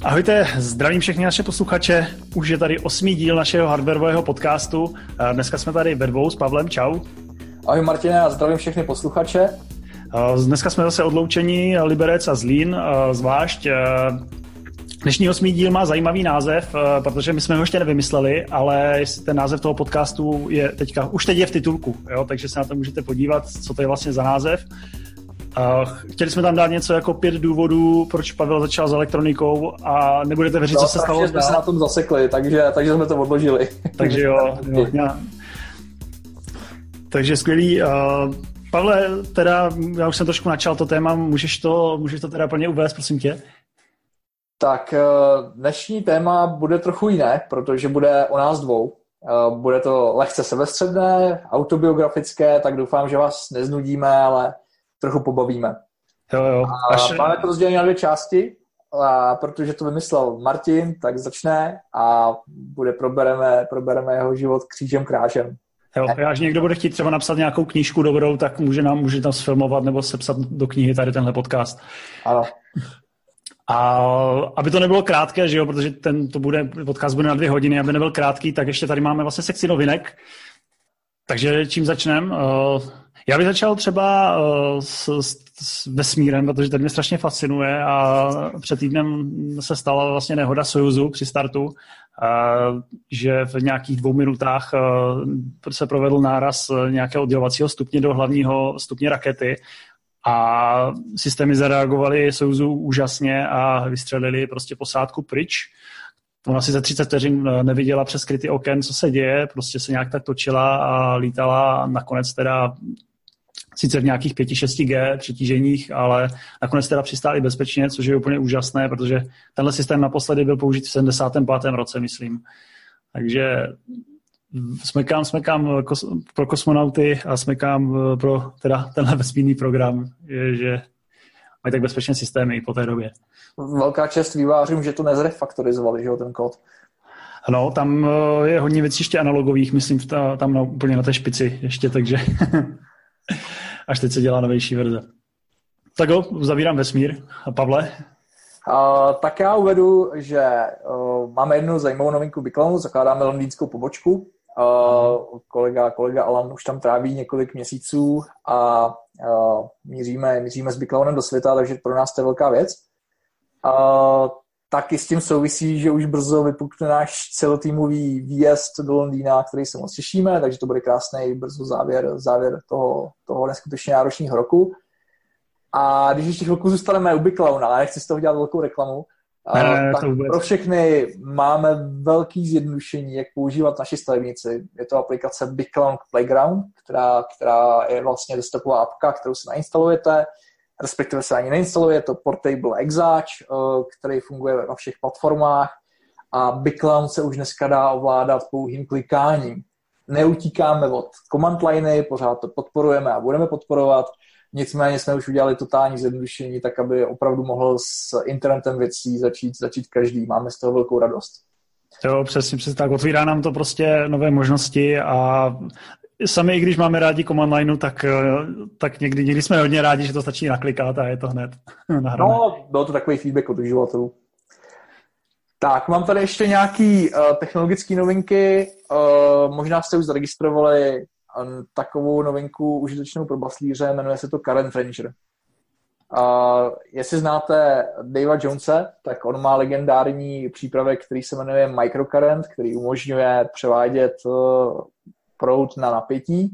Ahojte, zdravím všechny naše posluchače. Už je tady 8. díl našeho hardwareového podcastu. Dneska jsme tady ve dvou s Pavlem. Čau. Ahoj Martine, a zdravím všechny posluchače. Dneska jsme zase odloučení Liberec a Zlín, zvlášť. Dnešní 8. díl má zajímavý název, protože my jsme ho ještě nevymysleli, ale ten název toho podcastu je už teď je v titulku, jo? Takže se na to můžete podívat, co to je vlastně za název. Chtěli jsme tam dát něco jako 5 důvodů, proč Pavel začal s elektronikou a nebudete věřit, co se stalo. Takže jsme se na tom zasekli, takže jsme to odložili. Takže jo. Takže skvělý. Pavle, teda já už jsem trošku načal to téma, můžeš to teda plně uvést, prosím tě? Tak dnešní téma bude trochu jiné, protože bude o nás dvou. Bude to lehce sebestředné, autobiografické, tak doufám, že vás neznudíme, ale trochu pobavíme. Jo. Máme to rozdělené na 2 části, a protože to vymyslel Martin, tak začne a probereme jeho život křížem krážem. Jo, až někdo bude chtít třeba napsat nějakou knížku dobrou, tak může tam sfilmovat nebo sepsat do knihy tady tenhle podcast. Ano. A aby to nebylo krátké, že jo, protože podcast bude na 2 hodiny, aby nebyl krátký, tak ještě tady máme vlastně sekci novinek. Takže čím začneme? Já bych začal třeba s vesmírem, protože tady mě strašně fascinuje a před týdnem se stala vlastně nehoda Sojuzu při startu, že v nějakých 2 minutách se provedl náraz nějakého oddělovacího stupně do hlavního stupně rakety a systémy zareagovaly Sojuzu úžasně a vystřelili prostě posádku pryč. Ona si za 30 vteřin neviděla přes kryty oken, co se děje, prostě se nějak tak točila a lítala a nakonec teda sice v nějakých 5-6G přetíženích, ale nakonec teda přistáli bezpečně, což je úplně úžasné, protože tenhle systém naposledy byl použit v 75. roce, myslím. Takže smekám pro kosmonauty a smekám pro teda tenhle vesmírný program, že mají tak bezpečné systémy i po té době. Velká čest vývářům, že to nezrefaktorizovali, že jo, ten kód. No, tam je hodně věcí ještě analogových, myslím, tam úplně na té špici ještě, takže až teď se dělá novější verze. Tak jo, zavírám vesmír. A Pavle? Tak já uvedu, že máme jednu zajímavou novinku Biclownu, zakládáme londýnskou pobočku. Kolega Alan už tam tráví několik měsíců a míříme s Biclownem do světa, takže pro nás to je velká věc. Taky s tím souvisí, že už brzo vypukne náš celotýmový výjezd do Londýna, který se moc těšíme, takže to bude krásný brzo závěr toho neskutečně náročného roku. A když ještě chvilku zůstaneme u Biclowna, ale nechci z toho dělat velkou reklamu, tak pro všechny máme velký zjednodušení, jak používat naši stavebnici. Je to aplikace Biclown Playground, která je vlastně desktopová apka, kterou si nainstalujete, respektive se ani neinstaluje, je to Portable Exáč, který funguje na všech platformách a Biclown se už dneska dá ovládat pouhým klikáním. Neutíkáme od command liney, pořád to podporujeme a budeme podporovat, nicméně jsme už udělali totální zjednodušení, tak aby opravdu mohl s internetem věcí začít každý. Máme z toho velkou radost. Jo, přesně tak. Otvírá nám to prostě nové možnosti a sami, i když máme rádi command lineu, tak někdy jsme hodně rádi, že to stačí naklikat a je to hned nahrané. No, byl to takový feedback od uživatelů. Tak, mám tady ještě nějaký technologické novinky. Možná jste už zaregistrovali takovou novinku užitečnou pro baslíře, jmenuje se to Current Ranger. Jestli znáte Davea Jonese, tak on má legendární přípravek, který se jmenuje Microcurrent, který umožňuje převádět proud na napětí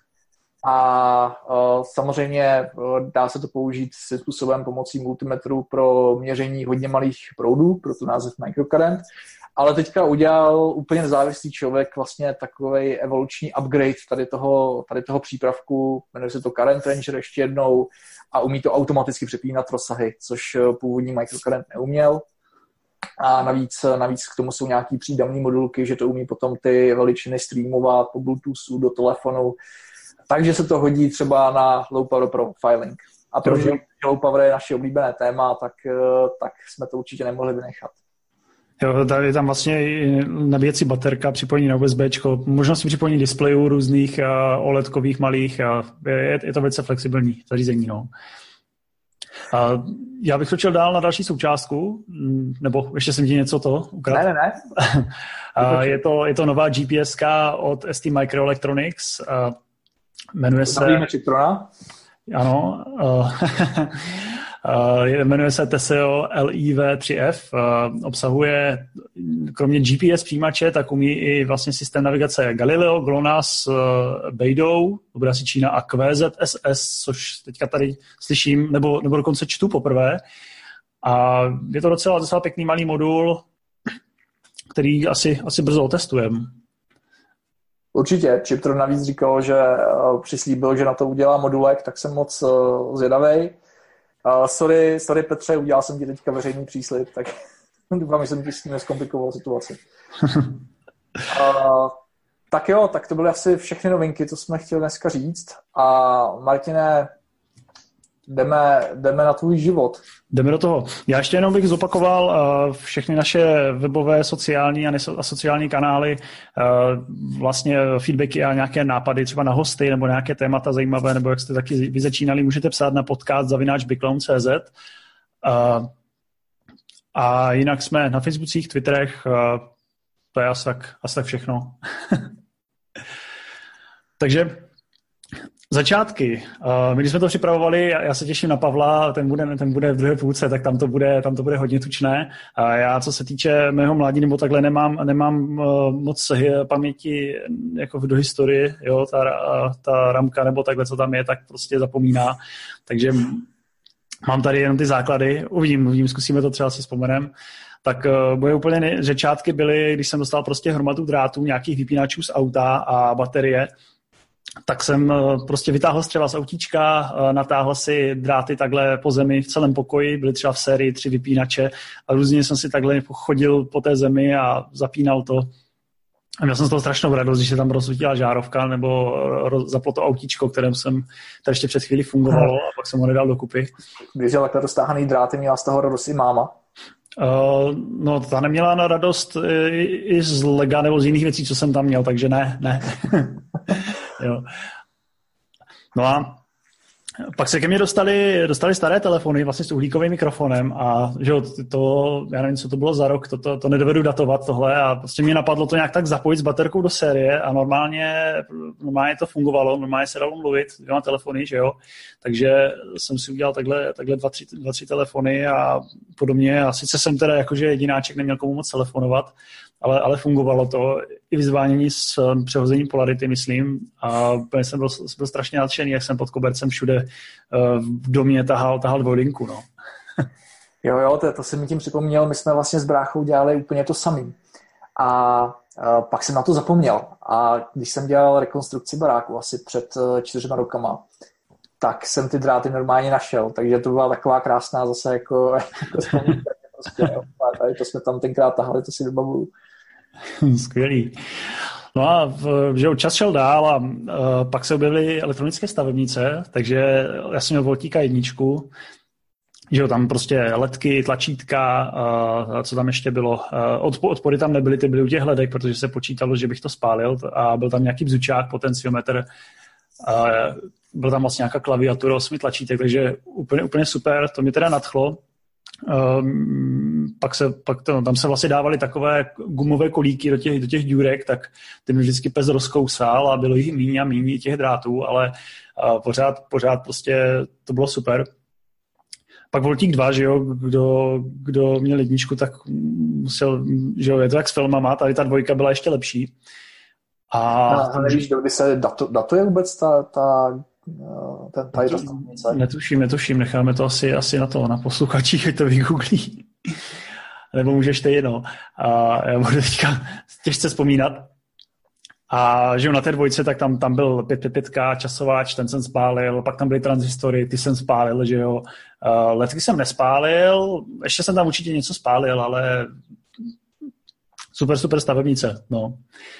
a samozřejmě dá se to použít se způsobem pomocí multimetru pro měření hodně malých proudů, proto název Microcurrent, ale teďka udělal úplně nezávislý člověk vlastně takovej evoluční upgrade tady toho přípravku, jmenuje se to Current Ranger ještě jednou a umí to automaticky přepínat rozsahy, což původní Microcurrent neuměl. A navíc k tomu jsou nějaký přídavné modulky, že to umí potom ty veličiny streamovat po Bluetoothu do telefonu. Takže se to hodí třeba na low power profiling. A protože low power je naše oblíbené téma, tak jsme to určitě nemohli vynechat. Jo, tady je tam vlastně nabíjecí baterka, připojení na USBčko, možnost připojení displejů různých OLEDkových malých a je to velice flexibilní zařízení. No. Já bych točil dál na další součástku, nebo ještě jsem ti něco to ukradl? Ne. Je to nová GPSka od ST Microelectronics. Jmenuje se... Zavíme Citrona? Ano. Jmenuje se Teseo LIV3F. Obsahuje kromě GPS přijímače, tak umí i vlastně systém navigace Galileo, GLONASS, Beidou, to bude asi Čína, a QZSS, což teďka tady slyším, nebo dokonce čtu poprvé. A je to docela pěkný malý modul, který asi brzo otestujeme. Určitě. Chiptron navíc říkal, že přislíbil, že na to udělá modulek, tak jsem moc zvědavej. Sorry Petře, udělal jsem ti teďka veřejný příslib, tak doufám, že jsem ti s tím nezkomplikoval situaci. Tak jo, tak to byly asi všechny novinky, co jsme chtěli dneska říct. A Martine, jdeme na tvůj život. Jdeme do toho. Já ještě jenom bych zopakoval všechny naše webové, sociální a asociální kanály, vlastně feedbacky a nějaké nápady třeba na hosty nebo nějaké témata zajímavé, nebo jak jste taky vy začínali, můžete psát na podcast@biclown.cz. A jinak jsme na Facebookích, Twitterech, to je asi tak všechno. Takže začátky. My když jsme to připravovali, já se těším na Pavla, ten bude v druhé půlce, tak tam to bude hodně tučné. Já, co se týče mého mládí, nebo takhle, nemám moc paměti jako do historie, jo, ta ramka nebo takhle, co tam je, tak prostě zapomíná. Takže mám tady jenom ty základy. Uvidím, zkusíme to, třeba si vzpomenem. Tak moje úplně začátky byly, když jsem dostal prostě hromadu drátů, nějakých vypínačů z auta a baterie, tak jsem prostě vytáhl střeva z autíčka, natáhl si dráty takhle po zemi v celém pokoji, byly třeba v sérii 3 vypínače a různě jsem si takhle chodil po té zemi a zapínal to. A měl jsem z toho strašnou radost, když se tam rozsvítila žárovka nebo zaplo to autíčko, které ještě před chvílí fungovalo a pak jsem ho nedal dokupy. Když je takhle roztáhaný dráty, měla z toho radost i máma? No, ta neměla na radost i z lega nebo z jiných věcí, co jsem tam měl, takže ne. Jo. No a pak se ke mně dostali staré telefony vlastně s uhlíkovým mikrofonem a že to, já nevím, co to bylo za rok, to nedovedu datovat tohle a prostě mě napadlo to nějak tak zapojit s baterkou do série a normálně to fungovalo, normálně se dalo mluvit dvěma telefony, že jo, takže jsem si udělal takhle 2-3 telefony a podobně a sice jsem teda jakože jedináček neměl komu moc telefonovat, ale fungovalo to i vyzvánění s přehozením polarity, myslím, a jsem byl strašně nadšený, jak jsem pod kobercem všude v domě tahal dvojlinku, no. Jo, to jsem mi tím připomněl, my jsme vlastně s bráchou dělali úplně to samý. A pak jsem na to zapomněl. A když jsem dělal rekonstrukci baráku asi před 4 rokama, tak jsem ty dráty normálně našel, takže to byla taková krásná zase jako prostě, tady to jsme tam tenkrát tahali, to si vybavuju. Skvělý. No a že čas šel dál a pak se objevily elektronické stavebnice, takže já jsem měl Voltíka 1, že jo, tam prostě ledky, tlačítka, a co tam ještě bylo. Odpory tam nebyly, ty byly u těch ledek, protože se počítalo, že bych to spálil a byl tam nějaký bzučák, potenciometr, byl tam vlastně nějaká klaviatura 8 tlačítek, takže úplně super, to mě teda nadchlo. Tam se vlastně dávaly takové gumové kolíky do těch díurek, tak ty mě vždycky pes rozkousal a bylo jich míň a míň těch drátů, ale pořád prostě to bylo super. Pak Voltík 2, že jo, kdo měl 1, tak musel, že jo, je to jak s filmama, tady ta 2 byla ještě lepší. A nevíš, kdy se datuje vůbec ta Netuším, necháme to asi na posluchačích, ať to vygooglí. Nebo můžeš ty, no. A já budu teďka těžce vzpomínat. A že na té 2, tak tam byl 555 časováč, ten jsem spálil, pak tam byly transistory, ty jsem spálil, že jo. Letky jsem nespálil, ještě jsem tam určitě něco spálil, ale super stavebnice, no.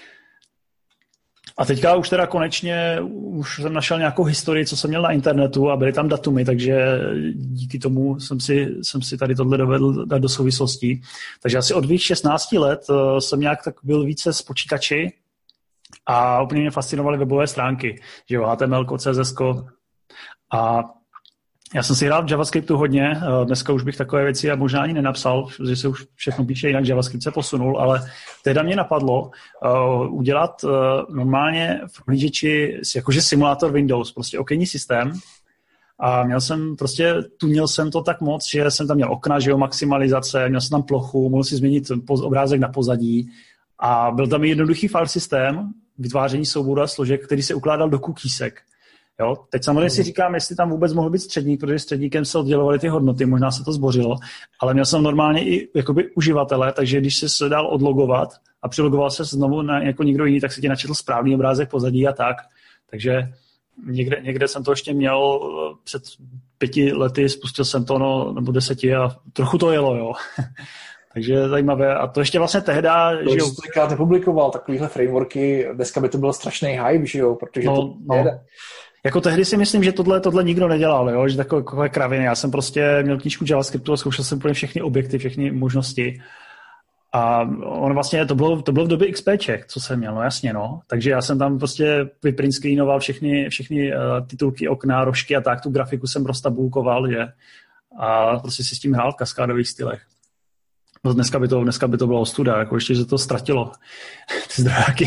A teďka už teda konečně už jsem našel nějakou historii, co jsem měl na internetu a byly tam datumy, takže díky tomu jsem si tady tohle dovedl dát do souvislostí. Takže asi od svých 16 let jsem nějak tak byl více s počítači a úplně mě fascinovaly webové stránky, že jo, HTML, CSS a Já jsem si hrál v JavaScriptu hodně, dneska už bych takové věci a možná ani nenapsal, že se už všechno píše jinak, JavaScript se posunul, ale tehdy mě napadlo udělat normálně v hlížeči jakože simulátor Windows, prostě okenní systém. A tunil jsem to tak moc, že jsem tam měl okna, že jo, maximalizace, měl jsem tam plochu, mohl si změnit obrázek na pozadí a byl tam jednoduchý file systém, vytváření souboru a složek, který se ukládal do cookiesek. Jo? Teď samozřejmě si říkám, jestli tam vůbec mohl být středník, protože středníkem se oddělovaly ty hodnoty, možná se to zbořilo, ale měl jsem normálně i jakoby uživatele, takže když se dal odlogovat a přilogoval se znovu jako někdo jiný, tak se ti načetl správný obrázek pozadí a tak. Takže někde jsem to ještě měl před 5 lety, spustil jsem to, nebo 10 a trochu to jelo, jo. Takže zajímavé. A to ještě vlastně tehda... To jsi to nepublikoval, takovýhle frameworky, dneska by to byl strašný hype, že jo, protože to jede. Jako tehdy si myslím, že tohle nikdo nedělal, jo? Že takové kraviny. Já jsem prostě měl knížku JavaScriptu a zkoušel jsem úplně všechny objekty, všechny možnosti. A on vlastně, to bylo v době XPček, co jsem měl, no jasně, no. Takže já jsem tam prostě vyprint screenoval všechny titulky, okna, rožky a tak, tu grafiku jsem roztabulkoval, že? A prostě si s tím hrál v kaskádových stylech. No dneska by to bylo ostuda, jako ještě, že to ztratilo ty zdrojáky.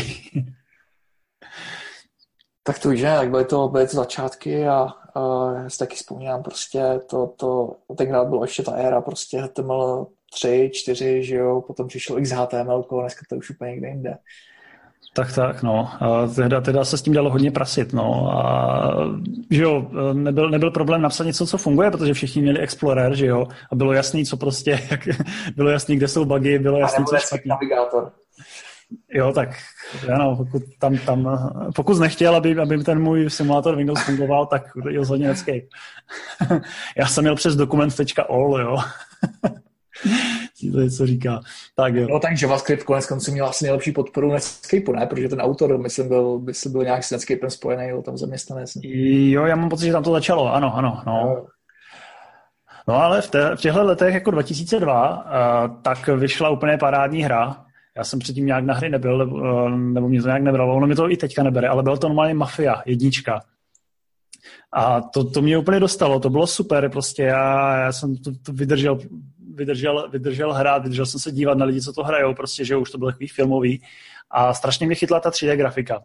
Tak to víš, že? Tak byly to začátky a já si taky vzpomínám prostě tenkrát bylo ještě ta éra prostě HTML 3, 4, že jo, potom přišlo XHTML, dneska to už úplně někde jinde. Tak, no. Teda se s tím dalo hodně prasit, no. A že jo, nebyl problém napsat něco, co funguje, protože všichni měli Explorer, že jo, a bylo jasný, co prostě, bylo jasný, kde jsou bugy, bylo jasný, co špatně. Navigátor. Jo, tak ano, pokud nechtěl, aby ten můj simulátor Windows fungoval, tak rozhodně Netscape. Já jsem měl přes dokument.all, jo. To je, co říká. Tak jo. No tak JavaScript konec konců měl asi nejlepší podporu Netscapeu, ne? Protože ten autor, myslím, byl nějak s Netscapem spojený, byl tam zaměstnanec. Jo, já mám pocit, že tam to začalo, ano, no. No ale v těchto letech jako 2002 tak vyšla úplně parádní hra. Já jsem předtím nějak na hry nebyl, nebo mě to nějak nebralo, ono mi to i teďka nebere, ale bylo to normálně Mafia 1. A to mě úplně dostalo, to bylo super, prostě já jsem to vydržel hrát, vydržel jsem se dívat na lidi, co to hrajou, prostě, že už to bylo takový filmový a strašně mě chytla ta 3D grafika.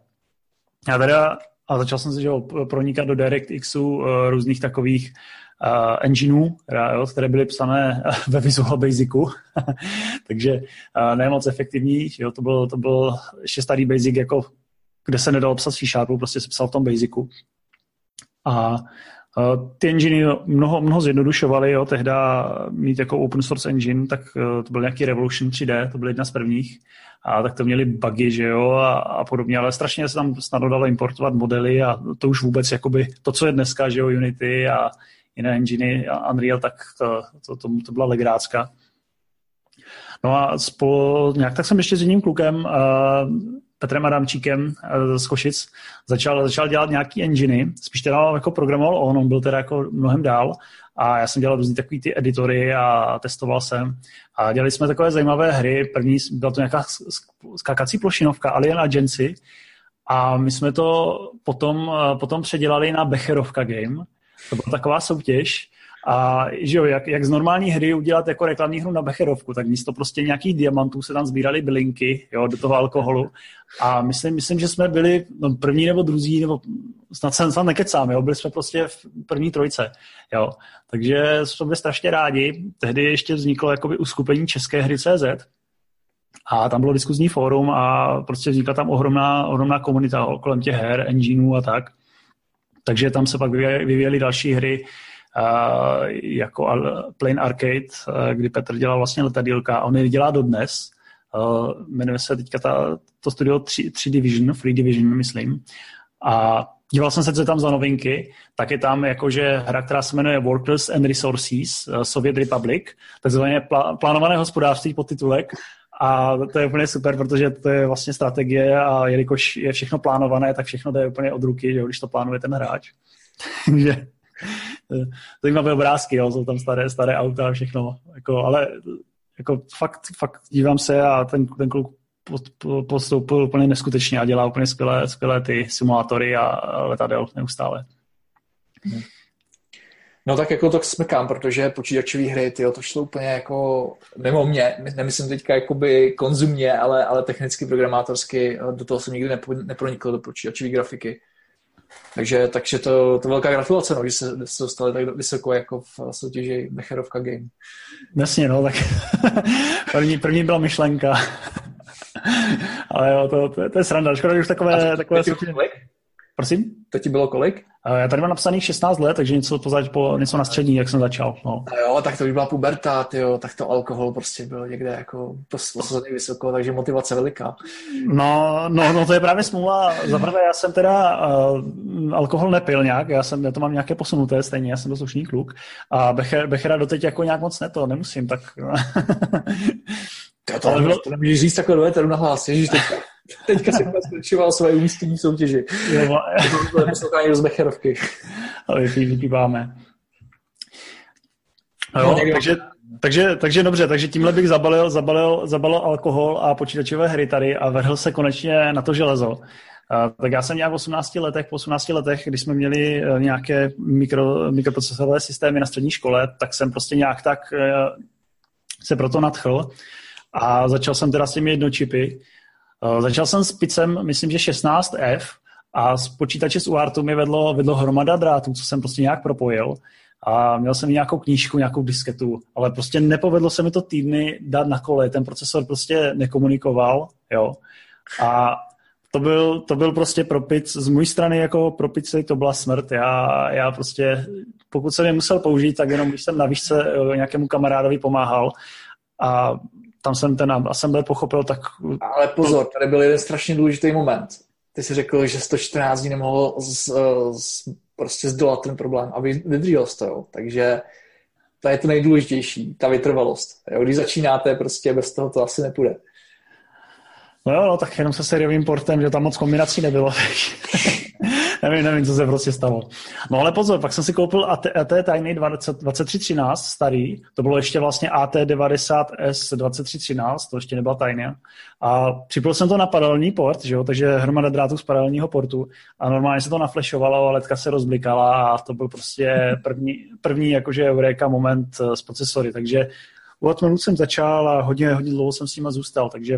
A začal jsem se pronikat do DirectXu různých takových engineů, které byly psané ve Visual Basicu, takže ne moc efektivní, jo, to byl ještě starý Basic, jako, kde se nedalo psat C#, prostě se psal v tom Basicu. A ty enginy mnoho zjednodušovaly, jo, tehda mít jako open source engine, tak to byl nějaký Revolution 3D, to byl jedna z prvních, a tak to měli bugy, že jo, a podobně, ale strašně se tam snadno dalo importovat modely a to už vůbec jakoby to, co je dneska, že jo, Unity a jiné enginy a Unreal, tak to byla legrácka. No a nějak tak jsem ještě s jedním klukem, Petrem Adamčíkem z Košic, začal dělat nějaký enginy, spíš teda jako programoval on byl teda jako mnohem dál a já jsem dělal různý takový ty editory a testoval jsem a dělali jsme takové zajímavé hry. První byla to nějaká skákací plošinovka Alien Agency a my jsme to potom předělali na Becherovka game. To byla taková soutěž a že jo, jak z normální hry udělat jako reklamní hru na Becherovku, tak místo prostě nějakých diamantů se tam sbíraly bylinky, jo, do toho alkoholu a myslím, že jsme byli první nebo druzí, nebo snad nekecám, jo, byli jsme prostě v první trojce, jo, takže jsme byli strašně rádi, tehdy ještě vzniklo jakoby uskupení České hry.cz a tam bylo diskuzní fórum a prostě vznikla tam ohromná komunita kolem těch her, engineů a tak, takže tam se pak vyvíjely další hry, jako Plain Arcade, kdy Petr dělal vlastně letadýlka a on je dělá dodnes. Jmenuje se teďka to studio 3 Division, Free Division, myslím. A díval jsem se, co je tam za novinky, tak je tam jakože hra, která se jmenuje Workers and Resources, Soviet Republic, takzvané plánované hospodářství podtitulek. A to je úplně super, protože to je vlastně strategie a jelikož je všechno plánované, tak všechno jde úplně od ruky, že, když to plánuje ten hráč. Takže zajímavé obrázky, jo, jsou tam staré auta a všechno, jako, ale jako fakt dívám se a ten kluk postoupil úplně neskutečně a dělá úplně skvělé ty simulátory a letadel neustále. No tak jako to smykám, protože počítačové hry, tyjo, to šlo úplně jako mimo mě, nemyslím teďka jakoby konzumně, ale technicky, programátorsky, do toho jsem nikdy nepronikl do počítačové grafiky. Takže to velká gratulace, no, že se dostali tak vysoko jako v soutěži Becherovka Game. Jasně, no, tak první byla myšlenka. Ale jo, to je sranda. Škoda, že už takové soutěže. Prosím? To ti bylo kolik? Já tady mám napsaných 16 let, takže něco na střední, jak jsem začal. No. A jo, tak to už byla puberta, tyjo, tak to alkohol prostě byl někde jako posazený vysoko, takže motivace veliká. No, to je právě smůla. Zaprvé já jsem teda alkohol nepil nějak, já to mám nějaké posunuté stejně, já jsem to slušný kluk a Bechera doteď jako nějak moc nemusím, tak... To nemůžeš říct takhle do éteru na hlas, ježiš, teďka jsem zkrčoval své umístění v soutěži. To poslouchání z Becherovky. Ale vypíváme. Jo, takže dobře, takže tímhle bych zabalil alkohol a počítačové hry tady a vrhl se konečně na to železo. Tak já jsem nějak po 18 letech, když jsme měli nějaké mikroprocesorové systémy na střední škole, tak jsem prostě nějak tak se proto nadchl a začal jsem teda s těmi jednočipy. Začal jsem s PICem, myslím, že 16F a z počítače z UARTu mi vedlo hromada drátů, co jsem prostě nějak propojil a měl jsem nějakou knížku, nějakou disketu, ale prostě nepovedlo se mi to týdny dát na kole, ten procesor prostě nekomunikoval, jo. A to byl prostě pro PIC, z mojí strany jako pro PICy to byla smrt. Já prostě, pokud jsem je musel použít, tak jenom když jsem na výšce nějakému kamarádovi pomáhal a tam jsem ten assembler pochopil, tak... Ale pozor, tady byl jeden strašně důležitý moment. Ty jsi řekl, že 114 dní nemohl prostě zdolat ten problém a vydržel jsi to, jo. Takže to je to nejdůležitější, ta vytrvalost. Jo. Když začínáte, prostě bez toho to asi nepůjde. No, tak jenom se sériovým portem, že tam moc kombinací nebylo. nevím, co se prostě stalo. No ale pozor, pak jsem si koupil AT Tiny 2313 starý, to bylo ještě vlastně AT90S 2313, to ještě nebyla Tiny. A připojil jsem to na paralelní port, že jo, takže hromada drátů z paralelního portu a normálně se to naflešovalo a ledka se rozblikala a to byl prostě první jakože eureka moment s procesory, takže u Atmelu jsem začal a hodně dlouho jsem s nima zůstal, takže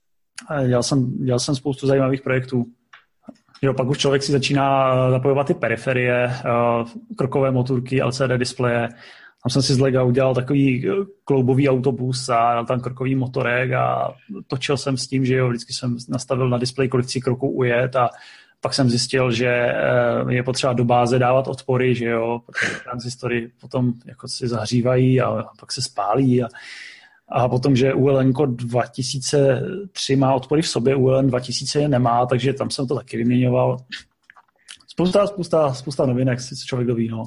dělal jsem spoustu zajímavých projektů. Jo, pak už člověk si začíná zapojovat ty periferie, krokové motorky, LCD displeje. Tam jsem si z Lega udělal takový kloubový autobus a dal tam krokový motorek a točil jsem s tím, že jo, vždycky jsem nastavil na displeji, kolik chci kroků ujet a pak jsem zjistil, že je potřeba do báze dávat odpory, že jo, protože transistory potom jako si zahřívají a pak se spálí a potom, že ULN 2003 má odpory v sobě, ULN 2000 je nemá, takže tam jsem to taky vyměňoval. Spousta novinek, si člověk doví, no.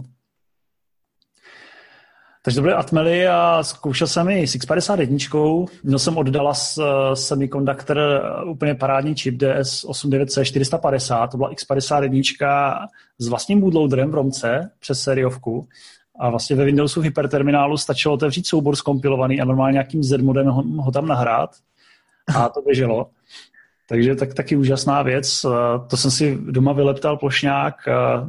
Takže to byly Atmely a zkoušel jsem i s X51. Měl jsem od Dallas Semiconductor úplně parádní čip DS89C450. To byla X51 s vlastním bootloaderem v romce přes sériovku. A vlastně ve Windowsu hyperterminálu stačilo otevřít soubor zkompilovaný a normálně nějakým Z-modem ho tam nahrát. A to běželo. Takže taky úžasná věc. To jsem si doma vyleptal plošňák.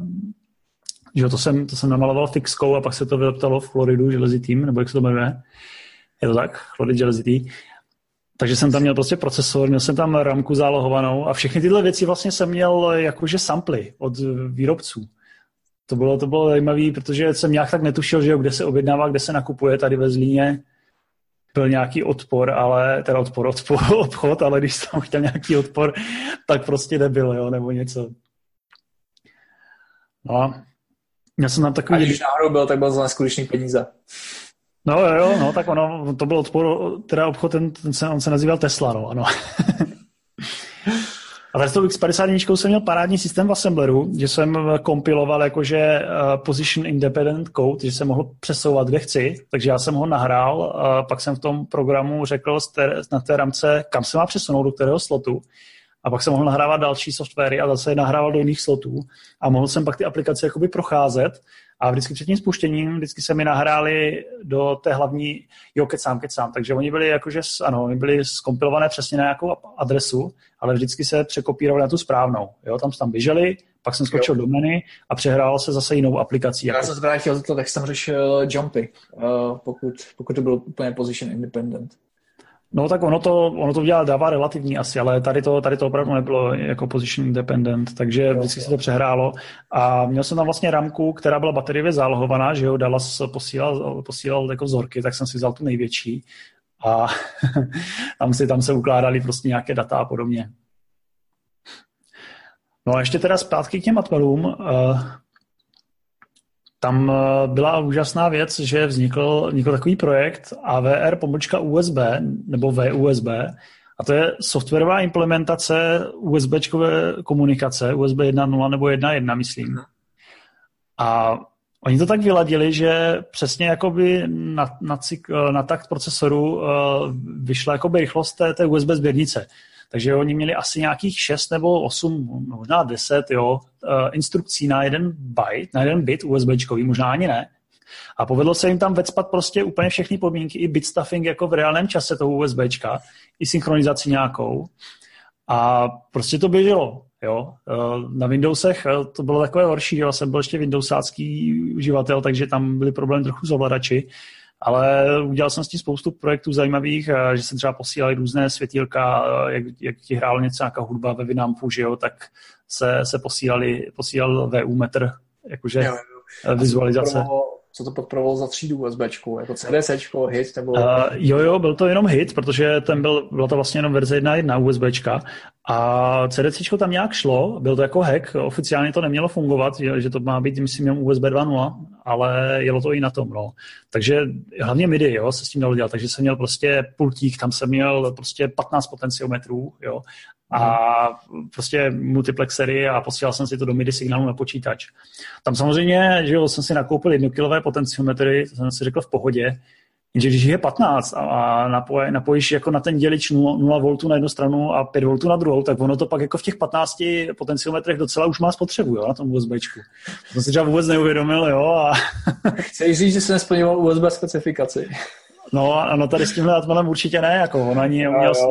Že to jsem namaloval fixkou a pak se to vyleptalo v chloridu železitým, nebo jak se to jmenuje. Je to tak? Chlorid železitý. Takže jsem tam měl prostě procesor, měl jsem tam ramku zálohovanou a všechny tyhle věci vlastně jsem měl jakože samply od výrobců. To bylo zajímavé, protože jsem nějak tak netušil, že kde se objednává, kde se nakupuje. Tady ve Zlíně byl nějaký odpor, ale teda obchod, ale když jsem chtěl nějaký odpor, tak prostě nebyl, jo, nebo něco. No, já jsem tam takový... A když náhodou byl, tak byl za neskutečný peníze. No, tak ono, to byl odpor, teda obchod, on se nazýval Tesla, no, ano. A tady s tou X51 jsem měl parádní systém v assembleru, že jsem kompiloval jakože position independent code, že jsem mohl přesouvat, kde chci, takže já jsem ho nahrál, pak jsem v tom programu řekl na té ramce, kam se má přesunout, do kterého slotu. A pak jsem mohl nahrávat další softwary a zase je nahrával do jiných slotů a mohl jsem pak ty aplikace jakoby procházet a vždycky před tím spuštěním, vždycky se mi nahráli do té hlavní, kecám, takže oni byli jakože, ano, oni byli zkompilované přesně na nějakou adresu, ale vždycky se překopírovali na tu správnou, jo, tam běželi, pak jsem skočil do menu a přehrál se zase jinou aplikací. Já jsem se právě chtěl zeptat, jak jsem řešil jumpy, pokud to bylo úplně position independent. No tak ono to dává relativní asi, ale tady to opravdu nebylo jako position independent, takže vždycky se to přehrálo a měl jsem tam vlastně ramku, která byla bateriově zálohovaná, že jo, Dallas posílal jako vzorky, tak jsem si vzal tu největší a tam se ukládaly prostě nějaké data a podobně. No a ještě teda zpátky k těm Atmelům. Tam byla úžasná věc, že vznikl takový projekt AVR-USB nebo VUSB a to je softwarová implementace USBčkové komunikace, USB 1.0 nebo 1.1, myslím. A oni to tak vyladili, že přesně jakoby na takt procesoru vyšla jakoby rychlost té USB sběrnice. Takže oni měli asi nějakých 6 nebo 8, možná 10 instrukcí na jeden bit USBčkový, možná ani ne. A povedlo se jim tam vecpat prostě úplně všechny podmínky, i bit stuffing jako v reálném čase toho USBčka, i synchronizaci nějakou. A prostě to běželo. Jo. Na Windowsech to bylo takové horší, že já jsem byl ještě Windowsácký uživatel, takže tam byly problémy trochu s ovladači. Ale udělal jsem s tím spoustu projektů zajímavých, že se třeba posílali různé světýlka, jak ti hrálo něco, nějaká hudba ve Winampu, že jo, tak se posílal VU metr, jakože vizualizace. Co to podporovalo za třídu USBčku? Jako CDCčko, hit? Nebo... Jo, byl to jenom hit, protože byla to vlastně jenom verze 1.1 USBčka a CDCčko tam nějak šlo, byl to jako hack, oficiálně to nemělo fungovat, že to má být, myslím, jenom USB 2.0, ale jelo to i na tom, no. Takže hlavně MIDI, jo, se s tím dalo dělat, takže jsem měl prostě pultík, tam jsem měl prostě 15 potenciometrů, jo, a prostě multiplexery a posílal jsem si to do MIDI signálu na počítač. Tam samozřejmě, že jo, jsem si nakoupil 1kilové potenciometry, to jsem si řekl v pohodě, jenže když je 15 a napojíš jako na ten dělič 0 V na jednu stranu a 5 V na druhou, tak ono to pak jako v těch 15 potenciometrech docela už má spotřebu, jo, na tom USBčku. To jsem si třeba vůbec neuvědomil, jo. A... Chceš říct, že jsi nesplňoval USB specifikaci? No, ano, tady s tímhle Atmelem určitě ne, jako on ani neuměl si.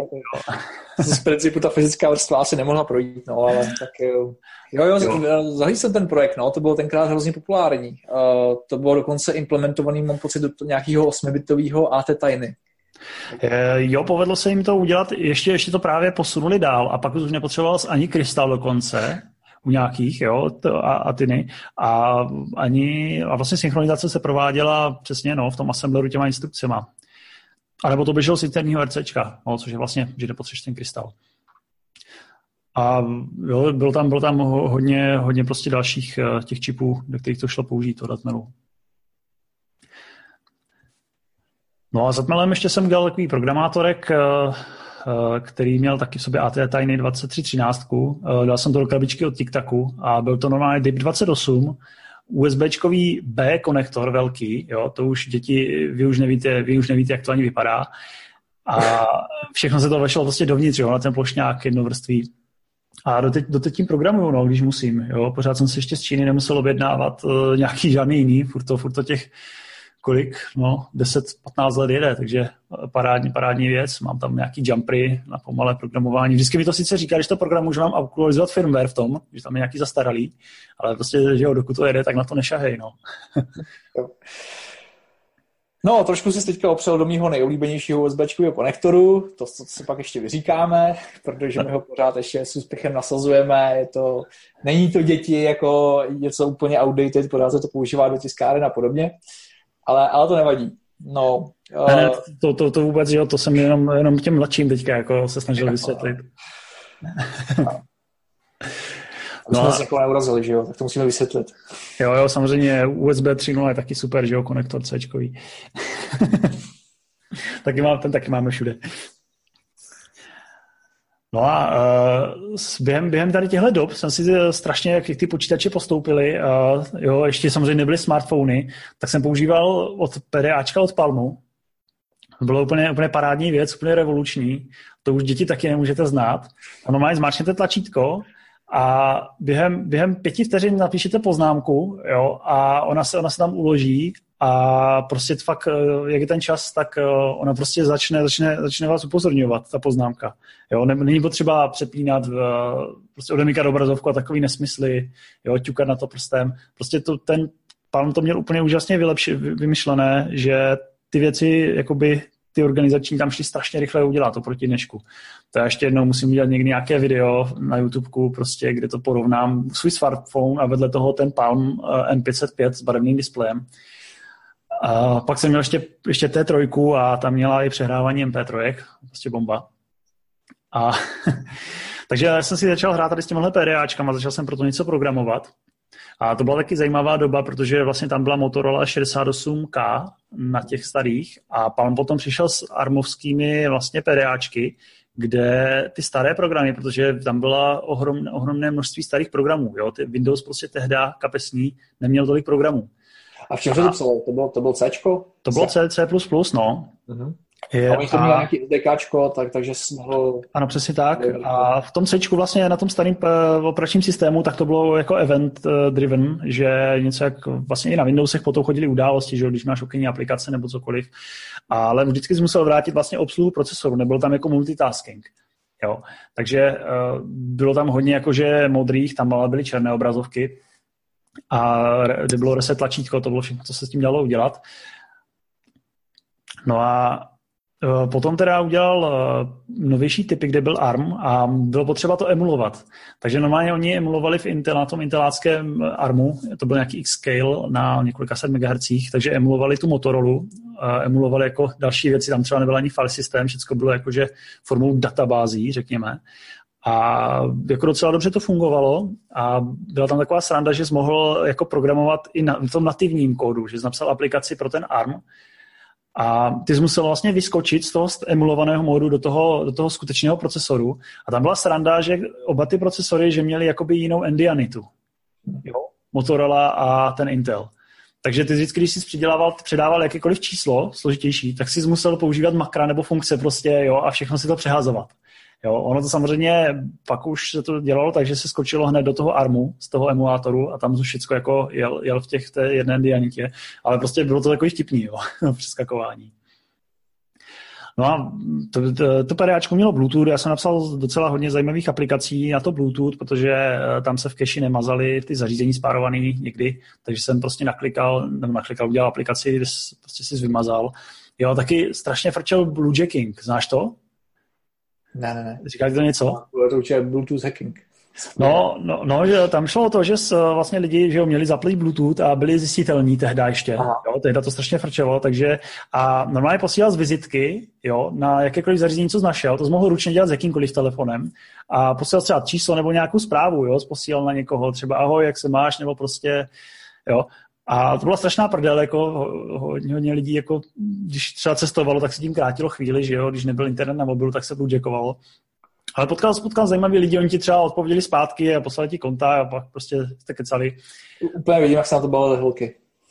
Z principu ta fyzická vrstva asi nemohla projít, no, ale tak jo, zahlídl jsem ten projekt, no, to bylo tenkrát hrozně populární. To bylo dokonce implementovaný, mám pocit, do nějakého 8-bitového AT Tiny. Jo, povedlo se jim to udělat, ještě to právě posunuli dál a pak už nepotřeboval ani krystal dokonce, u nějakých, jo, a tiny. A vlastně synchronizace se prováděla přesně, no, v tom assembleru těma instrukcema. A nebo to běželo z interního RCčka, no, což je vlastně, že nepotřebuješ ten krystal. A jo, bylo tam hodně prostě dalších těch čipů, do kterých to šlo použít od Atmelu. No a s Atmelem ještě jsem udělal takový programátorek, který měl taky v sobě AT Tiny 2313. Dal jsem to do krabičky od TicTacu a byl to normálně DIP28, USBčkový B konektor velký, jo, to už děti, vy už nevíte, jak to ani vypadá. A všechno se to vešlo prostě dovnitř, jo, na ten plošňák jednovrství. A doteď tím programuju, no, když musím, jo, pořád jsem se ještě z Číny nemusel objednávat nějaký žádný jiný, furt to těch kolik, no, 10-15 let jede, takže parádní věc, mám tam nějaký jumpery na pomalé programování. Vždycky mi to sice říká, když to programuji, že mám aktualizovat firmware v tom, že tam je nějaký zastaralý, ale prostě, že jo, dokud to jede, tak na to nešahej, no. No, trošku jsi teďka opřel do mýho nejoblíbenějšího USBčkového konektoru, to si pak ještě vyříkáme, protože my ho pořád ještě s úspěchem nasazujeme, není to děti jako něco úplně outdated, pořád se to používá do tiskáren a podobně. Ale to nevadí. No, ne, to vůbec, jo, to jsem jenom těm mladším teďka jako se snažil vysvětlit. No, jsme se někoho neurazili, že jo, tak to musíme vysvětlit. Jo, samozřejmě USB 3.0 je taky super, že jo, konektor C-čkový. Taky máme všude. No a během tady těchto dob jsem si strašně, jak ty počítače postoupily, jo, ještě samozřejmě nebyly smartfony, tak jsem používal od PDAčka od Palmu. To bylo úplně parádní věc, úplně revoluční. To už děti taky nemůžete znát. A normálně zmáčknete tlačítko a během 5 vteřin napíšete poznámku, jo, a ona se tam uloží a prostě fakt, jak je ten čas, tak ona prostě začne vás upozorňovat, ta poznámka. Jo, není potřeba přepínat, prostě odemykat obrazovku a takový nesmysly, jo, ťukat na to prstem. Prostě ten Palm to měl úplně úžasně vymyšlené, že ty věci, jakoby ty organizační tam šli strašně rychle udělat oproti dnešku. To já ještě jednou musím udělat někdy nějaké video na YouTubeku, prostě, kde to porovnám svůj smartphone a vedle toho ten Palm M505 s barevným displejem. A pak jsem měl ještě T3 a tam měla i přehrávání MP3, prostě bomba. A takže já jsem si začal hrát tady s těmhle PDAčkama, začal jsem proto něco programovat. A to byla taky zajímavá doba, protože vlastně tam byla Motorola 68K na těch starých a Palm potom přišel s armovskými vlastně PDAčky, kde ty staré programy, protože tam byla ohromné množství starých programů. Jo? Ty Windows prostě tehda kapesní neměl tolik programů. A v čem se to psalo? To bylo Cčko? To bylo C++, no. Uh-huh. A oni to měli nějaký SDKčko, takže jsi mohl... Ano, přesně tak. A v tom Cčku vlastně na tom starém operačním systému, tak to bylo jako event driven, že něco jak vlastně i na Windowsech potom chodily události, že když máš okenní aplikace nebo cokoliv. Ale vždycky jsi musel vrátit vlastně obsluhu procesoru, nebyl tam jako multitasking. Jo. Takže bylo tam hodně jakože modrých, tam byly černé obrazovky a kde bylo reset tlačítko, to bylo všechno, co se s tím dalo udělat. No a potom teda udělal novější typy, kde byl ARM a bylo potřeba to emulovat. Takže normálně oni emulovali na tom inteláckém ARMu, to byl nějaký X-Scale na několika set MHz, takže emulovali tu Motorolu, emulovali jako další věci, tam třeba nebyl ani file systém, všechno bylo jakože formou databází, řekněme. A jako docela dobře to fungovalo a byla tam taková sranda, že jsi mohl jako programovat i v tom nativním kódu, že jsi napsal aplikaci pro ten ARM, a ty jsi musel vlastně vyskočit z toho emulovaného módu do toho skutečného procesoru. A tam byla sranda, že oba ty procesory, že měly jakoby jinou endianitu. Jo? Motorola a ten Intel. Takže ty vždycky, když jsi předával jakékoliv číslo složitější, tak jsi musel používat makra nebo funkce prostě, jo, a všechno si to přehazovat. Jo, ono to samozřejmě pak už se to dělalo, takže se skočilo hned do toho ARMu, z toho emulátoru a tam všechno jako jel v té jedné dianitě, ale prostě bylo to takový vtipný, jo, přeskakování. No a to PDAčko mělo Bluetooth, já jsem napsal docela hodně zajímavých aplikací na to Bluetooth, protože tam se v cache nemazaly ty zařízení spárované někdy, takže jsem prostě udělal aplikaci, kde prostě si vymazal. Jo, taky strašně frčel bluejacking, znáš to? Ne. Říkáš to něco? To určitě Bluetooth hacking. No, že tam šlo o to, že vlastně lidi, že měli zaplit Bluetooth a byli zjistitelní tehda ještě. Jo, tehda to strašně frčelo, takže a normálně posílal z vizitky, jo, na jakékoliv zařízení, co našel, to jsi mohl ručně dělat s jakýmkoliv telefonem a posílal třeba číslo nebo nějakou zprávu, jo, posílal na někoho, třeba ahoj, jak se máš, nebo prostě, jo. A to byla strašná prdel, jako hodně lidí, jako když třeba cestovalo, tak se tím krátilo chvíli, že jo, když nebyl internet na mobilu, tak se bluejackovalo. Ale potkal zajímavý lidi, oni ti třeba odpověděli zpátky a poslali ti konta a pak prostě jste kecali. Úplně vidím, jak se na to bavili holky.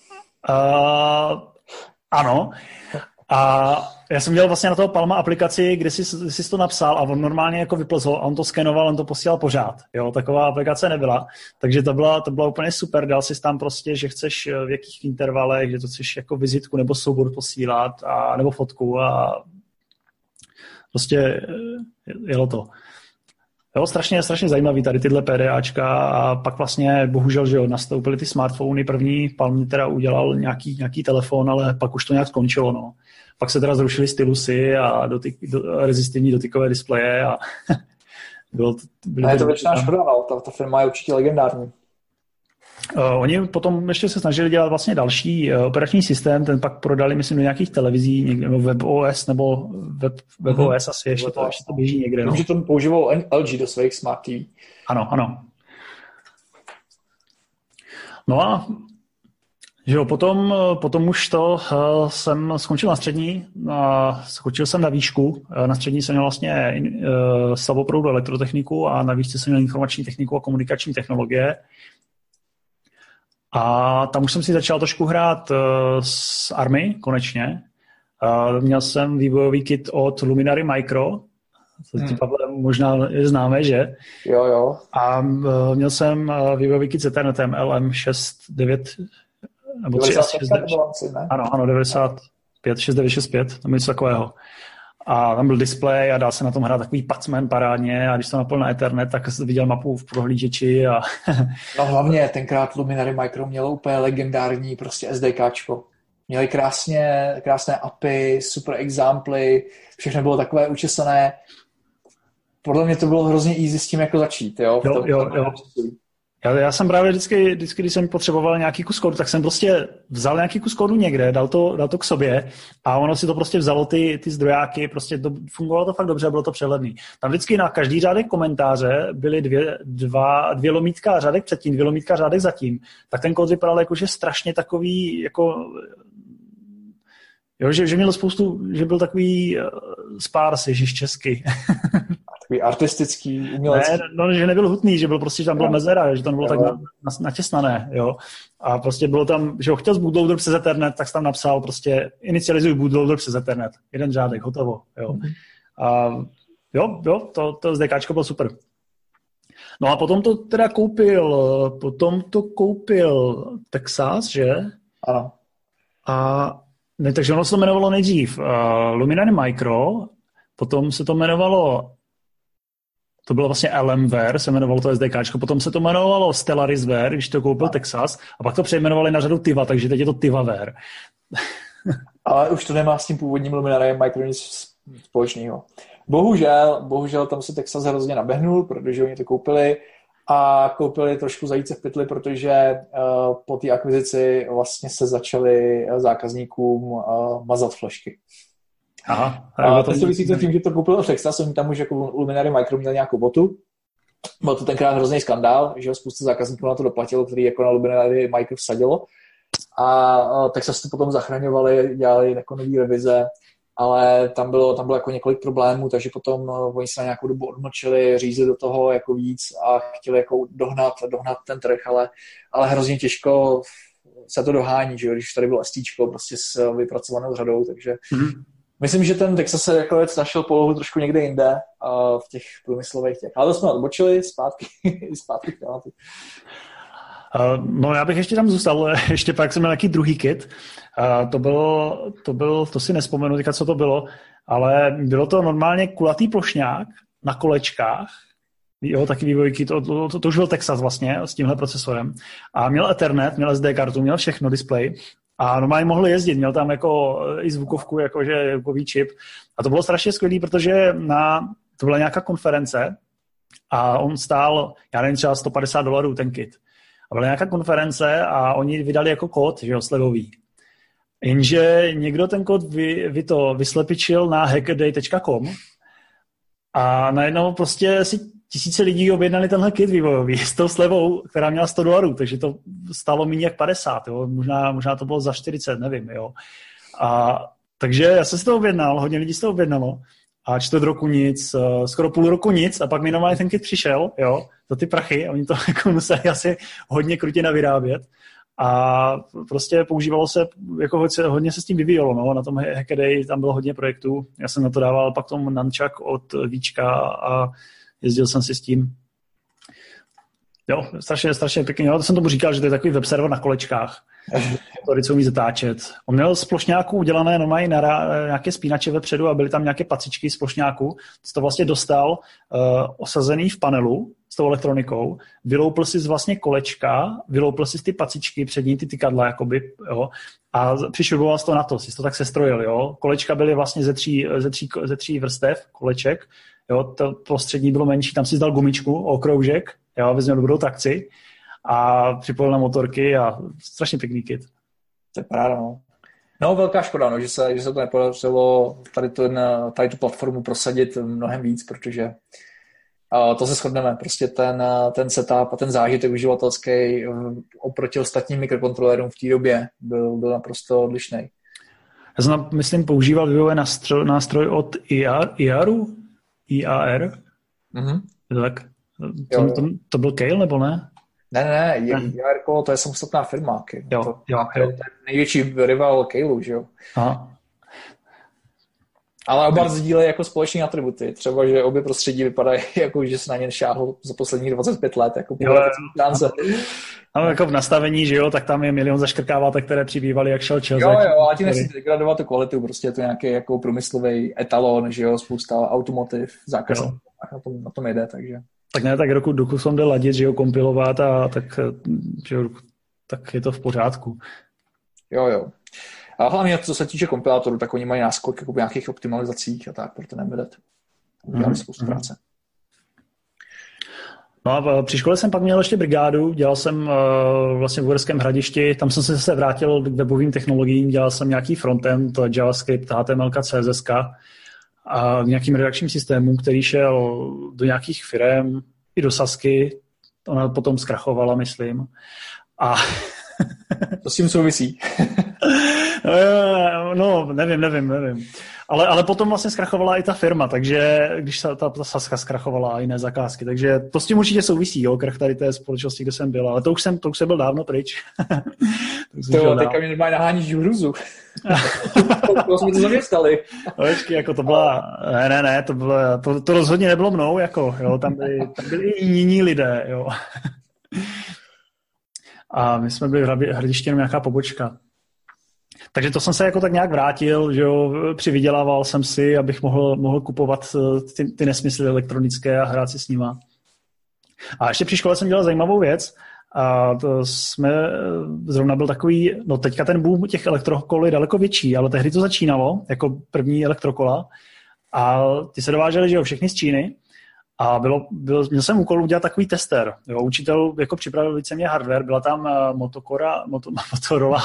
Ano. A já jsem dělal vlastně na toho Palma aplikaci, kde jsi to napsal a on normálně jako vyplzl a on to skenoval, on to posílal pořád. Jo, taková aplikace nebyla. Takže to byla úplně super. Dal jsi tam prostě, že chceš v jakých intervalech, že to chceš jako vizitku nebo soubor posílat nebo fotku a prostě jelo to. Jo, strašně zajímavý tady tyhle PDAčka a pak vlastně bohužel, že jo, nastoupily ty smartfony první, Palm teda udělal nějaký telefon, ale pak už to nějak skončilo, no. Pak se teda zrušily stylusy a rezistivní dotykové displeje a je to většiná škoda, no. Ta firma je určitě legendární. Oni potom ještě se snažili dělat vlastně další operační systém, ten pak prodali, myslím, do nějakých televizí, nebo WebOS, nebo WebOS asi ještě to běží někde. Vím, že to používal LG do svých Smart TV. Ano. No a že jo, potom už to jsem skončil na střední, skočil jsem na výšku. Na střední jsem měl vlastně slaboproudu elektrotechniku a na výšce jsem měl informační techniku a komunikační technologie. A tam už jsem si začal trošku hrát s Army, konečně. Měl jsem vývojový kit od Luminary Micro, to ti, Pavle, možná je známé, že? Jo. A měl jsem vývojový kit s Ethernetem LM695, nebo 95 to bylo asi, ne? Ano, 95, 6965, tam něco takového. A tam byl displej a dal se na tom hrát takový pacman parádně a když to napl na Ethernet, tak jsem viděl mapu v prohlížeči a... No hlavně tenkrát Luminary Micro mělo úplně legendární prostě SDKčko. Měli krásné API, super examply, všechno bylo takové učesané. Podle mě to bylo hrozně easy s tím jako začít, jo? Jo. Já jsem právě vždycky, když jsem potřeboval nějaký kus kódu, tak jsem prostě vzal nějaký kus kódu někde, dal to k sobě a ono si to prostě vzalo ty zdrojáky, prostě fungovalo to fakt dobře, bylo to přehledný. Tam vždycky na každý řádek komentáře byly dvě lomítka řádek předtím, 2 lomítka řádek zatím. Tak ten kód vypadal jako, že strašně takový, jako... Jo, že měl spoustu, že byl takový spárs, ježiš, česky. Takový artistický, umělecký. Ne, no, že nebyl hutný, že byl prostě, že tam byla mezera, že to nebylo tak natěsnané, jo. A prostě bylo tam, že ho chtěl z bootloader přes Ethernet, tak jsem tam napsal prostě inicializuj bootloader přes Ethernet. Jeden řádek, hotovo, jo. A jo, to SDKčko bylo super. No a potom to teda koupil Texas, že? Ano. A ne, takže ono se to jmenovalo nejdřív Luminary Micro, potom se to jmenovalo, to bylo vlastně LMware, se jmenovalo to SDKčko, potom se to jmenovalo Stellarisware, když to koupil Texas, a pak to přejmenovali na řadu Tiva, takže teď je to Tivaware. Ale už to nemá s tím původním Luminary Micro nic společného. Bohužel tam se Texas hrozně nabehnul, protože oni to koupili a koupili trošku zajíce v pytli, protože po té akvizici vlastně se začaly zákazníkům mazat flešky. Aha. A to souvisí s tím, že to koupil Texas, oni tam už jako Luminary Micro měl nějakou botu. Byl to tenkrát hrozný skandál, že spoustu zákazníků na to doplatilo, který jako na Luminary Micro vsadilo. A Texas to potom zachraňovali, dělali jako nový revize, ale tam bylo jako několik problémů, takže potom oni se na nějakou dobu odmlčeli, řízli do toho jako víc a chtěli jako dohnat ten trh, ale hrozně těžko se to dohání, že když tady bylo STčko prostě s vypracovanou řadou, takže myslím, že ten Texas se jako našel polohu trošku někde jinde v těch průmyslových těch. Ale to jsme odbočili zpátky k tématu. No já bych ještě tam zůstal, ještě pak jsem měl nějaký druhý kit. To si nespomenu teďka, co to bylo, ale bylo to normálně kulatý plošňák na kolečkách, jo, taky vývojky, to už byl Texas vlastně s tímhle procesorem. A měl Ethernet, měl SD kartu, měl všechno, display. A normálně mohl jezdit, měl tam jako i zvukovku, jakože zvukový čip. A to bylo strašně skvělý, protože to byla nějaká konference a on stál, já nevím, třeba $150 ten kit. A byla nějaká konference a oni vydali jako kód, že jo, slevový. Jenže někdo ten kód vyslepičil na hackerday.com a najednou prostě si tisíce lidí objednali tenhle kit vývojový s tou slevou, která měla $100, takže to stálo méně jak 50, jo? Možná to bylo za 40, nevím, jo. A takže já jsem si to objednal, hodně lidí si to objednalo a 4 roku nic, skoro půl roku nic a pak mi normálně ten kit přišel, jo, za ty prachy, oni to jako museli asi hodně krutě navyrábět a prostě používalo se, jako hodně se s tím vyvíjelo, no, na tom Hackaday tam bylo hodně projektů, já jsem na to dával pak tomu Nunchuck od Víčka a jezdil jsem si s tím. Jo, strašně pěkný. Já to jsem tomu říkal, že to je takový webserver na kolečkách. To co umí zatáčet. On měl z plošňáků udělané normálně nějaké spínače vepředu a byly tam nějaké pacičky z plošňáků. To vlastně dostal osazený v panelu s tou elektronikou, vyloupil si z vlastně kolečka, vyloupil si z ty pacičky, přední ty tykadla, jakoby, jo, a přišuboval to na to, si to tak sestrojil, jo. Kolečka byly vlastně ze tří vrstev, koleček, jo, to prostřední bylo menší, tam si dal gumičku, okroužek, jo, aby měl dobrou trakci a připojil na motorky a strašně pěkný kit. To je paráda, no. No, velká škoda, no, že se to nepodařilo tady tu platformu prosadit mnohem víc, protože to se shodneme, prostě ten setup a ten zážitek uživatelský oproti ostatním mikrokontrolerům v té době byl naprosto odlišný. Já jsem, myslím, používal vývojový nástroj od IARu? IAR? Mm-hmm. Tak. To byl Keil, nebo ne? Ne, IAR, to je samostatná firma. Jo. To je největší rival Keilu, že jo? Aha. Ale oba sdílejí jako společné atributy. Třeba, že obě prostředí vypadají jako, že se na ně šáhlo za posledních 25 let. Jako no, jako v nastavení, že jo, tak tam je milion zaškrkávatek, které přibývaly, jak šel čas. Jo, a ti nechci degradovat tu kvalitu, prostě je to nějaký jako průmyslový etalon, že jo, spousta automotiv, zákaz na tom jde, takže. Tak ne, tak dokud jsem jde ladit, že jo, kompilovat a tak, že jo, tak je to v pořádku. Jo. A hlavně, co se týče kompilátorů, tak oni mají náskok jako v nějakých optimalizacích a tak, proto nebudet. Dělám spoustu práce. No a při škole jsem pak měl ještě brigádu, dělal jsem vlastně v Uherském Hradišti, tam jsem se zase vrátil k webovým technologiím, dělal jsem nějaký frontend, JavaScript, HTML, CSS a k nějakým redakčním systémům, který šel do nějakých firem, i do Sasky, ona potom zkrachovala, myslím. A to s tím souvisí. No, nevím. Ale potom vlastně zkrachovala i ta firma, takže když ta Saska zkrachovala a jiné zakázky, takže to s tím určitě souvisí, jo, krach tady té společnosti, kde jsem byl, ale to už jsem byl dávno pryč. Teďka mě normálně naháníš hruzu. To jsme to zaměstnali. Počkej, jako to byla, ne, to rozhodně nebylo mnou, jako, jo, tam byli i jiní lidé, jo. A my jsme byli v Hradišti jenom nějaká pobočka. Takže to jsem se jako tak nějak vrátil, že jo, přivydělával jsem si, abych mohl kupovat ty nesmysly elektronické a hrát si s nima. A ještě při škole jsem dělal zajímavou věc a zrovna byl takový, no teďka ten boom těch elektrokol je daleko větší, ale tehdy to začínalo jako první elektrokola a ty se dovážely, že jo, všechny z Číny a měl jsem úkol udělat takový tester. Jo, učitel jako připravil víceméně hardware, byla tam Motorola.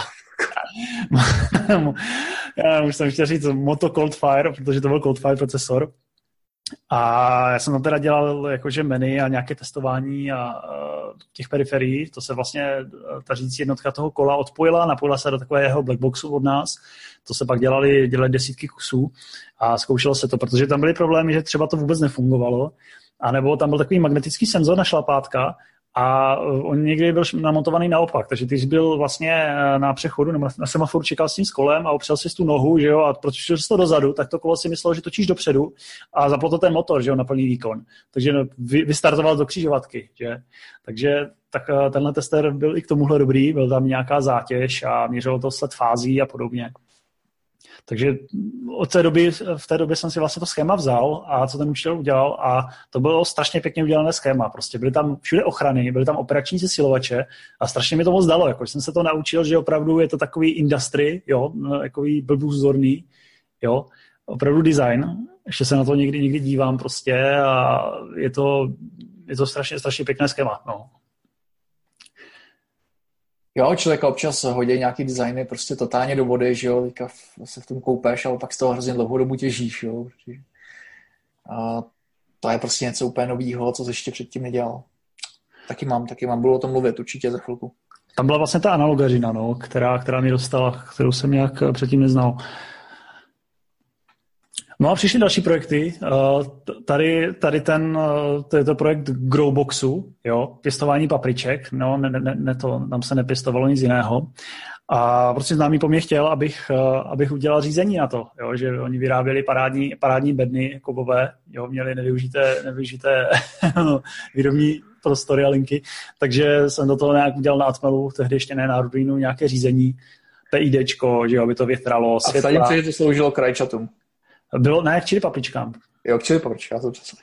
Já už jsem chtěl říct Moto Coldfire, protože to byl Coldfire procesor. A já jsem tam teda dělal jakože menu a nějaké testování a těch periferií. To se vlastně ta řídící jednotka toho kola odpojila, napojila se do takového blackboxu od nás. To se pak dělali desítky kusů a zkoušelo se to, protože tam byly problémy, že třeba to vůbec nefungovalo. A nebo tam byl takový magnetický senzor na šlapátka, a on někdy byl namontovaný naopak, takže ty jsi byl vlastně na přechodu nebo na semaforu čekal s tím s kolem a opřel si tu nohu, že jo, a protože jsi to dozadu, tak to kolo si myslelo, že točíš dopředu a zaplo to ten motor, že jo, na plný výkon. Takže vystartoval do křižovatky, že. Takže tenhle tester byl i k tomuhle dobrý, byl tam nějaká zátěž a měřilo to sled fází a podobně. Takže v té době jsem si vlastně to schéma vzal a co ten učitel udělal a to bylo strašně pěkně udělané schéma. Prostě byly tam všude ochrany, byly tam operační zesilovače a strašně mi to moc dalo. Jako jsem se to naučil, že opravdu je to takový industry, jo, takový blbůzorný, jo, opravdu design. Ještě se na to někdy dívám prostě a je to strašně pěkné schéma, no. Jo, člověka občas hodí nějaký designy prostě totálně do vody, že jo, teďka se v tom koupeš, ale pak z toho hrozně dlouhou dobu těžíš, jo. A to je prostě něco úplně novýho, co jsi ještě předtím nedělal. Taky mám, budu o tom mluvit určitě za chvilku. Tam byla vlastně ta analogařina, no, která mě dostala, kterou jsem nějak předtím neznal. No a přišly další projekty. Tady to je to projekt Growboxu, jo, pěstování papriček. No, tam se nepěstovalo nic jiného. A prostě známý po mně chtěl, abych udělal řízení na to, jo, že oni vyráběli parádní bedny kovové, jo, měli nevyužité výrobní prostory a linky, takže jsem do toho nějak udělal na Atmelu, tehdy ještě ne na Arduino, nějaké řízení, PIDčko, že jo, aby to větralo, světla. A vsadím, že to sloužilo k rajčatům. Bylo, ne, k chili papričkám. Jo, k chili papričkám, já to přeslech.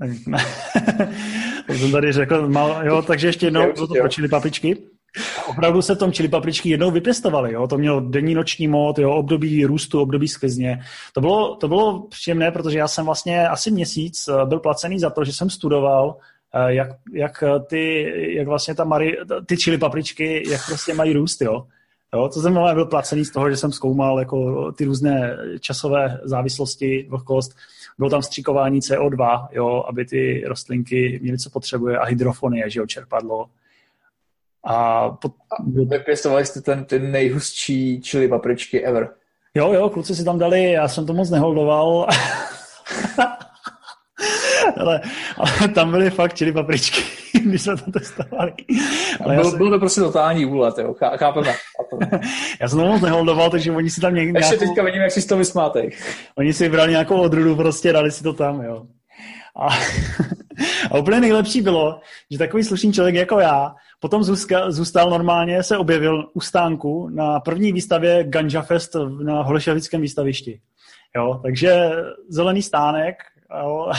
Tak jsem tady řekl, jo, takže ještě jednou to pro chili papričky. Opravdu se v tom chili papričky jednou vypěstovaly, jo, to mělo denní noční mód, jo, období růstu, období sklizně. To bylo příjemné, protože já jsem vlastně asi měsíc byl placený za to, že jsem studoval, jak vlastně ty chili papričky, jak prostě mají růst, jo. Jo, to jsem byl placený z toho, že jsem zkoumal jako ty různé časové závislosti, vlhkost. Bylo tam vstříkování CO2, jo, aby ty rostlinky měly, co potřebuje, a hydrofonie, že jo, čerpadlo. Vypěstovali jste ty nejhustší chili papričky ever. Jo, kluci si tam dali, já jsem to moc neholdoval. ale tam byly fakt chili papričky když jsme to testovali. Byl to prostě totální úlet, jo. Chápeme. Já jsem to moc neholdoval, takže oni si tam někdy ještě teďka vidím, jak si to vysmátej. Oni si vybrali nějakou odrůdu, prostě dali si to tam, jo. A úplně nejlepší bylo, že takový slušný člověk jako já potom zůstal normálně, se objevil u stánku na první výstavě Ganja Fest na Holešovickém výstavišti. Jo, takže zelený stánek, jo,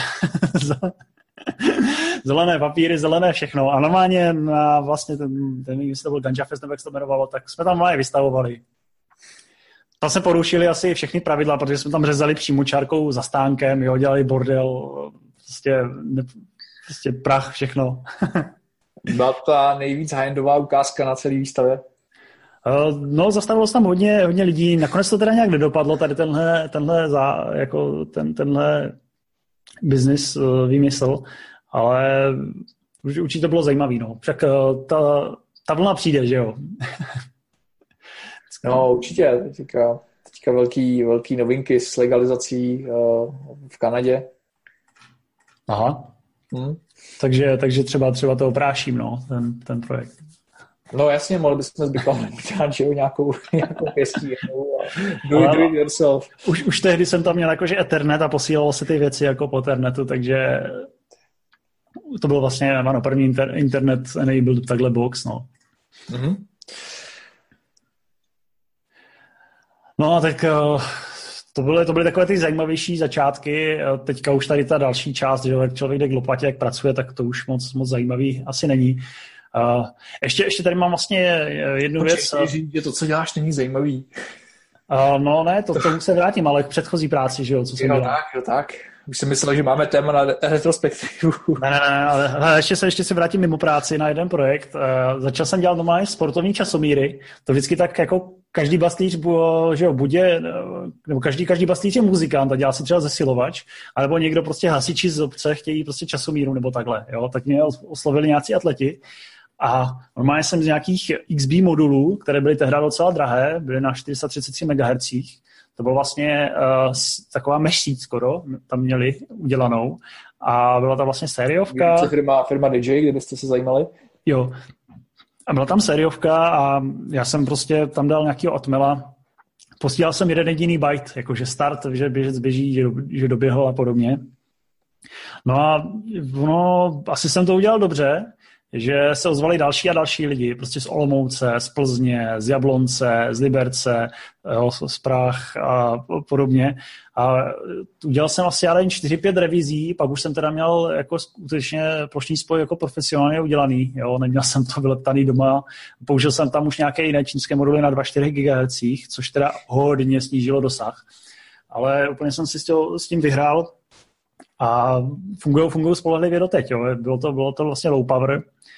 zelené papíry, zelené všechno. A normálně na vlastně ten to byl Ganja Fest, nebo jak se to jmenovalo, tak jsme tam normálně vystavovali. Tam se porušili asi všechny pravidla, protože jsme tam řezali přímo čárkou za stánkem, jo, dělali bordel, prostě prach, všechno. Byla ta nejvíc high-endová ukázka na celé výstavě? No, zastavilo se tam hodně lidí. Nakonec to teda nějak nedopadlo, tady tenhle business výmysl, ale určitě to bylo zajímavý, no. Však ta vlna přijde, že jo? No, určitě. Teďka velký novinky s legalizací v Kanadě. Aha. Takže třeba to opráším, no, ten projekt. No jasně, mohli bychom zbytovat nějakou pěstí. Do it yourself. Už tehdy jsem tam měl jakože Ethernet a posílalo se ty věci jako po Ethernetu, takže to byl vlastně první internet enabled takhle box, no. Mm-hmm. No a tak to byly takové ty zajímavější začátky. Teďka už tady ta další část, že jak člověk jde k lopatě, jak pracuje, tak to už moc zajímavý asi není. Ještě tady mám vlastně jednu věc. Že to, co děláš, není zajímavý. No ne, to se vrátím, ale k předchozí práci, že jo, co jsem dělal. Tak. Už jsem myslel, že máme téma na retrospektivu. Ne, ale ještě se vrátím mimo práci na jeden projekt. Začal jsem dělat doma sportovní časomíry. To vždycky tak jako každý baslíř, že jo, nebo každý baslíř je muzikant a dělá si třeba zesilovač, alebo někdo prostě hasiči z obce chtějí prostě časomíru nebo takhle, jo. Tak mě oslovili nějací atleti a normálně jsem z nějakých XB modulů, které byly tehdy docela drahé, byly na 433 MHz. To bylo vlastně taková mesh skoro, tam měli udělanou a byla tam vlastně sériovka. Firma DJ, kdybyste se zajímali. Jo. A byla tam sériovka a já jsem prostě tam dal nějakého otmela. Posílal jsem jeden jediný byte, jakože start, že běžec běží, že doběhl a podobně. No a asi jsem to udělal dobře, že se ozvali další a další lidi, prostě z Olomouce, z Plzně, z Jablonce, z Liberce, z Prah a podobně. A udělal jsem asi 4-5 revizí, pak už jsem teda měl jako skutečně plošný spoj jako profesionálně udělaný, jo, neměl jsem to vyleptaný doma, použil jsem tam už nějaké jiné čínské moduly na 2,4 GHz, což teda hodně snížilo dosah, ale úplně jsem si s tím vyhrál a fungují spolehlivě doteď, jo. Bylo to vlastně low power.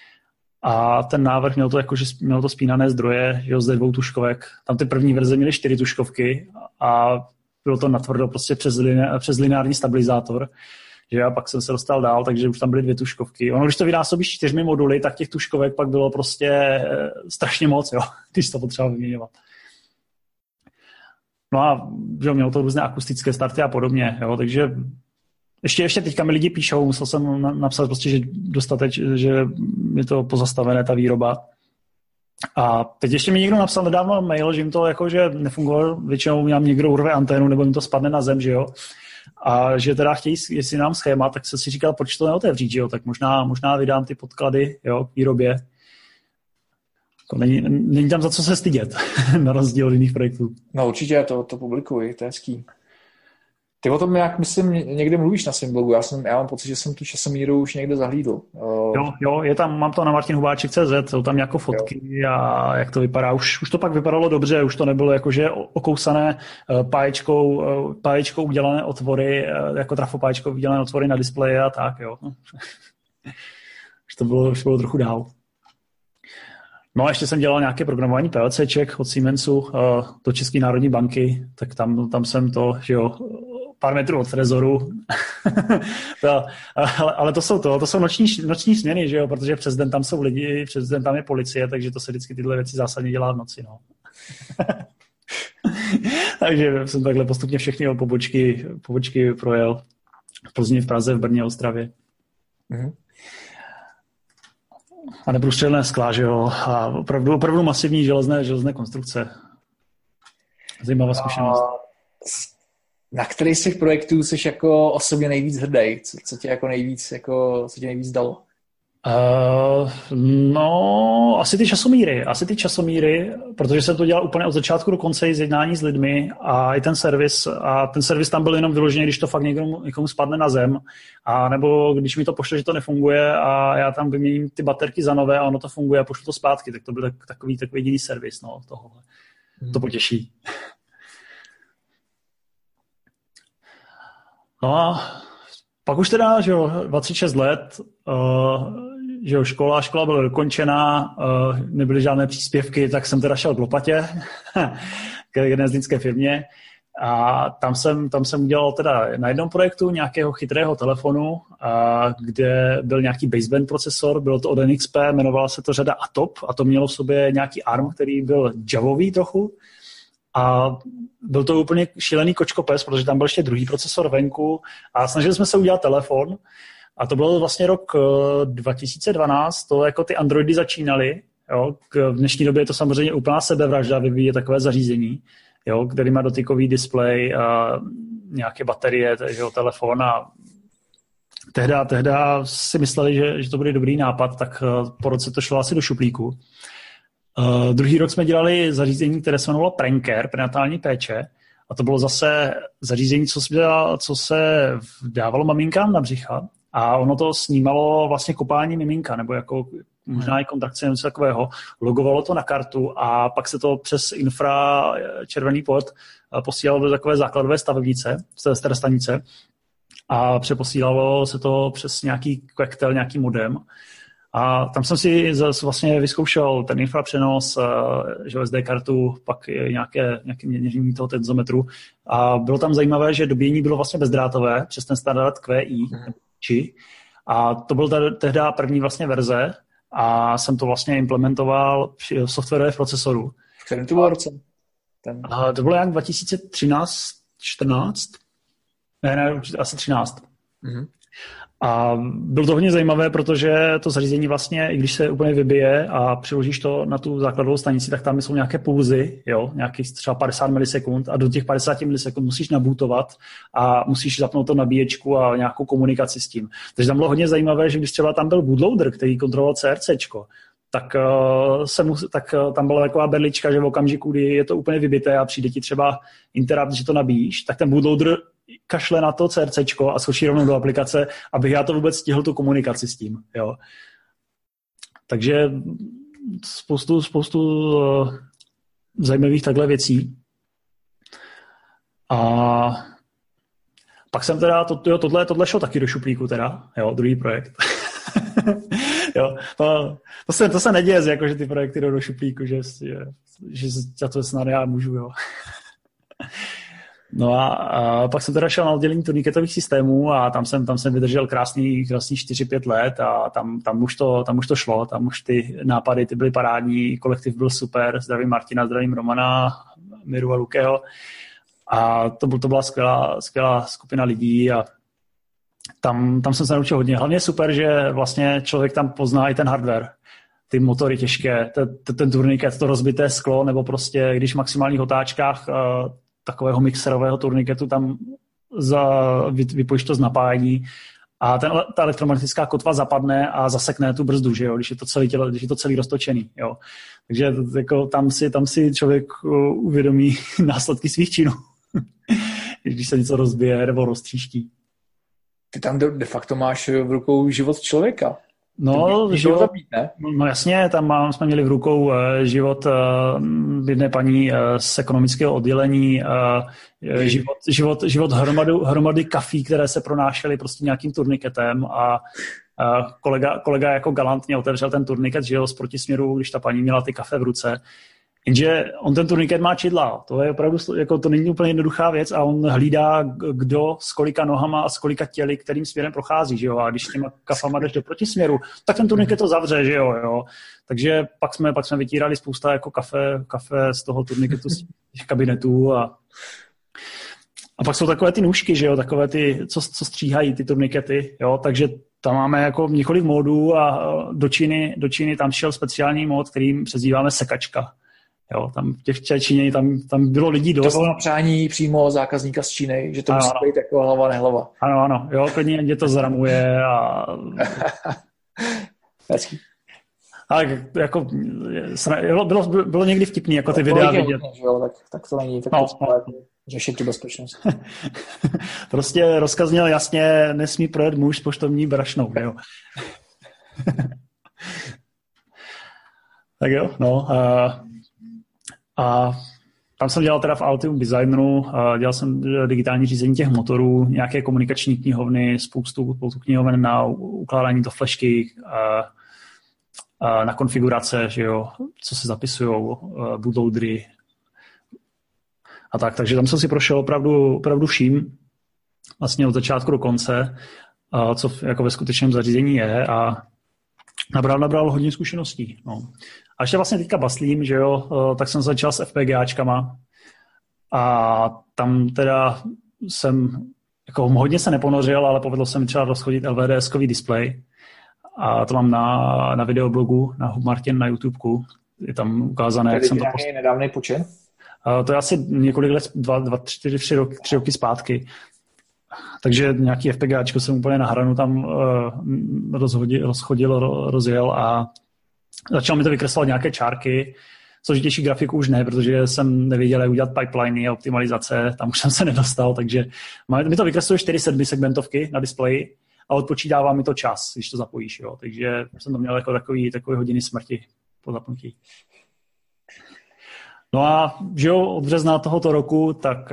A ten návrh měl to spínané zdroje, jo, z 2 tuškovek. Tam ty první verze měly 4 tuškovky a bylo to natvrdo prostě přes lineární stabilizátor. Že a pak jsem se dostal dál, takže už tam byly 2 tuškovky. Ono, když to vynásobíš 4 moduly, tak těch tuškovek pak bylo prostě strašně moc, jo, když to potřeba vyměňovat. No a že mělo to různé akustické starty a podobně, jo, takže ještě teďka mi lidi píšou, musel jsem napsat prostě, že je to pozastavené, ta výroba. A teď ještě mi někdo napsal nedávno mail, že jim to jakože nefungovalo, většinou nám někdo urve anténu, nebo jim to spadne na zem, že jo. A že teda chtějí, jestli nám schéma, tak jsem si říkal, proč to neotevřít, že jo, tak možná vydám ty podklady, jo, k výrobě. Není tam za co se stydět, na rozdíl od jiných projektů. No určitě to publikuji, to je hezký. Ty o tom, jak myslím, někde mluvíš na svém blogu. Já mám pocit, že jsem tu časomíru už někde zahlídl. Jo, je tam, mám to na martinhubáček.cz, jsou tam jako fotky a jak to vypadá. Už to pak vypadalo dobře, už to nebylo jakože okousané páječkou udělané otvory, jako trafopáječkou udělané otvory na displeji a tak, jo. Už to bylo trochu dál. No a ještě jsem dělal nějaké programování PLCček od Siemensu do České národní banky, tak tam jsem to, že jo, pár metrů od trezoru. ale to jsou noční směny, že jo, protože přes den tam jsou lidi, přes den tam je policie, takže to se vždycky tyhle věci zásadně dělá v noci, no. Takže jsem takhle postupně všechny pobočky projel v Plzni, v Praze, v Brně, v Ostravě. Mm-hmm. A neprůstřelné skla, že jo, a opravdu masivní železné konstrukce. Zajímavá zkušenost. Na který z těch projektů jsi jako osobně nejvíc hrdý? Co tě jako nejvíc, co tě nejvíc dalo? No, asi ty časomíry, protože jsem to dělal úplně od začátku do konce z jednání s lidmi a i ten servis. A ten servis tam byl jenom vyložený, když to fakt někomu spadne na zem, a nebo když mi to pošle, že to nefunguje a já tam vyměním ty baterky za nové a ono to funguje a pošlu to zpátky, tak to byl takový jediný servis, no, tohohle. To potěší. No a pak už teda, že jo, 26 let, že jo, škola byla dokončená, nebyly žádné příspěvky, tak jsem teda šel k lopatě k jedné zlínské firmě a tam jsem udělal teda na jednom projektu nějakého chytrého telefonu, kde byl nějaký baseband procesor, bylo to od NXP, jmenovala se to řada ATOP a to mělo v sobě nějaký ARM, který byl javový trochu. A byl to úplně šílený kočkopes, protože tam byl ještě druhý procesor venku a snažili jsme se udělat telefon a to byl vlastně rok 2012, to jako ty Androidy začínaly, jo. V dnešní době je to samozřejmě úplná sebevražda vyvíjet takové zařízení, jo, který má dotykový displej a nějaké baterie, jo, telefon a tehda si mysleli, že to bude dobrý nápad, tak po roce to šlo asi do šuplíku. Druhý rok jsme dělali zařízení, které se jmenovalo Pranker, prenatální péče, a to bylo zase zařízení, co se dávalo maminkám na břicha a ono to snímalo vlastně kopání miminka, nebo jako možná i kontrakce, něco takového. Logovalo to na kartu a pak se to přes infračervený pod posílalo do takové základové stavebnice, stanice a přeposílalo se to přes nějaký kvektel, nějaký modem. A tam jsem si vlastně vyzkoušel ten infrapřenos, SD kartu, pak nějaké měření toho tenzometru. A bylo tam zajímavé, že dobíjení bylo vlastně bezdrátové přes ten standard QI. A to byl tehdy první vlastně verze a jsem to vlastně implementoval v softwarové procesoru. V kterém to bylo roce? To bylo jak 2013, 14? Ne, asi 13. Mm-hmm. A bylo to hodně zajímavé, protože to zařízení vlastně, i když se úplně vybije a přiložíš to na tu základovou stanici, tak tam jsou nějaké pulzy, jo, nějakých třeba 50 milisekund a do těch 50 milisekund musíš nabootovat a musíš zapnout to nabíječku a nějakou komunikaci s tím. Takže tam bylo hodně zajímavé, že když třeba tam byl bootloader, který kontroloval CRCčko, tak tam byla taková berlička, že v okamžiku, kdy je to úplně vybité a přijde ti třeba interrupt, že to nabíjíš, tak ten bootloader kašle na to CRCčko a skočí rovnou do aplikace, abych já to vůbec stihl tu komunikaci s tím. Jo. Takže spoustu zajímavých takhle věcí. A pak jsem teda, tohle šlo taky do šuplíku teda, jo, druhý projekt. Jo, to se neděje, jako, že ty projekty jdou do šuplíku, že za to snad já můžu, jo. No a pak jsem teda šel na oddělení turniketových systémů a tam jsem vydržel krásný 4-5 let a tam už to šlo, tam už ty nápady ty byly parádní, kolektiv byl super, zdravím Martina, zdravím Romana, Miru a Lukeho a to byla skvělá skupina lidí a tam jsem se naučil hodně. Hlavně super, že vlastně člověk tam pozná i ten hardware, ty motory těžké, ten turniket, to rozbité sklo, nebo prostě když v maximálních otáčkách takového mixerového turniketu tam vypojíš to z napájení a ta elektromagnetická kotva zapadne a zasekne tu brzdu, že jo, když je to celý roztočený, jo. Takže jako tam si člověk uvědomí následky svých činů, když se něco rozbije nebo roztříští. Ty tam de facto máš v rukou život člověka. No, no jasně, tam jsme měli v rukou život jedné paní z ekonomického oddělení, život hromady kafí, které se pronášely prostě nějakým turniketem a kolega jako galantně otevřel ten turniket, že jo, z protisměru, když ta paní měla ty kafe v ruce. Jenže on ten turniket má čidla, to je opravdu, jako to není úplně jednoduchá věc a on hlídá, kdo s kolika nohama a s kolika těly, kterým směrem prochází, že jo, a když těma kafama jdeš do protisměru, tak ten turniket to zavře, že jo. Takže pak jsme vytírali spousta jako kafe z toho turniketu z těch kabinetů a pak jsou takové ty nůžky, že jo, takové ty, co stříhají ty turnikety, jo, takže tam máme jako několik módů a do Číny tam šel speciální mód, kterým přezdíváme sekačka. Jo, tam v těch Číně tam bylo lidí dost. To bylo na přání přímo zákazníka z Číny, že to musí být jako hlava nehlava. Ano, jo, klidně mě to zramuje a... Hezký. Ale jako bylo někdy vtipný, jako ty videa vidět. Tak to není, tak řešit tu bezpečnost. Prostě rozkaz měl jasně, nesmí projet muž s poštovní brašnou, jo. Tak jo, no. A tam jsem dělal teda v Altium Designu, dělal jsem digitální řízení těch motorů, nějaké komunikační knihovny, spoustu knihoven na ukládání do flešky, na konfigurace, že jo, co se zapisujou, bootloadery a tak. Takže tam jsem si prošel opravdu vším, vlastně od začátku do konce, co jako ve skutečném zařízení je a nabral hodně zkušeností. No. A ještě vlastně teďka baslím, že jo, tak jsem začal s FPGAčkama a tam teda jsem jako hodně se neponořil, ale povedlo se mi třeba rozchodit LVDS-kový displej a to mám na videoblogu, na Hub Martin na YouTubeku. Je tam ukázané, jak jsem to postavil. Nedávný počin? To je asi několik let, 3 roky zpátky. Takže nějaký FPGAčko jsem úplně na hranu tam rozchodil, rozjel a začal mi to vykreslovat nějaké čárky. Složitější grafiku už ne, protože jsem nevěděl, jak udělat pipeliny a optimalizace, tam už jsem se nedostal, takže mi to vykresluje 4 segmentovky na displeji a odpočítává mi to čas, když to zapojíš. Jo. Takže jsem to měl jako takový hodiny smrti po zapnutí. No a že jo, od března tohoto roku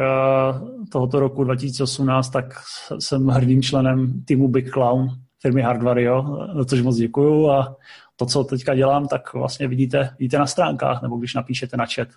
2018, tak jsem hrdým členem týmu Big Clown firmy Hardwario, za což moc děkuju a to, co teďka dělám, tak vlastně vidíte na stránkách, nebo když napíšete na chat.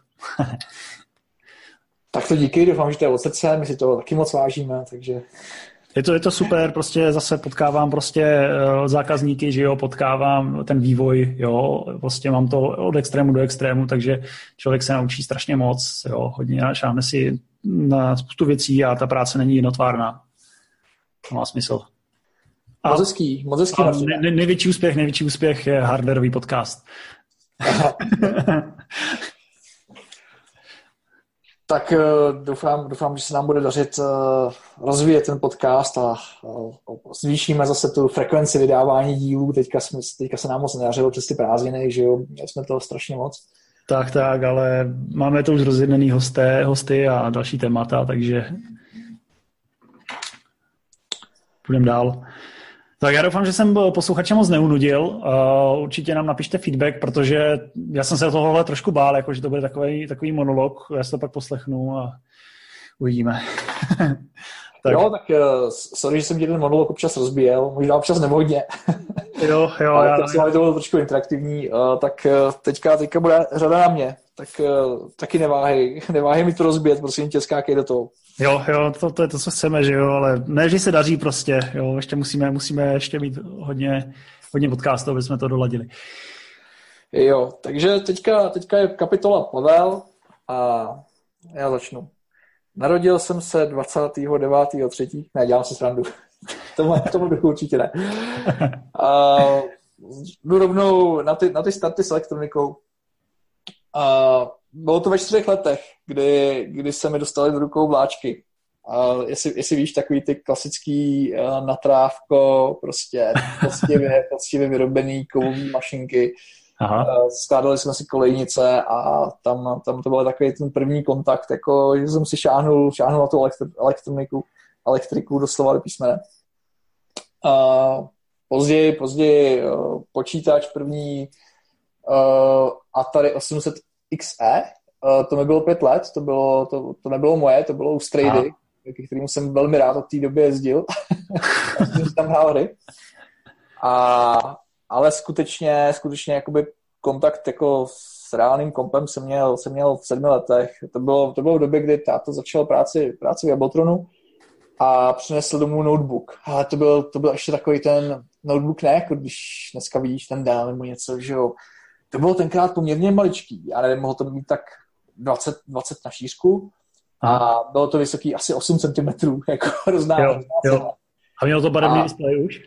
Tak to díky, doufám, že to je od srdce, my si to taky moc vážíme, takže... Je to super, prostě zase potkávám prostě zákazníky, že jo, potkávám ten vývoj, jo, prostě mám to od extrému do extrému, takže člověk se naučí strašně moc, jo, hodně šáhne si na spoustu věcí a ta práce není jednotvárná. To má smysl. Moc hezký. Největší úspěch je hardwareový podcast. Tak doufám, že se nám bude dařit rozvíjet ten podcast a zvýšíme zase tu frekvenci vydávání dílů. Teďka se nám moc nedařilo přes ty prázdniny, že jo, měli jsme toho strašně moc. Tak, ale máme to už rozjednaný hosty a další témata, takže půjdeme dál. Tak já doufám, že jsem posluchače moc neunudil. Určitě nám napište feedback, protože já jsem se tohohle trošku bál, jako, že to bude takový monolog. Já si to pak poslechnu a uvidíme. Tak. Jo, tak sorry, že jsem ti ten monolog občas rozbíjel, možná občas nevhodně. Jo. Ale to bylo trošku interaktivní, tak teďka bude řada na mě. Tak taky neváhej mi to rozbíjet, prosím tě, skákej do toho. Jo, to je to, co chceme, že jo, ale ne, že se daří prostě, jo, ještě musíme ještě mít hodně podcastů, aby jsme to doladili. Jo, takže teďka je kapitola Pavel a já začnu. Narodil jsem se 29.3. Ne, dělám si srandu. Tomu duchu určitě ne. Jdu rovnou na ty starty s elektronikou. Bylo to ve 4 letech, kdy se mi dostaly do rukou vláčky. Jestli víš, takový ty klasický natrávko, prostě poctivě vyrobený kovový mašinky. Skládali jsme si kolejnice a tam to byl takový ten první kontakt, jako, že jsem si šáhnul na tu elektriku doslova do písmene. Později počítač první Atari 800 XE, to mi bylo 5 let, to nebylo moje, to bylo u Strady, k kterému jsem velmi rád od té doby jezdil. Jsem tam hrál hry. Ale skutečně jakoby kontakt jako s reálným kompem jsem měl v 7 letech. To bylo v době, kdy táta začal práci v Abletronu a přinesl domů notebook. Ale to byl ještě takový ten notebook, ne jako když dneska vidíš ten Dell nebo něco, že jo. To bylo tenkrát poměrně maličký. Já nevím, mohlo to být tak 20 na šířku a bylo to vysoký asi 8 cm, jako hrozná. Jo. A mělo to barevný displej už?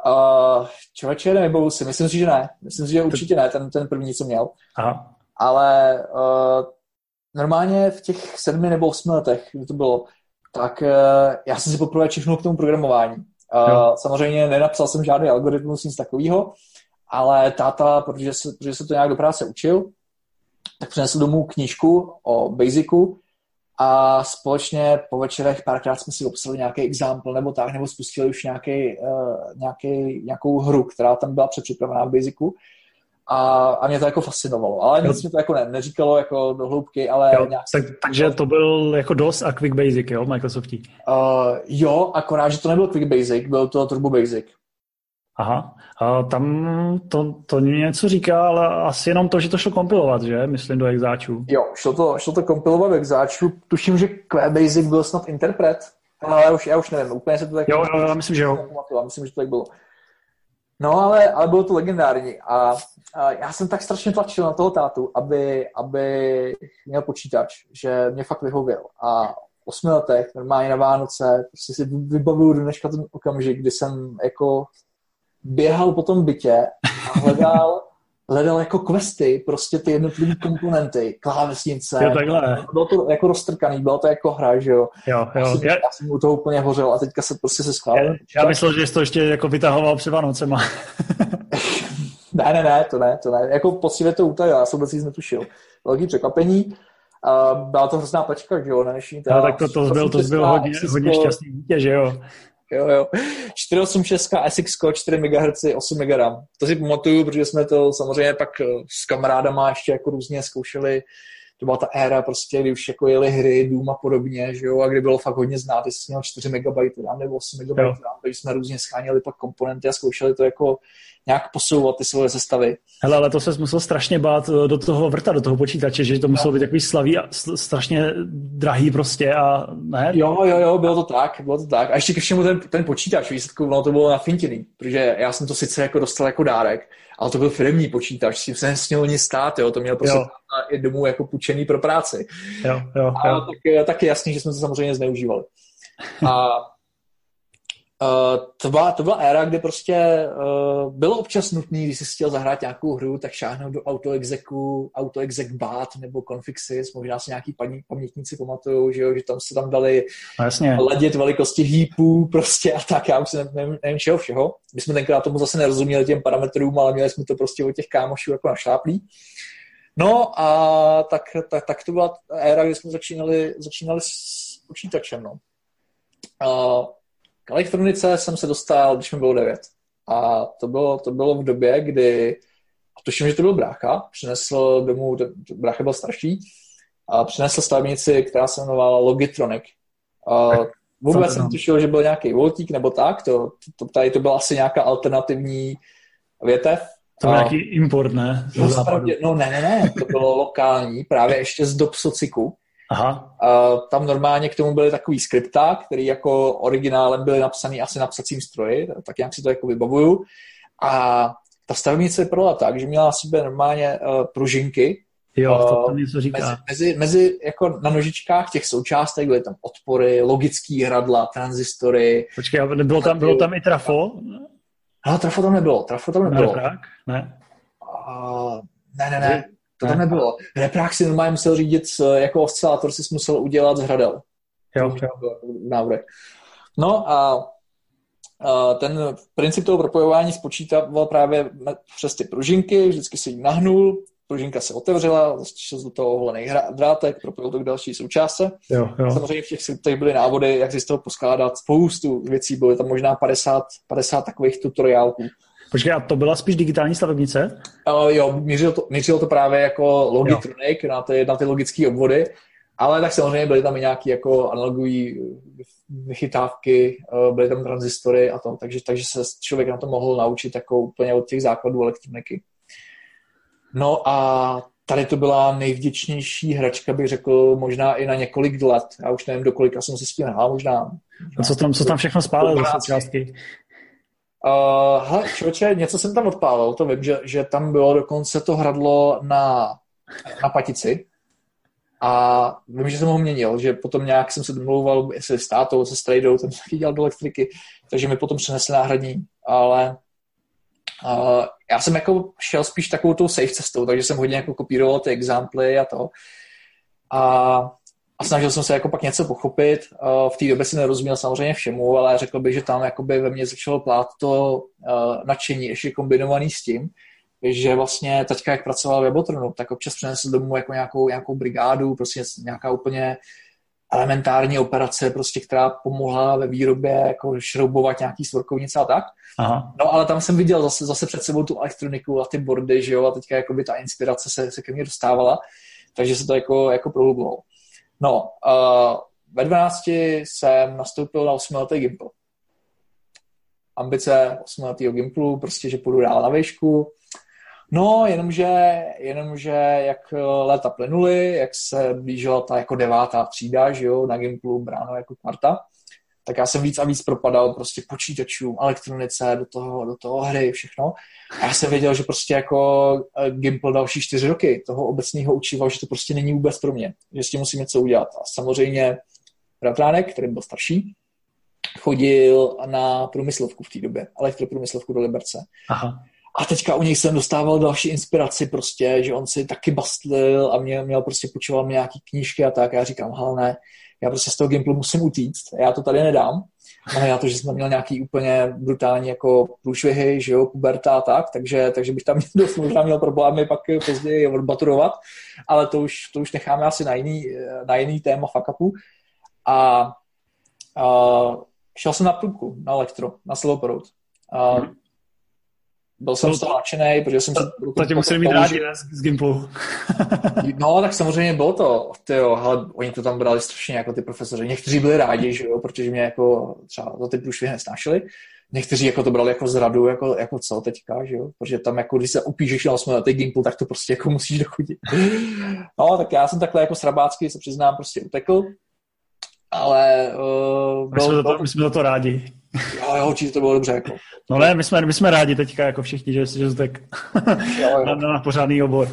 Člověče, nevybavu si. Myslím si, že ne. Myslím si, že určitě ne, ten první, co měl. Aha. Ale normálně v těch 7 nebo 8 letech, kdy to bylo, tak já jsem si poprvé čichnul k tomu programování. Samozřejmě nenapsal jsem žádný algoritmus, nic takového, ale táta, protože se to nějak do práce učil, tak přinesl domů knížku o Basicu a společně po večerech párkrát jsme si obsali nějaký example nebo tak, nebo spustili už nějakou hru, která tam byla předpřipravená v Basicu. A mě to jako fascinovalo. Ale nic mě to jako neříkalo jako do hloubky, ale nějak... Takže to byl jako DOS a Quick Basic, jo, Microsoftí? Jo, akorát, že to nebyl Quick Basic, byl to Turbo Basic. Aha, tam to něco říká, ale asi jenom to, že to šlo kompilovat, že? Myslím do exáčů. Jo, šlo to kompilovat do exáčů. Tuším, že QBasic byl snad interpret, ale já už nevím, úplně se to tak... Jo, myslím, že jo. Myslím, že to tak bylo. No, ale bylo to legendární a já jsem tak strašně tlačil na toho tátu, aby měl počítač, že mě fakt vyhověl. A v 8 letech, normálně na Vánoce, prostě si vybavuju do dneška ten okamžik, kdy jsem jako běhal po tom bytě a hledal jako questy, prostě ty jednotlivé komponenty, klávesnice. Jo, takhle. Bylo to jako roztrkaný, bylo to jako hra, že jo. Jo. Já jsem u toho úplně hořel a teďka se prostě se schválil. Já myslel, že jsi to ještě jako vytahoval před Vánocema. Ne, to ne. Jako poctivě to utajil, já jsem vůbec nic netušil. Velký překvapení. Byla to hrozná plečka, že jo, na dnešní. Tak to byl hodně šťastný dítě, že jo. Jo. 486 SX 4 MHz, 8 MB RAM. To si pamatuju, protože jsme to samozřejmě pak s kamarádama ještě jako různě zkoušeli. To byla ta éra prostě, kdy už jako jeli hry, Doom a podobně, že jo, a kdy bylo fakt hodně znát, jestli jsi měl 4 MB RAM nebo 8 MB RAM, takže jsme různě scháněli pak komponenty a zkoušeli to jako nějak posouvat ty svoje sestavy. Hele, ale to se musel strašně bát do toho vrta, do toho počítače, že to muselo být takový slaví a strašně drahý prostě a ne? Jo, bylo to tak. A ještě ke všemu ten počítač, výsledku, ono to bylo nafintěný, protože já jsem to sice jako dostal jako dárek, ale to byl firemní počítač, s tím se nesmělo nic stát, jo, to měl prostě i domů jako půjčený pro práci. Jo. A tak je jasný, že jsme to samozřejmě zneužívali. A to byla éra, kde prostě bylo občas nutný, když jsi chtěl zahrát nějakou hru, tak šáhnout do AutoExec BAT nebo Config.sys, možná si nějaký pamětníci pamatujou, že tam se tam dali ladit velikosti heapů prostě a tak, já už si nevím čeho všeho. My jsme tenkrát tomu zase nerozuměli těm parametrům, ale měli jsme to prostě od těch kámošů jako našláplý. No a tak to byla éra, kdy jsme začínali s počítačem, no. K elektronice jsem se dostal, když mi bylo 9. A to bylo v době, kdy, tuším, že to byl brácha, přinesl domů, brácha byl starší, a přinesl stavebnici, která se jmenovala Logitronic. Vůbec jsem tušil, že byl nějaký voltík nebo tak, tady to byla asi nějaká alternativní větev. To byl nějaký import, ne? Ne, to bylo lokální, právě ještě z dob sociku. Aha. Tam normálně k tomu byly takový skripta, který jako originálem byly napsaný asi na psacím stroji, tak jak si to jako vybavuju. A ta stavebnice vypadala tak, že měla na sobě normálně pružinky. Jo, to něco říká. Mezi jako na nožičkách těch součástek byly tam odpory, logický hradla, transistory. Počkej, bylo tam i trafo? No, trafo tam nebylo. Ne. Ne. To tam nebylo. Reprák si normálně musel řídit, jako oscilátor si musel udělat z hradel. Jo. Návrh. No a ten princip toho propojování spočítal právě přes ty pružinky, vždycky si ji nahnul, pružinka se otevřela, zašel do toho oholený drátek, propojil to k další součástce. Jo. Samozřejmě v těch skriptech byly návody, jak si z toho poskládat spoustu věcí, byly tam možná 50 takových tutoriálků. Počkej, a to byla spíš digitální stavebnice? Jo, měřilo to právě jako Logitronic na ty logické obvody, ale tak samozřejmě byly tam i nějaké jako analogové vychytávky, byly tam transistory a to, takže se člověk na to mohl naučit jako úplně od těch základů elektroniky. No a tady to byla nejvděčnější hračka, bych řekl, možná i na několik let. Já už nevím, do kolika jsem se s tím hrál, možná. Co tam všechno spálil za součástky? Hele, člověče, něco jsem tam odpálil, to vím, že tam bylo dokonce to hradlo na patici a vím, že jsem ho měnil, že potom nějak jsem se domlouval se s tátou, se strejdou, ten taky dělal do elektriky, takže mi potom přinesli náhradní ale já jsem jako šel spíš takovou tou safe cestou, takže jsem hodně jako kopíroval ty examply a to. A snažil jsem se jako pak něco pochopit. V té době si nerozuměl samozřejmě všemu, ale řekl bych, že tam jakoby ve mně začalo plát to nadšení ještě kombinovaný s tím, že vlastně teďka, jak pracoval v Webotronu, tak občas přinesl domů jako nějakou brigádu, prostě nějaká úplně elementární operace, prostě, která pomohla ve výrobě jako šroubovat nějaký svorkovnice a tak. Aha. No ale tam jsem viděl zase před sebou tu elektroniku a ty boardy, že jo, a teďka jakoby ta inspirace se ke mně dostávala, takže se to jako prohlubovalo. No, ve 12 jsem nastoupil na 8letý Gimpl. Ambice 8letýho Gimplu, prostě, že půjdu dál na výšku. No, jenomže jak léta plynuly, jak se blížila ta jako 9. třída, že jo, na Gimplu bráno jako kvarta, tak já jsem víc a víc propadal prostě počítačům, elektronice, do toho hry, všechno. A já jsem věděl, že prostě jako Gimpl další 4 roky toho obecného učiva, že to prostě není vůbec pro mě, že s tím musím něco udělat. A samozřejmě bratránek, který byl starší, chodil na průmyslovku v té době, elektroprůmyslovku do Liberce. Aha. A teďka u něj jsem dostával další inspiraci prostě, že on si taky bastlil a měl prostě půjčoval mi nějaký knížky a tak. A já říkám, hele ne, já prostě z toho Gimplu musím utíct, já to tady nedám. Ale já to, že jsem měl nějaký úplně brutální jako průšvihy, že jo, puberta a tak, takže bych tam dost možná měl problémy pak později odbaturovat, ale to už necháme asi na jiný téma fuck upu. A šel jsem na průbku, na elektro, na slow Byl jsem z toho nadšenej, protože jsem se... To tě museli mít rádi, ne, z Gimplu. No, tak samozřejmě bylo to. Tyjo, hele, oni to tam brali strašně jako ty profesoři. Někteří byli rádi, že jo, protože mě jako třeba za ty průšvihy nesnášeli. Někteří jako to brali jako zradu, jako co teďka, že jo, protože tam jako, když se upíšeš na 8letý Gimplu, tak to prostě jako musíš dochodit. No, tak já jsem takhle jako srabácky, se přiznám, prostě utekl. Ale... my jsme za to rádi. Jo, určitě to bylo dobře. Jako. No ne, my jsme rádi teďka, jako všichni, že jsi tak na pořádný obor.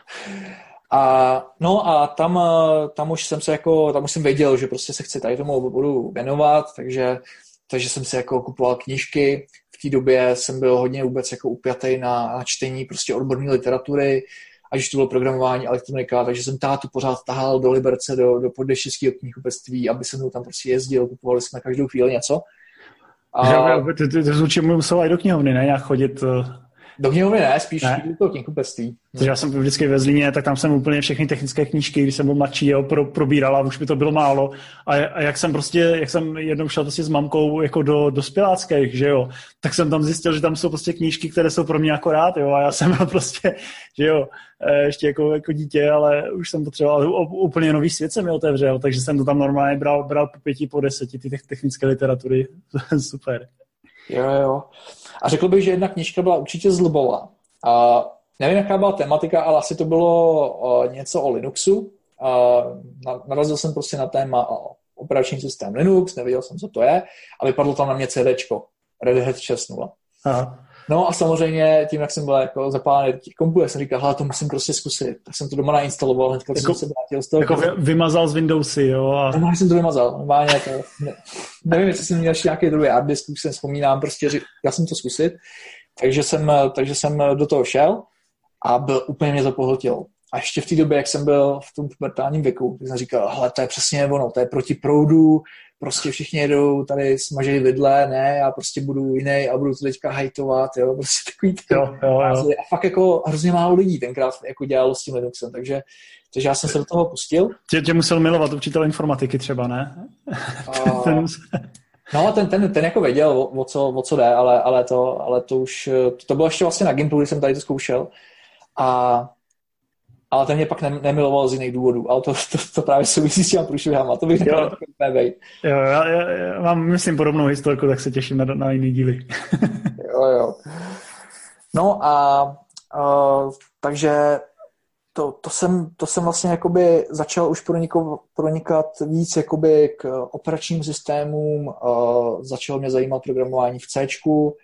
A tam už jsem věděl, že prostě se chci tady tomu oboru věnovat, takže jsem si jako kupoval knížky. V té době jsem byl hodně vůbec jako upjatý na čtení prostě odborné literatury, ať to bylo programování, elektronika, takže jsem tátu pořád tahal do Liberce, do podeštěstského knihkupectví, aby se mnou tam prostě jezdil, kupovali jsme každou chvíli něco. Ty určitě musel i do knihovny, ne? Nějak chodit... Do knihovny ne, spíš do toho knihkupectví. Takže já jsem vždycky ve Zlíně, tak tam jsem úplně všechny technické knížky, když jsem byl mladší, probíral a už mi to bylo málo. A jak jsem jednou šel prostě s mamkou jako do dospěláckých, že jo, tak jsem tam zjistil, že tam jsou prostě knížky, které jsou pro mě akorát, jo, a já jsem byl prostě, že jo, ještě jako dítě, ale už jsem potřeboval, úplně nový svět se mi otevřel, takže jsem to tam normálně bral po 5, po 10, ty technické literatury. Super. Jo. A řekl bych, že jedna knížka byla určitě z Lubova. Nevím, jaká byla tematika, ale asi to bylo něco o Linuxu. Narazil jsem prostě na téma operační systém Linux, nevěděl jsem, co to je, a vypadlo tam na mě CDčko, Red Hat 6.0. Aha. No a samozřejmě tím, jak jsem byl jako zapálený do těch kompů, jak jsem říkal, hele, to musím prostě zkusit. Tak jsem to doma nainstaloval, hnedka jsem se vrátil z toho. Jako vymazal z Windowsy, jo? Normálně jsem to vymazal, normálně to... Nevím, jestli jsem měl ještě nějaký druhý hard disk, už se vzpomínám, prostě já jsem to zkusit. Takže jsem do toho šel a úplně mě to pohltilo. A ještě v té době, jak jsem byl v tom pubertálním věku, tak jsem říkal, hele, to je přesně ono, to je proti proudu, prostě všichni jedou, tady smažejí vidle, ne, já prostě budu jiný a budu to teďka hejtovat, jo, prostě takový jo. A fakt jako hrozně málo lidí tenkrát jako dělalo s tím Linuxem, takže já jsem se do toho pustil. Tě musel milovat učitel informatiky třeba, ne? No, ten jako věděl, o co jde, ale to už, to bylo ještě vlastně na Gimplu, když jsem tady to zkoušel. Ale ten mě pak nemiloval z jiných důvodů. Ale to právě souvisí s těma průšvihama. To bych nechal takové vejít. Jo, já mám, myslím, podobnou historku, tak se těším na jiný díly. Jo. No a takže to jsem vlastně jakoby začal už pronikat víc jakoby k operačním systémům, začalo mě zajímat programování v Cčku,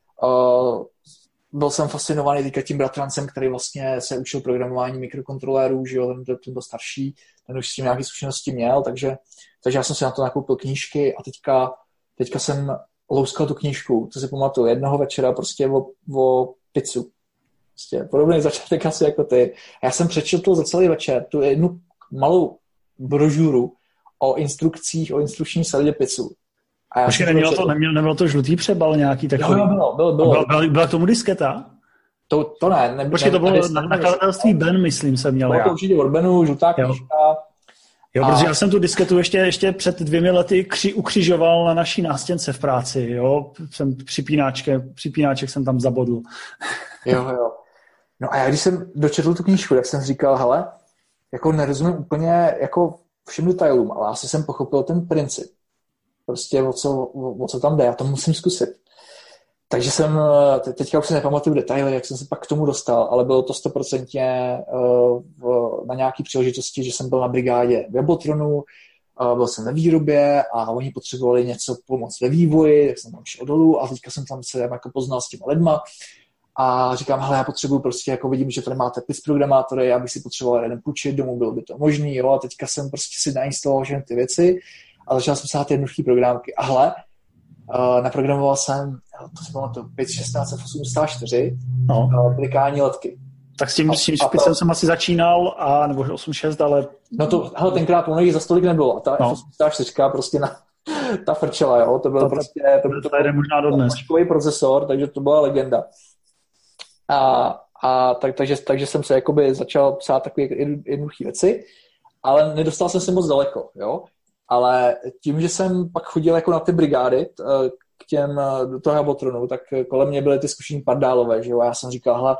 byl jsem fascinovaný teďka tím bratrancem, který vlastně se učil programování mikrokontrolérů, že jo, ten byl starší, ten už s tím nějaké zkušenosti měl, takže já jsem si na to nakoupil knížky a teďka jsem louskal tu knížku, to si pamatuju, jednoho večera prostě o pizzu. Prostě podobný začátek asi jako ty. A já jsem přečetl za celý večer tu jednu malou brožuru o instrukcích, o instrukční sadě pizzu. Počkej, nemělo to žlutý přebal nějaký takový? Jo, bylo. Byla k tomu disketa? To ne. Počkej, to bylo nakladatelství Ben, myslím, jsem měl. Bylo to určitě od Benu, žlutá knížka. Jo, protože já jsem tu disketu ještě před 2 lety ukřižoval na naší nástěnce v práci, jo. Jsem připínáček jsem tam zabodl. Jo. No a já když jsem dočetl tu knížku, tak jsem říkal, hele, jako nerozumím úplně jako všem detailům, ale asi jsem pochopil ten princip. Prostě o co tam jde, já to musím zkusit. Takže jsem, teďka už si nepamatuju detaily, jak jsem se pak k tomu dostal, ale bylo to 100% na nějaký příležitosti, že jsem byl na brigádě Webotronu, byl jsem ve výrobě a oni potřebovali něco pomoct ve vývoji, tak jsem tam šel dolů a teďka jsem tam se jako poznal s těma lidma a říkám, hele, já potřebuji prostě, jako vidím, že tady máte PIS programátory, já bych si potřeboval jeden půjčit domů, bylo by to možný, jo, a teďka jsem prostě si nainstaloval všechny ty věci a začal jsem psát jednoduché programky. A hle, naprogramoval jsem, to si pamatuju, 5.16.84, klikání letky. Tak s tím špicem jsem asi začínal, nebo 8.6, ale... No to, hele, tenkrát ono jich za stolik nebylo. A ta F84 prostě ta frčela, jo. To byl prostě... To jde možná dodnes. Mačkový procesor, takže to byla legenda. Takže jsem se jakoby začal psát takové jednoduché věci, ale nedostal jsem se moc daleko, jo. Ale tím, že jsem pak chodil jako na ty brigády do toho Webotronu, tak kolem mě byly ty zkušení pardálové, že jo. A já jsem říkal, hele,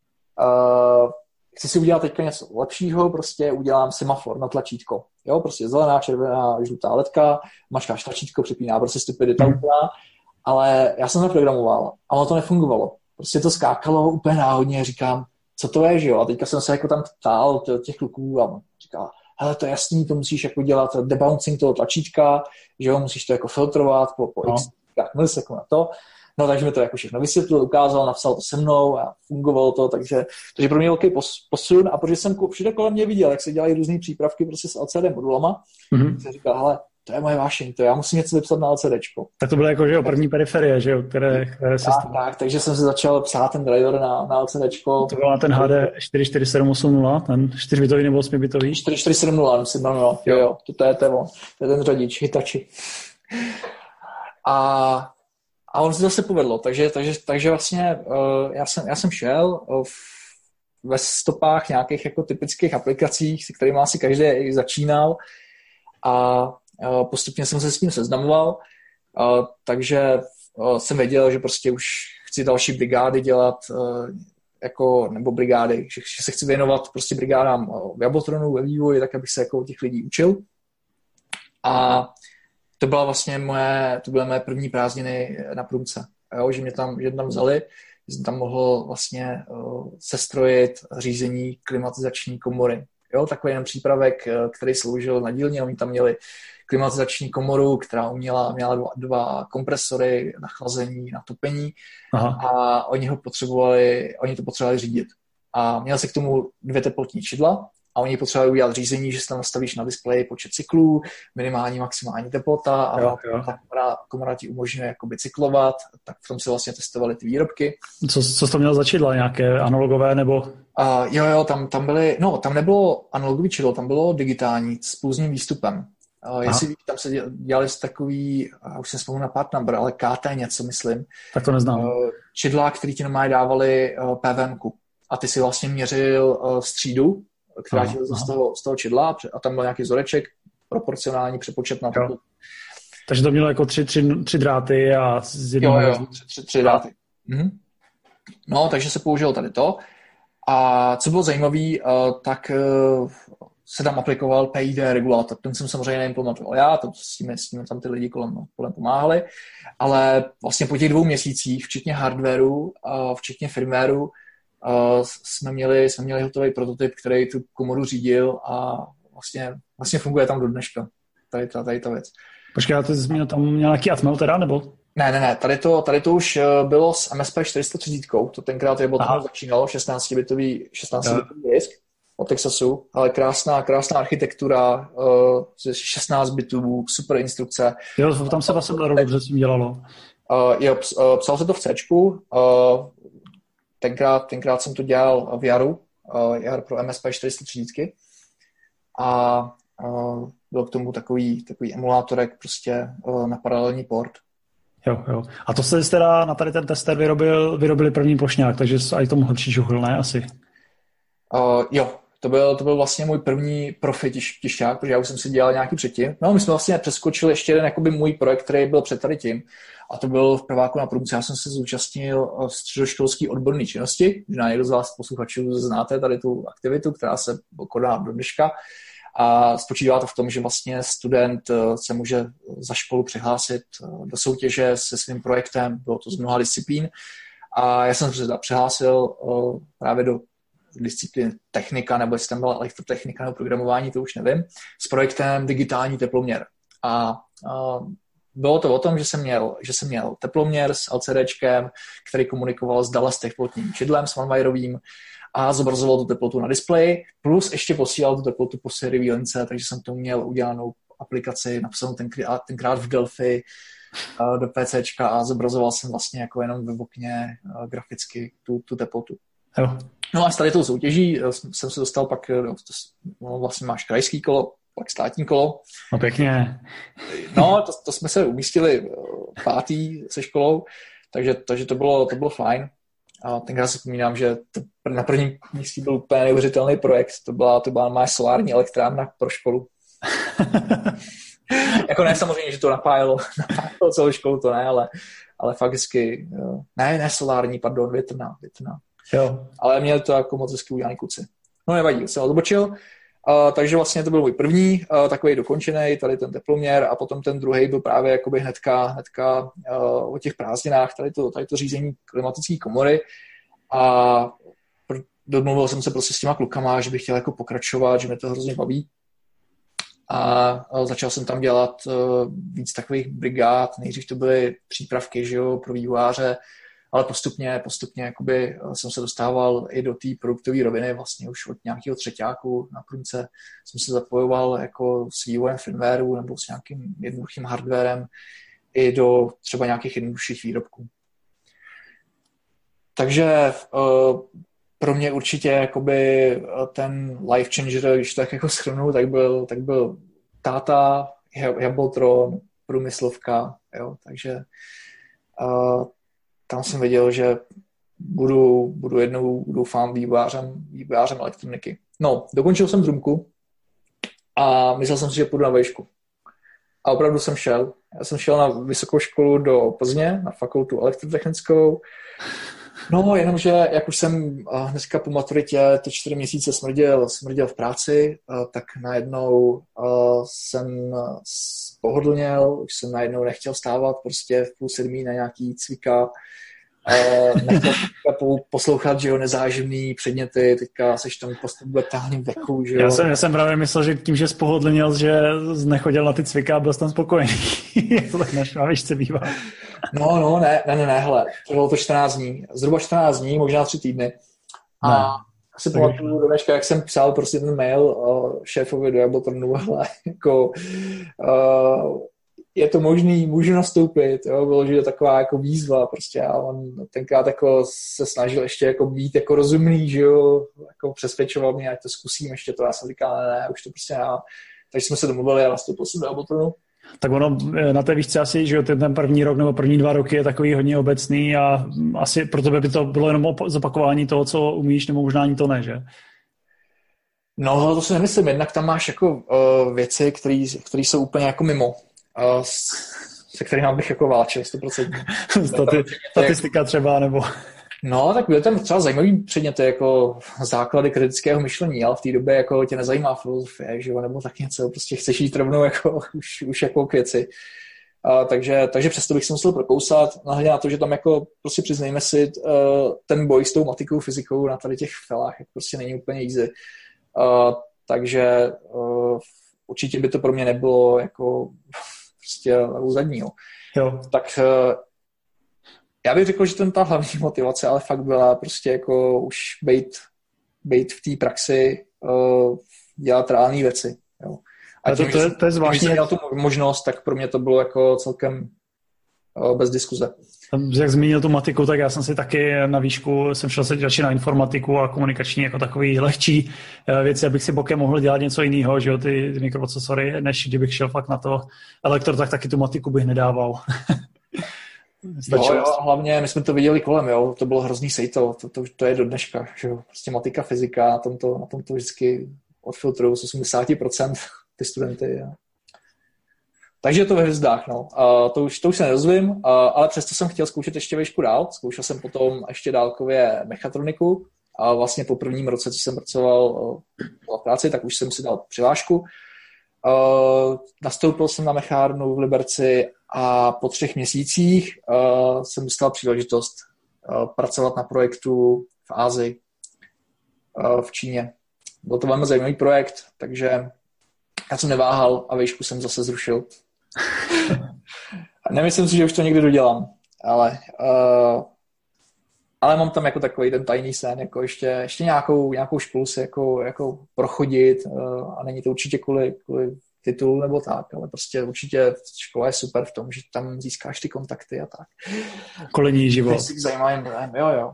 chci si udělat teďka něco lepšího, prostě udělám semafor na tlačítko. Jo, prostě zelená, červená, žlutá ledka, mačkáš tlačítko, připíná, prostě stupidita úplná, ale já jsem naprogramoval a ono to nefungovalo. Prostě to skákalo úplně náhodně, říkám, co to je, že jo? A teďka jsem se jako tam ptal těch kluků a říkal, hele, to je jasný, to musíš jako dělat debouncing toho tlačítka, že jo, musíš to jako filtrovat po x milisekund na to. No, takže mi to jako všechno vysvětlil, ukázal, napsal to se mnou a fungovalo to, takže pro mě velký posun a protože jsem všude kolem mě viděl, jak se dělají různé přípravky prostě s LCD modulama, jsem říkal, hele, to je moje vášeň, já musím něco vypsat na LCDčko. Tak to bylo jako, že jo, první periferie, že jo, které se tak, takže jsem se začal psát ten driver na LCDčko. To byl na ten HD 44780, ten 4-bitový nebo 8-bitový? 4470, myslím, no, jo, to je ten řadič, Hitachi. A on se zase povedlo, takže vlastně já jsem šel ve stopách nějakých jako typických aplikacích, se kterými asi každý začínal a postupně jsem se s tím seznamoval, takže jsem věděl, že prostě už chci další brigády dělat, nebo brigády, že se chci věnovat prostě brigádám v Webotronu, ve vývoji, tak abych se jako těch lidí učil. A to byly moje první prázdniny na průmce, jo, že mě tam vzali, že jsem tam mohl vlastně sestrojit řízení klimatizační komory. Jo, takový jenom přípravek, který sloužil na dílně, oni tam měli klimatizační komoru, která měla 2 kompresory na chlazení, na topení. Aha. A oni to potřebovali řídit. A měl se k tomu 2 teplotní čidla a oni potřebovali udělat řízení, že si tam nastavíš na displeji počet cyklů, minimální, maximální teplota a ta komora ti umožňuje jakoby cyklovat, tak v tom se vlastně testovali ty výrobky. Co to mělo za čidla? Nějaké analogové nebo? Jo, tam nebylo analogový čidlo, tam bylo digitální s pulzním výstupem. Jestli víš, tam se dělali takový, už jsem vzpomněl na part number, ale KT něco, myslím. Tak to neznám. Čidla, který ti normálně dávali PVM-ku. A ty si vlastně měřil střídu, která žila z toho čidla a tam byl nějaký vzoreček, proporcionální přepočet na to. Takže to mělo jako tři dráty a z jednoho... Jo, tři dráty. No, takže se použilo tady to. A co bylo zajímavé, tak se tam aplikoval PID regulátor. Ten jsem samozřejmě neimplementoval já, s tím tam ty lidi kolem pomáhali, ale vlastně po těch 2 měsících, včetně hardwareu, včetně firmwareu, jsme měli hotový prototyp, který tu komoru řídil a vlastně funguje tam do dneška. Tady ta věc. Počkej, já tam měl nějaký Atmel teda, nebo? Ne, tady to už bylo s MSP 430, to tenkrát Webotronu začínalo, 16-bitový disk. od Texasu, ale krásná architektura, 16 bitů, super instrukce. Jo, tam se vlastně dobře s tím dělalo. Psal se to v Cčku, tenkrát jsem to dělal v Jaru, Jar pro MSP 430 a byl k tomu takový emulátorek prostě na paralelní port. Jo. A to se teda na tady ten tester vyrobili první plošňák, takže i tomu hlubší žuhl, ne? Asi. Jo, to byl vlastně můj první profi tišťák, protože já už jsem si dělal nějaký předtím. No, my jsme vlastně přeskočili ještě jeden jakoby můj projekt, který byl před tady tím. A to byl v prváku na průmce. Já jsem se zúčastnil středoškolské odborné činnosti. Možná někdo z vás posluchačů znáte tady tu aktivitu, která se koná do dneška. A spočívá to v tom, že vlastně student se může za školu přihlásit do soutěže se svým projektem. Bylo to z mnoha disciplín. A já jsem se přihlásil právě do disciplíny technika, nebo jestli tam byla elektrotechnika nebo programování, to už nevím, s projektem digitální teploměr. A bylo to o tom, že jsem měl teploměr s LCDčkem, který komunikoval s Dallas teplotním čidlem, s OneWireovým a zobrazoval tu teplotu na displeji, plus ještě posílal tu teplotu po sériové lince, takže jsem to měl udělanou aplikaci, napsanou tenkrát v Delphi do PCčka a zobrazoval jsem vlastně jako jenom ve okně graficky tu teplotu. Jo. No a s tady tou soutěží jsem se dostal pak, vlastně máš krajský kolo, pak státní kolo. No pěkně. No, to jsme se umístili pátý se školou, takže to bylo fajn. A tenkrát si vzpomínám, že na prvním místě byl úplně neuvěřitelný projekt. To byla moje solární elektrárna pro školu. Jako ne samozřejmě, že to napájelo celou školu, to ne, ale fakt hezky, ne solární, pardon, větrná. Jo. Ale měli to jako moc hezky udělaný kluci. No nevadí, jsem odbočil. Takže vlastně to byl můj první takový dokončený, tady ten teploměr a potom ten druhý byl právě jakoby hnedka o těch prázdninách, tady to řízení klimatické komory a domluvil jsem se prostě s těma klukama, že bych chtěl jako pokračovat, že mě to hrozně baví a začal jsem tam dělat víc takových brigád, nejdřív to byly přípravky, že jo, pro vývojáře, ale postupně jakoby jsem se dostával i do té produktové roviny, vlastně už od nějakého třeťáku na průmce jsem se zapojoval jako s vývojem firmwareu nebo s nějakým jednoduchým hardwarem i do třeba nějakých jednodušších výrobků. Takže pro mě určitě jakoby ten life changer, když to tak jako shrnu, tak byl táta, Jablotron, průmyslovka, jo, takže tam jsem věděl, že budu jednou, doufám, vývojářem elektroniky. No, dokončil jsem drumku a myslel jsem si, že půjdu na vejšku. A opravdu jsem šel. Já jsem šel na vysokou školu do Plzně, na fakultu elektrotechnickou. No, jenomže, jak už jsem dneska po maturitě ty 4 měsíce smrděl v práci, tak najednou jsem pohodlněl, už jsem najednou nechtěl vstávat prostě v 6:30 na nějaký cvika, nechtěl poslouchat, že jo, nezáživný předměty, teďka seš tam prostě v letálním veku, že jo. Já jsem právě myslel, že tím, že spohodlněl, že nechodil na ty cvika a byl tam spokojený. To tak na výšce bývá. No, ne, hele, to bylo to 14 dní, zhruba 14 dní, možná 3 týdny. A si pamatuju do dneška, jak jsem psal prostě ten mail šéfovi do Jablotronu, ale jako je to možný, můžu nastoupit, jo, bylo, že je taková jako výzva prostě a on tenkrát jako se snažil ještě jako být jako rozumný, že jo, jako přesvědčoval mě, ať to zkusím ještě to, já jsem říkal, ne, už to prostě nemám. Takže jsme se domluvili a nastoupil jsem do Jablotronu. Tak ono na té výšce asi, že ten první rok nebo první 2 roky je takový hodně obecný a asi pro tebe by to bylo jenom zopakování toho, co umíš, nebo možná ani to ne, že? No, to si nemyslím. Jednak tam máš jako věci, které jsou úplně jako mimo. Se kterými bych jako válčil 100%. Statistika třeba, nebo... No, tak byly tam třeba zajímavý předměty, jako základy kritického myšlení, ale v té době jako tě nezajímá filozofie, že jo, nebo tak něco, prostě chceš jít rovnou jako, už jako k věci. Takže přesto bych se musel prokousat, nahledě na to, že tam jako prostě přiznejme si, ten boj s tou matikou, fyzikou na tady těch felách jako prostě není úplně easy. Takže určitě by to pro mě nebylo jako prostě u zadního. Jo. Tak já bych řekl, že ta hlavní motivace ale fakt byla prostě jako už být v té praxi dělat reální věci. Jo. A tím, to je zvláštní. Když jsem měl tu možnost, tak pro mě to bylo jako celkem bez diskuze. Jak zmínil tu matiku, tak já jsem si taky na výšku, jsem šel se radši na informatiku a komunikační jako takový lehčí věci, abych si bokem mohl dělat něco jiného, že jo, ty mikroprocesory, než kdybych šel fakt na to elektro, tak taky tu matiku bych nedával. Jo, hlavně my jsme to viděli kolem, jo, to bylo hrozný sejto, to je do dneška, že jo, prostě matika, fyzika, na tom to vždycky odfiltrují z 80% ty studenty. Jo. Takže je to ve hvězdách, no. To už se nedozvím, ale přesto jsem chtěl zkoušet ještě výšku dál. Zkoušel jsem potom ještě dálkově mechatroniku a vlastně po prvním roce, co jsem pracoval v práci, tak už jsem si dal přihlášku. Nastoupil jsem na mechárnu v Liberci a po 3 měsících jsem dostal příležitost pracovat na projektu v Asii, v Číně. Byl to velmi zajímavý projekt, takže já jsem neváhal a výšku jsem zase zrušil. Nemyslím si, že už to někdy dodělám, ale mám tam jako takový ten tajný sen, jako ještě nějakou školu si jako prochodit a není to určitě kvůli titulu nebo tak, ale prostě určitě škola je super v tom, že tam získáš ty kontakty a tak. Kolení život. Jsi zajímavým lidem, jo.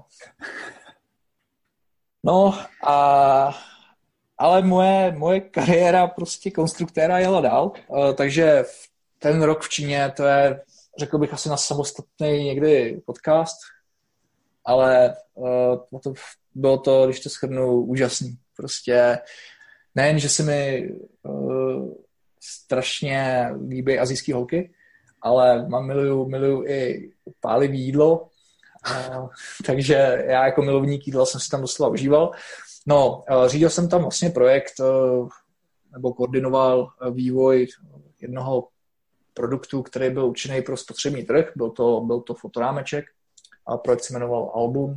No ale moje kariéra prostě konstruktéra jela dál, takže ten rok v Číně, to je, řekl bych, asi na samostatný někdy podcast, ale bylo to, když to shrnu, úžasný. Prostě nejen, že se mi strašně líbí asijský holky, ale miluju i pálivý jídlo, takže já jako milovník jídla jsem si tam doslova užíval. No, řídil jsem tam vlastně projekt, nebo koordinoval vývoj jednoho produktu, který byl určený pro spotřební trh. Byl to fotorámeček a projekt se jmenoval Album.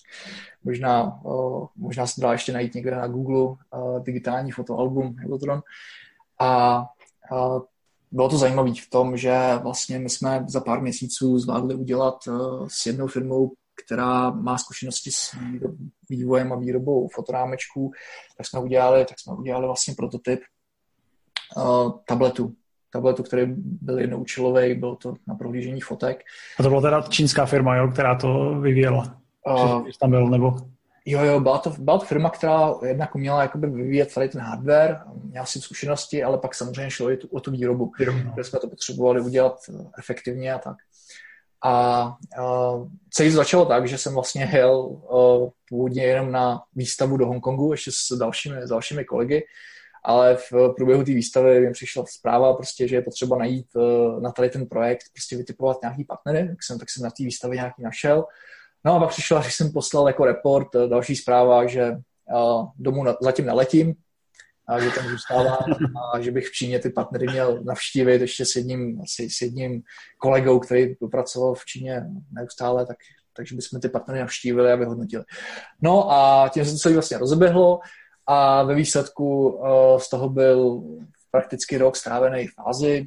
Možná se dá ještě najít někde na Google digitální fotoalbum Helotron. A bylo to zajímavé v tom, že vlastně my jsme za pár měsíců zvládli udělat s jednou firmou, která má zkušenosti s vývojem a výrobou fotorámečků, tak jsme udělali vlastně prototyp tabletu, který byl jednoúčelový, byl to na prohlížení fotek. A to byla teda čínská firma, jo, která to vyvíjela? Tam byl, nebo? Jo, byla to firma, která jednak uměla jakoby vyvíjet tady ten hardware, měla si zkušenosti, ale pak samozřejmě šlo i o tu výrobu, kde jsme to potřebovali udělat efektivně a tak. A celý to začalo tak, že jsem vlastně jel původně jenom na výstavu do Hongkongu, ještě s dalšími kolegy, ale v průběhu té výstavy mi přišla zpráva, prostě, že je potřeba najít na tady ten projekt, prostě vytipovat nějaký partnery, tak jsem na té výstavě nějaký našel. No a pak přišla, že jsem poslal jako report, další zpráva, že domů zatím neletím, a že tam zůstávám a že bych v Číně ty partnery měl navštívit ještě s jedním kolegou, který pracoval v Číně neustále, takže bychom ty partnery navštívili a vyhodnotili. No a tím se to celý vlastně rozeběhlo a ve výsledku z toho byl prakticky rok strávený v Asii,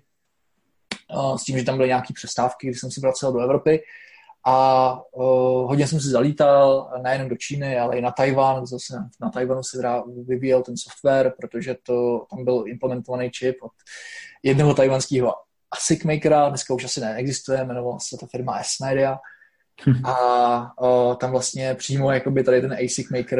s tím, že tam byly nějaké přestávky, kdy jsem si vracel do Evropy. A hodně jsem si zalítal nejen do Číny, ale i na Tajvan. Na Tajvanu se vyvíjel ten software, protože tam byl implementovaný čip od jednoho tajvanského ASIC makera, dneska už asi neexistuje, jmenovala se ta firma S-Media. A tam vlastně přímo jakoby tady ten ASIC maker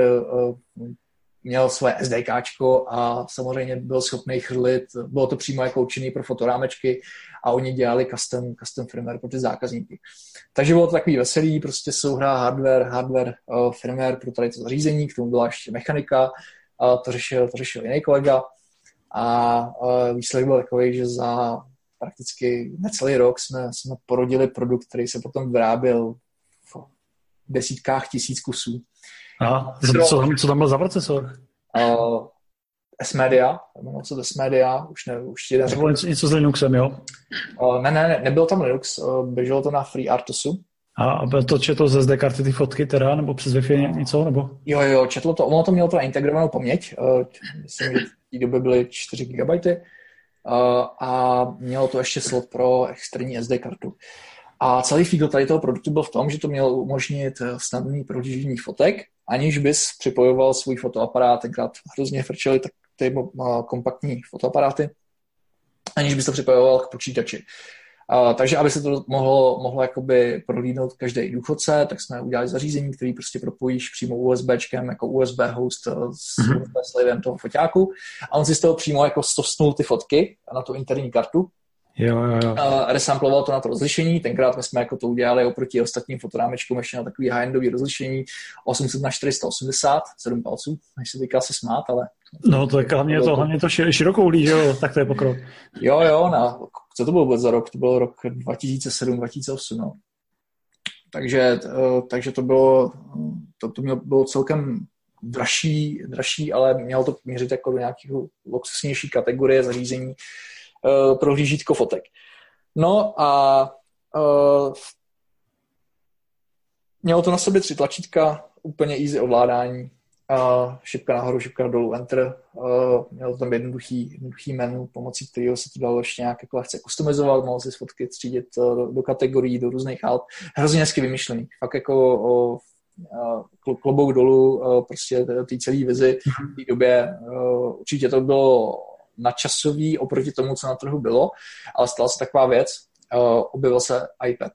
měl svoje SDKčko a samozřejmě byl schopný chrlit, bylo to přímo jako určený pro fotorámečky a oni dělali custom firmware pro ty zákazníky. Takže bylo to takový veselý, prostě souhra hardware, firmware pro tady to zařízení, k tomu byla ještě mechanika, a to řešil jiný kolega a výsledek byl takový, že za prakticky necelý rok jsme porodili produkt, který se potom vyráběl v desítkách tisíc kusů. Aha, co tam byl za procesor? S-Media, jmenuji se to S-Media, už jeden řekl. Něco s Linuxem, jo? Ne, nebyl tam Linux, běželo to na FreeRTOSu. A byl to četl ze SD karty ty fotky teda, nebo přes Wi-Fi něco, nebo? Jo, četlo to, ono to mělo teda integrovanou paměť, myslím, že v té době byly 4 GB a mělo to ještě slot pro externí SD kartu. A celý fígl tady toho produktu byl v tom, že to mělo umožnit snadné prohlížení fotek aniž bys připojoval svůj fotoaparát, tenkrát hrozně frčely tak ty kompaktní fotoaparáty, aniž bys to připojoval k počítači. Takže aby se to mohlo jakoby prohlídnout každý důchodce, tak jsme udělali zařízení, který prostě propojíš přímo USBčkem jako USB host s USB slivem toho foťáku a on si z toho přímo jako stosnul ty fotky na tu interní kartu. Jo. Resamploval to na to rozlišení, tenkrát my jsme jako to udělali oproti ostatním fotorámečkům ještě na takový high-endový rozlišení 800 na 480, 7 palců, než se teďka se smát, ale... No to je hlavně to širokoulí, že jo, tak to je pokrok. Jo, co to bylo vůbec za rok? To byl rok 2007-2008, no. Takže to bylo celkem dražší, ale mělo to měřit jako do nějakého luxusnější kategorie zařízení pro hlížítko fotek. No a mělo to na sobě 3 tlačítka, úplně easy ovládání, šipka nahoru, šipka dolů, enter. Mělo to tam jednoduchý menu, pomocí kterého se to dalo ještě nějak jako lehce customizovat, mohlo si fotky třídit do kategorií, do různých alt. Hrozně hezky vymyšlený. Fakt jako klobouk dolů prostě té celé vizi v té době. Určitě to bylo nadčasový oproti tomu, co na trhu bylo, ale stala se taková věc, objevil se iPad.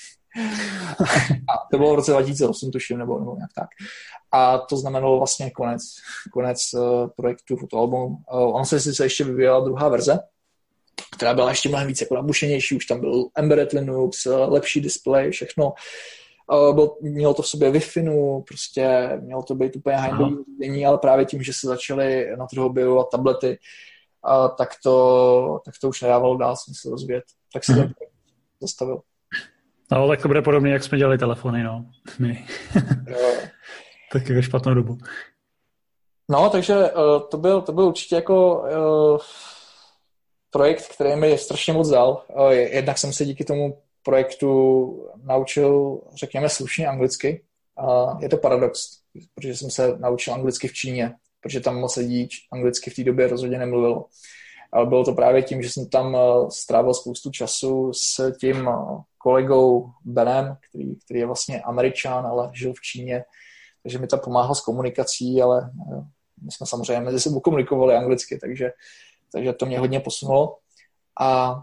A to bylo v roce 2008, tuším, nebo nějak tak. A to znamenalo vlastně konec projektu Fotoalbum. On se sice ještě vyvíjela druhá verze, která byla ještě mnohem víc jako nabušenější, už tam byl embedded Linux, lepší displej, všechno. Mělo to v sobě Wi-Fi, prostě mělo to být úplně high-endový zařízení, ale právě tím, že se začaly na trhu objevovat tablety, tak to už nedávalo dál smysl rozvíjet. Tak se to zastavil. No, tak to bude podobně, jak jsme dělali telefony, no. My. Taky ve špatnou dobu. No, takže to byl určitě jako projekt, který mi strašně moc dal. Jednak jsem se díky tomu projektu naučil, řekněme, slušně anglicky. Je to paradox, protože jsem se naučil anglicky v Číně, protože tam moc lidí anglicky v té době rozhodně nemluvilo. Ale bylo to právě tím, že jsem tam strávil spoustu času s tím kolegou Benem, který je vlastně Američan, ale žil v Číně, takže mi to pomáhal s komunikací, ale my jsme samozřejmě mezi sebou komunikovali anglicky, takže to mě hodně posunulo. A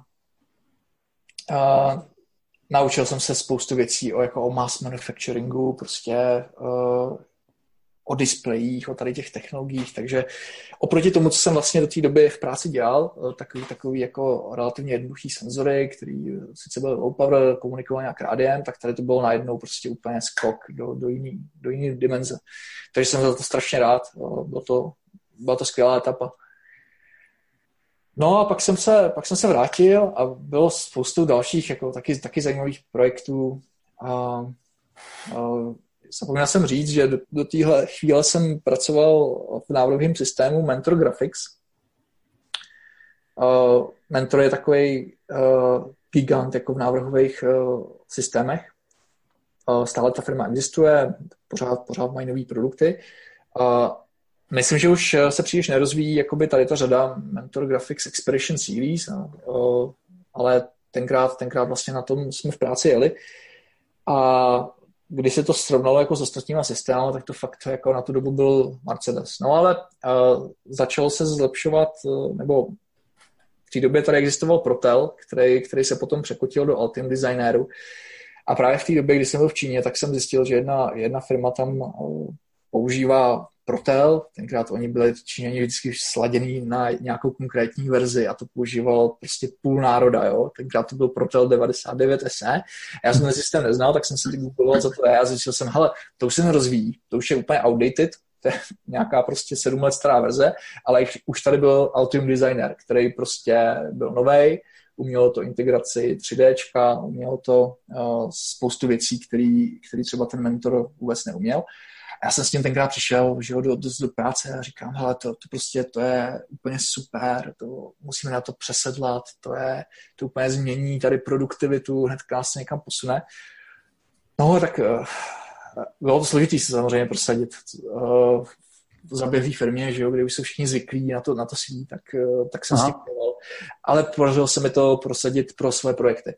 naučil jsem se spoustu věcí o mass manufacturingu, prostě o displejích, o tady těch technologiích, takže oproti tomu, co jsem vlastně do té doby v práci dělal, takový jako relativně jednoduchý senzory, který sice byl low power, komunikoval nějak rádiem, tak tady to bylo najednou prostě úplně skok do jiný dimenze. Takže jsem za to strašně rád, byla to skvělá etapa. No a pak jsem se vrátil a bylo spoustu dalších jako taky zajímavých projektů. Zapomněl jsem říct, že do téhle chvíle jsem pracoval v návrhovém systému Mentor Graphics. Mentor je takový gigant jako v návrhových systémech. Stále ta firma existuje, pořád mají nové produkty. Myslím, že už se příliš nerozvíjí jakoby tady ta řada Mentor Graphics Expedition Series, ale tenkrát vlastně na tom jsme v práci jeli. A když se to srovnalo jako s ostatníma systémy, tak to fakt jako na tu dobu byl Mercedes. No ale začalo se zlepšovat, nebo v té době tady existoval Protel, který se potom překotil do Altium Designeru. A právě v té době, kdy jsem byl v Číně, tak jsem zjistil, že jedna firma tam používá Protel, tenkrát oni byli Číňani vždycky sladěný na nějakou konkrétní verzi a to používal prostě půl národa, jo. Tenkrát to byl Protel 99 SE. Já jsem ten systém neznal, tak jsem si googloval, co to je a zjistil jsem, hele, to už se nerozvíjí, to už je úplně outdated, to je nějaká prostě 7 let stará verze, ale už tady byl Altium Designer, který prostě byl novej, umělo to integraci 3Dčka, umělo to spoustu věcí, který třeba ten Mentor vůbec neuměl. A já jsem s tím tenkrát přišel, že do práce a říkám, hele, to je úplně super, to musíme na to přesedlat, to úplně změní tady produktivitu, hned krásně někam posune. No, tak bylo to složitý se samozřejmě prosadit v zaběhlý firmě, že jo, kde už jsou všichni zvyklí na to svý, tak jsem s tím dělal. Ale podařilo se mi to prosadit pro své projekty.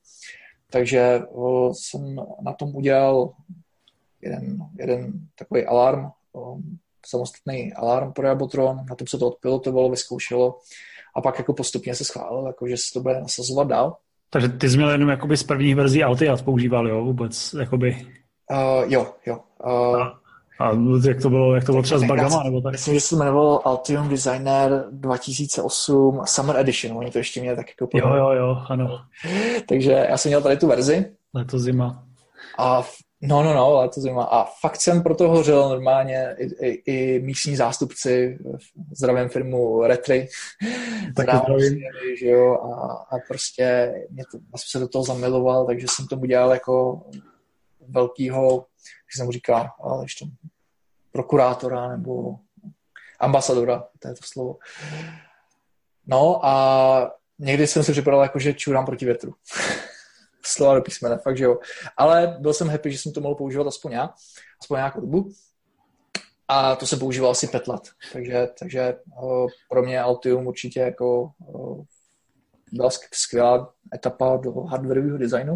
Takže jsem na tom udělal jeden takový alarm samostatný alarm pro Jabotron, na tom se to odpilotovalo, vyzkoušelo a pak jako postupně se schválil, jako, že se to bude nasazovat dál. Takže ty jsi měl jenom jakoby z prvních verzí Altias používal, jo, vůbec, jakoby. Jo. A jak to bylo třeba s bugama, nebo tak? Myslím, že se jmenovalo Altium Designer 2008 Summer Edition, oni to ještě měli tak jako... Jo, ano. Takže já jsem měl tady tu verzi. Leto zima. A leto zima. A fakt jsem pro to hořel normálně i místní zástupci, zdravím firmu Retry. Taky zdravím. Že jo, a prostě já jsem se do toho zamiloval, takže jsem tomu dělal jako velkýho, jak se mu říká, ještě prokurátora nebo ambasadora, to je to slovo. No a někdy jsem si připadal jako, že čurám proti větru. Slova do písmene, fakt, že jo. Ale byl jsem happy, že jsem to mohl používat aspoň nějakou dobu. A to se používalo asi 5 let. Takže pro mě Altium určitě jako byla skvělá etapa do hardwareového designu.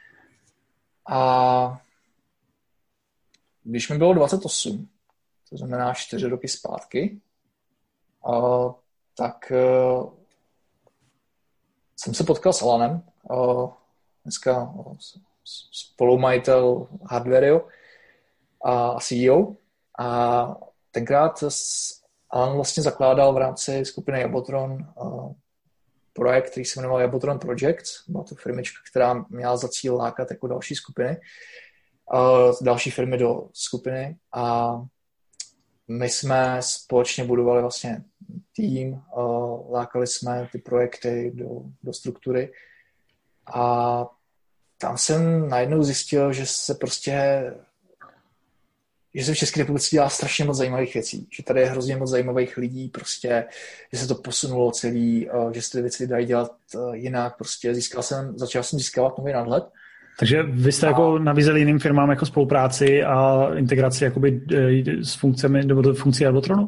A když mi bylo 28, to znamená 4 roky zpátky, tak jsem se potkal s Alanem, dneska spolumajitel Hardwareo a CEO. A tenkrát Alan vlastně zakládal v rámci skupiny Jabotron projekt, který se jmenoval Jabotron Projects. Byla to firmička, která měla za cíl lákat jako další skupiny, další firmy do skupiny. A my jsme společně budovali vlastně tým, lákali jsme ty projekty do struktury a tam jsem najednou zjistil, že se v České republice dělá strašně moc zajímavých věcí, že tady je hrozně moc zajímavých lidí, prostě, že se to posunulo celý, že se ty věci dají dělat jinak, prostě začal jsem získávat nový nadhled. Takže vy jste jako nabízeli jiným firmám jako spolupráci a integraci jakoby s funkcemi, nebo do funkcí Jabotronu?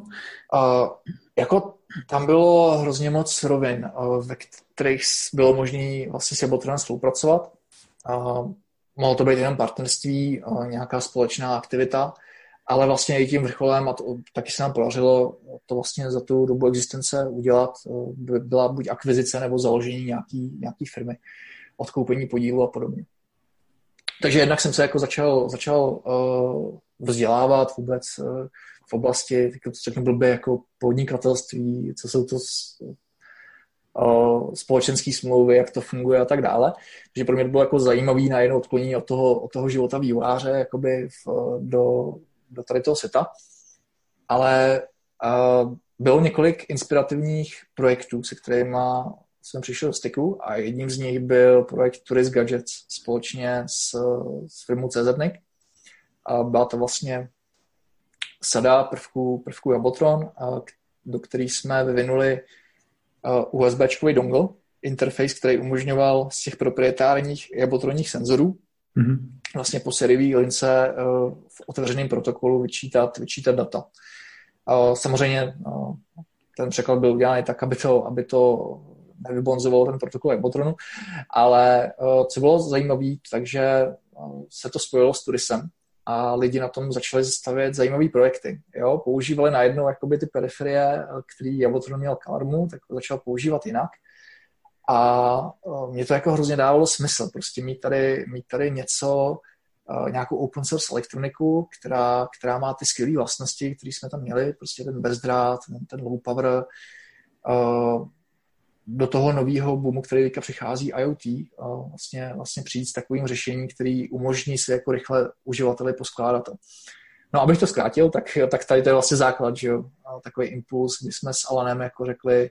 Jako tam bylo hrozně moc rovin, ve kterých bylo možné vlastně s Jabotronem spolupracovat. Mohlo to být jenom partnerství, nějaká společná aktivita, ale vlastně i tím vrcholem, a taky se nám podařilo to vlastně za tu dobu existence udělat, byla buď akvizice nebo založení nějaký firmy, odkoupení podílu a podobně. Takže jednak jsem se jako začal vzdělávat vůbec v oblasti, to řeknu blbě, jako podnikatelství, co jsou to společenské smlouvy, jak to funguje a tak dále. Takže pro mě to bylo jako zajímavý najednou odklonění od toho života vývojáře jakoby do tady toho světa. Ale bylo několik inspirativních projektů, se kterými jsem přišel do styku a jedním z nich byl projekt Tourist Gadgets společně s firmou CZNIC. A byla to vlastně sada prvků Jabotron, do kterých jsme vyvinuli USB-čkový dongle, interface, který umožňoval z těch proprietárních jabotronních senzorů vlastně po sériové lince v otevřeném protokolu vyčítat data. Samozřejmě ten překlad byl udělaný tak, aby to nevybonzovalo ten protokol Jabotronu, ale co bylo zajímavé, takže se to spojilo s Turisem a lidi na tom začali stavět zajímavé projekty. Jo? Používali najednou jakoby ty periferie, který Jabotron měl k alarmu, tak začal používat jinak. A mě to jako hrozně dávalo smysl, prostě mít tady něco, nějakou open source elektroniku, která má ty skvělé vlastnosti, které jsme tam měli, prostě ten bezdrát, ten low power, do toho nového boomu, který teďka přichází IoT, vlastně přijít s takovým řešením, který umožní si jako rychle uživateli poskládat to. No, abych to zkrátil, tak tady to je vlastně základ, že jo, takový impuls, kdy jsme s Alanem jako řekli,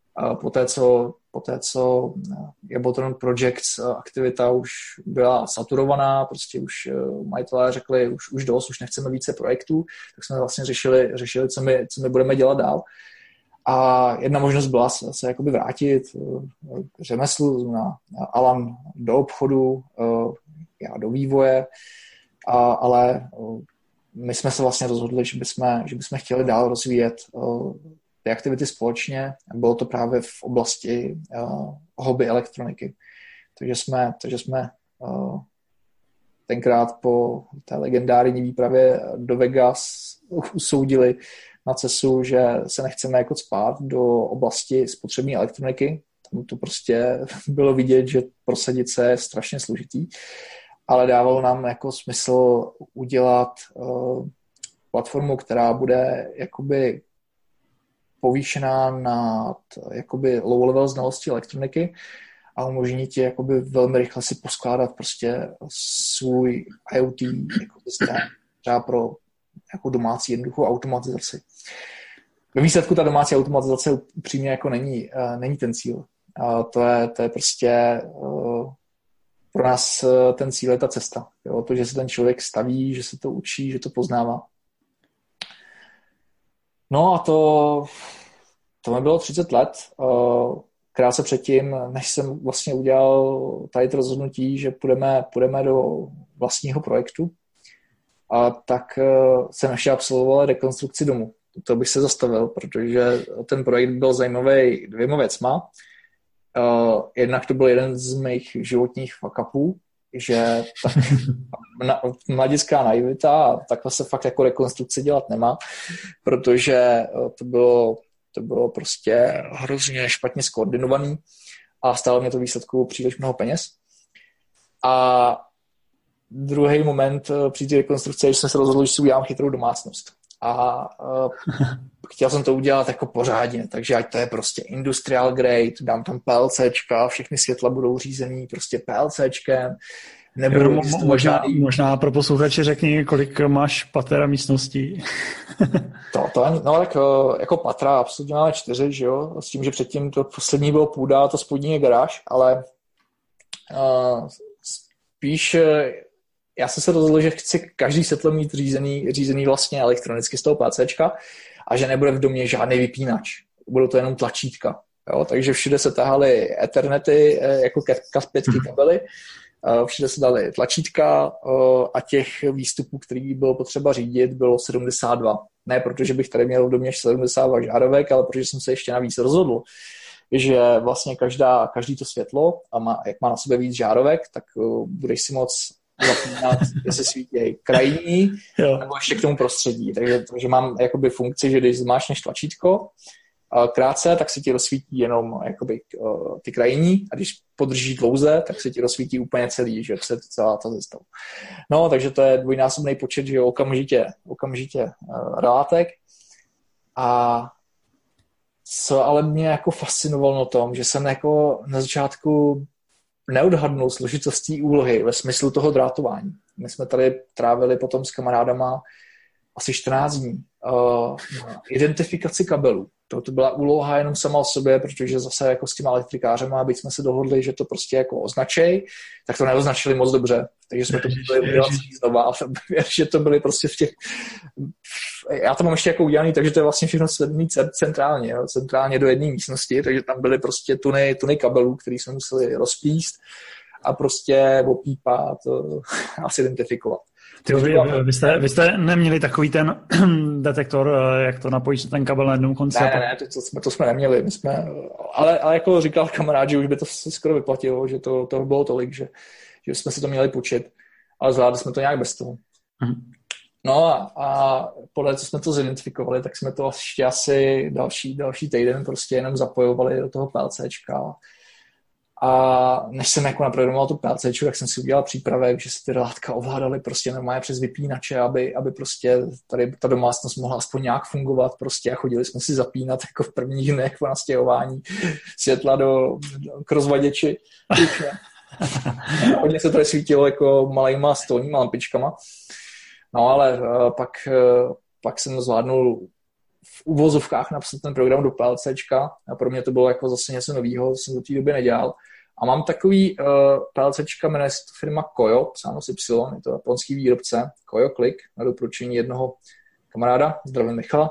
poté co Jabotron Projects aktivita už byla saturovaná, prostě už majitelé řekli, už dost, už nechceme více projektů, tak jsme vlastně řešili co my budeme dělat dál. A jedna možnost byla se jakoby vrátit k řemeslu, Alan do obchodu, já do vývoje, ale my jsme se vlastně rozhodli, že bychom chtěli dál rozvíjet ty aktivity společně. Bylo to právě v oblasti hobby elektroniky. Takže jsme tenkrát po té legendární výpravě do Vegas usoudili na CESu, že se nechceme jako cpát do oblasti spotřební elektroniky. Tam to prostě bylo vidět, že prosadit se je strašně složitý, ale dávalo nám jako smysl udělat platformu, která bude jakoby povýšená nad jakoby low-level znalosti elektroniky a umožní ti jakoby velmi rychle si poskládat prostě svůj IoT ekosystém třeba pro jako domácí jednoduchou automatizaci. Ve výsledku ta domácí automatizace upřímně jako není ten cíl. A to je prostě pro nás ten cíl je ta cesta. Jo? To, že se ten člověk staví, že se to učí, že to poznává. No a to mi bylo 30 let. Krátce předtím, než jsem vlastně udělal tady to rozhodnutí, že půjdeme do vlastního projektu, tak jsem ještě absolvoval rekonstrukci domu. To bych se zastavil, protože ten projekt byl zajímavý dvěma věcma. Jednak to byl jeden z mých životních fuck-upů, že mladická naivita a takhle se fakt jako rekonstrukce dělat nemá, protože to bylo prostě hrozně špatně skoordinovaný a stálo mě to výsledku příliš mnoho peněz. A druhý moment při té rekonstrukci, když jsem se rozhodl, že si udělám chytrou domácnost. A chtěl jsem to udělat jako pořádně, takže ať to je prostě industrial grade, dám tam PLCčka, všechny světla budou řízený prostě PLCčkem, nebudou možná pro posluchače řekni, kolik máš pater a místností. No tak jako patra absolutně máme 4, že jo, s tím, že předtím to poslední bylo půda a to spodní je garáž, ale spíš já jsem se rozhodl, že chci každý světlo mít řízený vlastně elektronicky z toho PCčka a že nebude v domě žádný vypínač. Budou to jenom tlačítka. Jo? Takže všude se tahaly Ethernety jako Cat5 kabely, všude se daly tlačítka a těch výstupů, který bylo potřeba řídit, bylo 72. Ne protože bych tady měl v domě 72 žárovek, ale protože jsem se ještě navíc rozhodl, že vlastně každý to světlo, jak má na sobě víc žárovek, tak budeš si moc zapínat, jestli svítí krajní, nebo ještě k tomu prostředí. Takže mám jakoby funkci, že když zmášneš tlačítko krátce, tak se ti rozsvítí jenom jakoby ty krajní a když podržíš dlouze, tak se ti rozsvítí úplně celý, že se celá ta zestav. No, takže to je dvojnásobný počet, že okamžitě relátek. A co ale mě jako fascinovalo na tom, že jsem jako na začátku neodhadnul složitostí úlohy ve smyslu toho drátování. My jsme tady trávili potom s kamarádama asi 14 dní. Identifikaci kabelů. To byla úloha jenom sama o sobě, protože zase jako s těma elektrikářema, byť jsme se dohodli, že to prostě jako označej, tak to neoznačili moc dobře. Takže jsme to museli udělat znova. Že to byly prostě v těch... Já to mám ještě jako udělaný, takže to je vlastně všechno sledený centrálně. Jo? Centrálně do jedné místnosti, takže tam byly prostě tuny kabelů, které jsme museli rozplíst a prostě opípat a identifikovat. Vy jste neměli takový ten detektor, jak to napojíš ten kabel na jednom konci? Ne, to jsme neměli. Ale jako říkal kamarád, že už by to skoro vyplatilo, že to bylo tolik, že jsme si to měli půjčit, ale zvládli jsme to nějak bez toho. No a podle co jsme to zidentifikovali, tak jsme to ještě asi další týden prostě jenom zapojovali do toho PLCčka. A než jsem jako naprogramoval tu PLCčku, tak jsem si udělal přípravek, že se ty relátka ovládaly prostě normálně přes vypínače, aby prostě tady ta domácnost mohla aspoň nějak fungovat prostě a chodili jsme si zapínat jako v prvních dnech po nastěhování světla k rozvaděči. Hodně se tady svítilo jako malejma stolníma lampičkama. No ale pak jsem zvládnul v uvozovkách napsat ten program do PLCčka a pro mě to bylo jako zase něco novýho, jsem do té doby nedělal. A mám takový PLCčka, jmenuje se to firma Koyo, psáno s Y, je to japonský výrobce, Koyo Click, na doporučení jednoho kamaráda, zdravím Michala.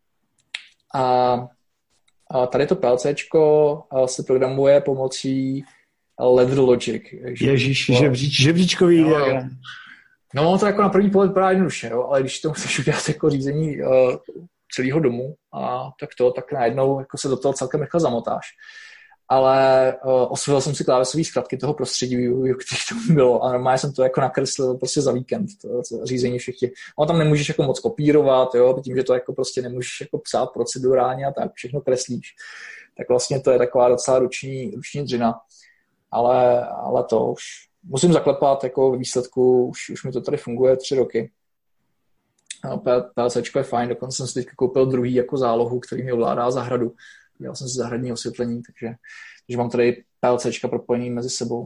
A tady to PLCčko se programuje pomocí Ladder Logic. Ježíš, žebříčkový diagram. No, to jako na první pohled vypadá jednoduše, jo, ale když to chceš udělat jako řízení celého domu, tak najednou jako se do toho celkem rychle zamotáš. ale osvojil jsem si klávesové zkratky toho prostředí vývoju, které tam bylo a normálně jsem to jako nakreslil prostě za víkend, to řízení všech těch. No tam nemůžeš jako moc kopírovat, jo, tím, že to jako prostě nemůžeš jako psát procedurálně a tak, všechno kreslíš. Tak vlastně to je taková docela ruční dřina. Ale to už musím zaklepat, jako ve výsledku už mi to tady funguje 3 roky. PLCčko je fajn, dokonce jsem si teď koupil druhý jako zálohu, který mi ovládá zahradu. Dělal jsem si zahradní osvětlení, takže mám tady PLCčka propojený mezi sebou.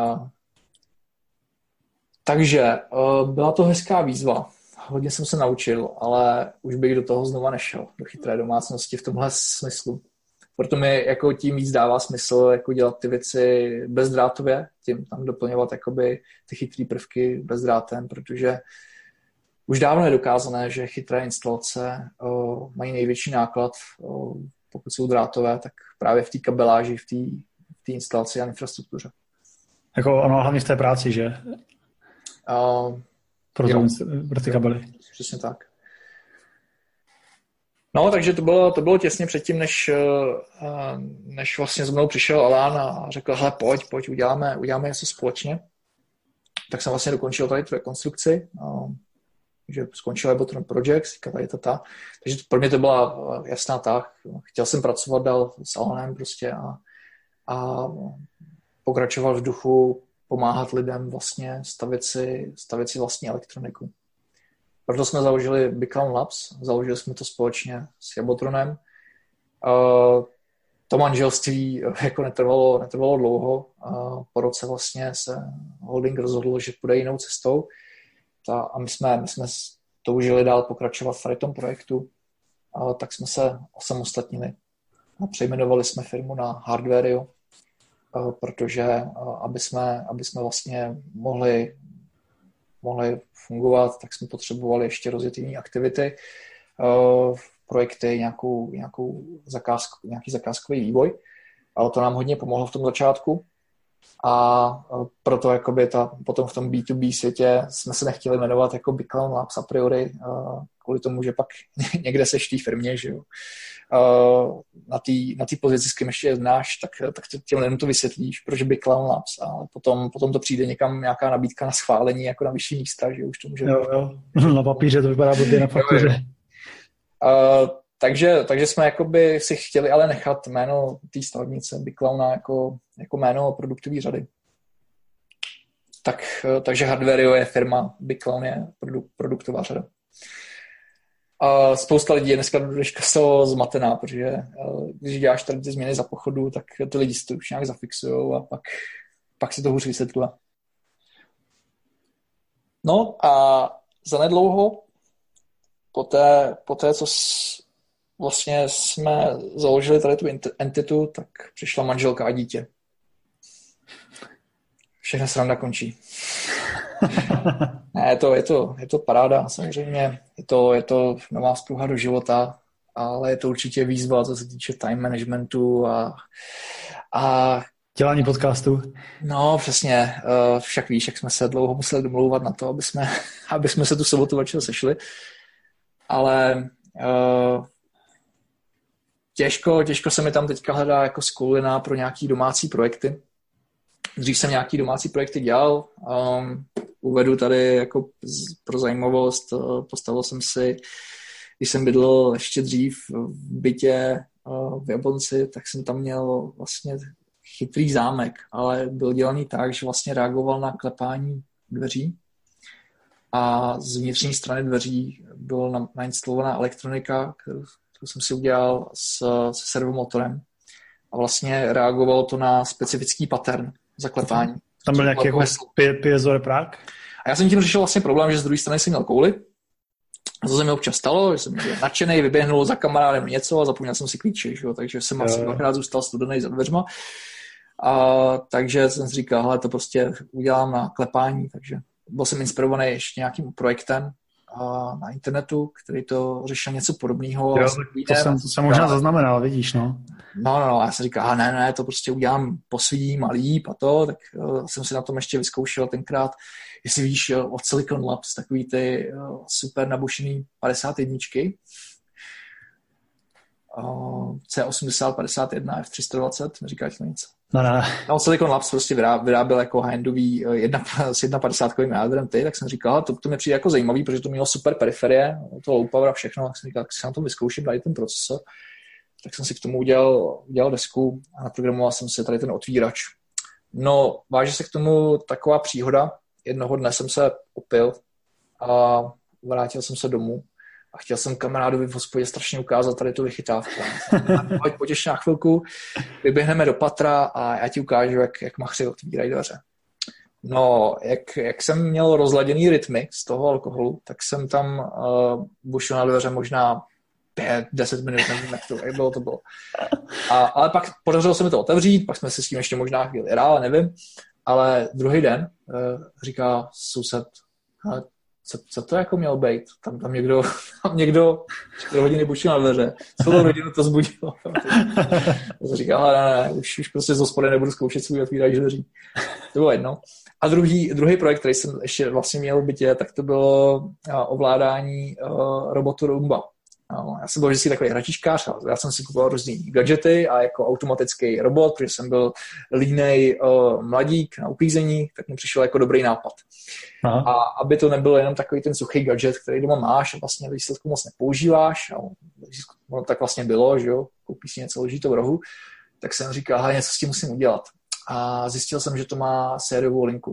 Takže byla to hezká výzva. Hodně jsem se naučil, ale už bych do toho znova nešel, do chytré domácnosti v tomhle smyslu. Proto mi jako tím víc dává smysl jako dělat ty věci bezdrátově, tím tam doplňovat jakoby ty chytré prvky bezdrátem, protože už dávno je dokázané, že chytré instalace mají největší náklad, pokud jsou drátové, tak právě v té kabeláži, v té instalaci a infrastruktuře. Jako ono hlavně v té práci, že? Pro ty kabely. Přesně tak. No, takže to bylo těsně předtím, než vlastně za mnou přišel Alan a řekl, hele, pojď, uděláme něco společně. Tak jsem vlastně dokončil tady tu rekonstrukci, že skončil Ableton Projects, tady tata. Takže pro mě to byla jasná tah. Chtěl jsem pracovat dál s Alanem prostě a pokračovat v duchu, pomáhat lidem vlastně stavět si vlastní elektroniku. Proto jsme založili Big Clown Labs, založili jsme to společně s Abletronem. To manželství jako netrvalo dlouho. Po roce vlastně se holding rozhodl, že půjde jinou cestou. A my jsme toužili dál pokračovat v tom projektu, tak jsme se osamostatnili a přejmenovali jsme firmu na Hardwareo, protože aby jsme vlastně mohli fungovat, tak jsme potřebovali ještě rozjet jiné aktivity, projekty, nějaký zakázkový vývoj, ale to nám hodně pomohlo v tom začátku. A proto jakoby potom v tom B2B světě jsme se nechtěli jmenovat jako Big Clown Labs a priori, kvůli tomu, že pak někde seš v té firmě, že jo. Na té pozici, s kým ještě jednáš, tak těm lidem to vysvětlíš, proč Big Clown Labs, a potom to přijde někam nějaká nabídka na schválení jako na vyšší místa, že už to může... Jo. Na papíře to vypadá blbě, na faktuře. Takže jsme jakoby si chtěli ale nechat jméno té stavebnice Big Clowna jako jméno produktové řady. Takže Hardwareo je firma, Big Clown je produktová řada. A spousta lidí je dneska z toho zmatená, protože když děláš tady ty změny za pochodu, tak ty lidi si to už nějak zafixujou a pak si to hůř vysvětluje. No a zanedlouho poté co vlastně jsme založili tady tu entitu, tak přišla manželka a dítě. Všechno sranda končí. Ne, je to paráda, samozřejmě. Je to nová spruha do života, ale je to určitě výzva, co se týče time managementu a dělání podcastu. No, přesně. Však víš, jak jsme se dlouho museli domlouvat na to, aby jsme se tu sobotu večer sešli. Ale těžko se mi tam teďka hledá jako skulina pro nějaký domácí projekty. Dřív jsem nějaký domácí projekty dělal. Uvedu tady jako pro zajímavost, postavil jsem si, když jsem bydlel ještě dřív v bytě v Jablonci, tak jsem tam měl vlastně chytrý zámek, ale byl dělaný tak, že vlastně reagoval na klepání dveří a z vnitřní strany dveří byla nainstalovaná elektronika, kterou jsem si udělal se servomotorem a vlastně reagovalo to na specifický pattern zaklepání. Tam byl nějaký jako piezoreprák? A já jsem tím řešil vlastně problém, že z druhé strany jsem měl kouli. A to se mi občas stalo, že jsem byl nadšenej, vyběhnul za kamarádem něco a zapomněl jsem si klíče, že jo? Takže jsem asi dvakrát zůstal studený za dveřma. Takže jsem si říkal, hele, to prostě udělám na klepání, takže byl jsem inspirovaný ještě nějakým projektem na internetu, který to řešil něco podobného. Jo, to jsem možná zaznamenal, vidíš, no. No, já jsem říkal, ne, to prostě udělám po svým a líp a to, tak jsem si na tom ještě vyzkoušel tenkrát, jestli víš, od Silicon Labs, takový ty super nabušený 51. C8051 F320, neříkáš to nic. Ne. No, Silicon Labs prostě vyráběl jako high-endový s 51 jádrem tak jsem říkal, to mě přijde jako zajímavý, protože to mělo super periferie, to low power a všechno, tak jsem říkal, tak si na tom vyzkouším tady ten procesor. Tak jsem si k tomu udělal desku a naprogramoval jsem si tady ten otvírač. No, váže se k tomu taková příhoda. Jednoho dne jsem se opil a vrátil jsem se domů a chtěl jsem kamarádovi v hospodě strašně ukázat tady tu vychytávku. Pojď na chvilku, vyběhneme do patra a já ti ukážu, jak machři otvírají dveře. No, jak jsem měl rozladěný rytmy z toho alkoholu, tak jsem tam bušil na dveře možná 5-10 minut, nevím, jak to bylo. Ale pak podařilo se mi to otevřít, pak jsme se s tím ještě možná chvíli hráli, nevím, ale druhý den říká soused, co to jako mělo být? Tam někdo 4 hodiny bušil na dveře, celou rodinu to zbudilo. To říká, ne, už prostě z hospody nebudu zkoušet svůj otvírač dveří. To bylo jedno. A druhý projekt, který jsem ještě vlastně měl v bytě, tak to bylo ovládání robotu Roomba. Já jsem byl vždycky takový hračičkář, já jsem si kupoval různý gadgety a jako automatický robot, protože jsem byl línej mladík na uklízení, tak mi přišel jako dobrý nápad. Aha. A aby to nebylo jenom takový ten suchý gadget, který doma máš a vlastně výsledku moc nepoužíváš, no, tak vlastně bylo, že jo, koupíš si něco, leží to v rohu, tak jsem říkal, něco s tím musím udělat. A zjistil jsem, že to má sériovou linku.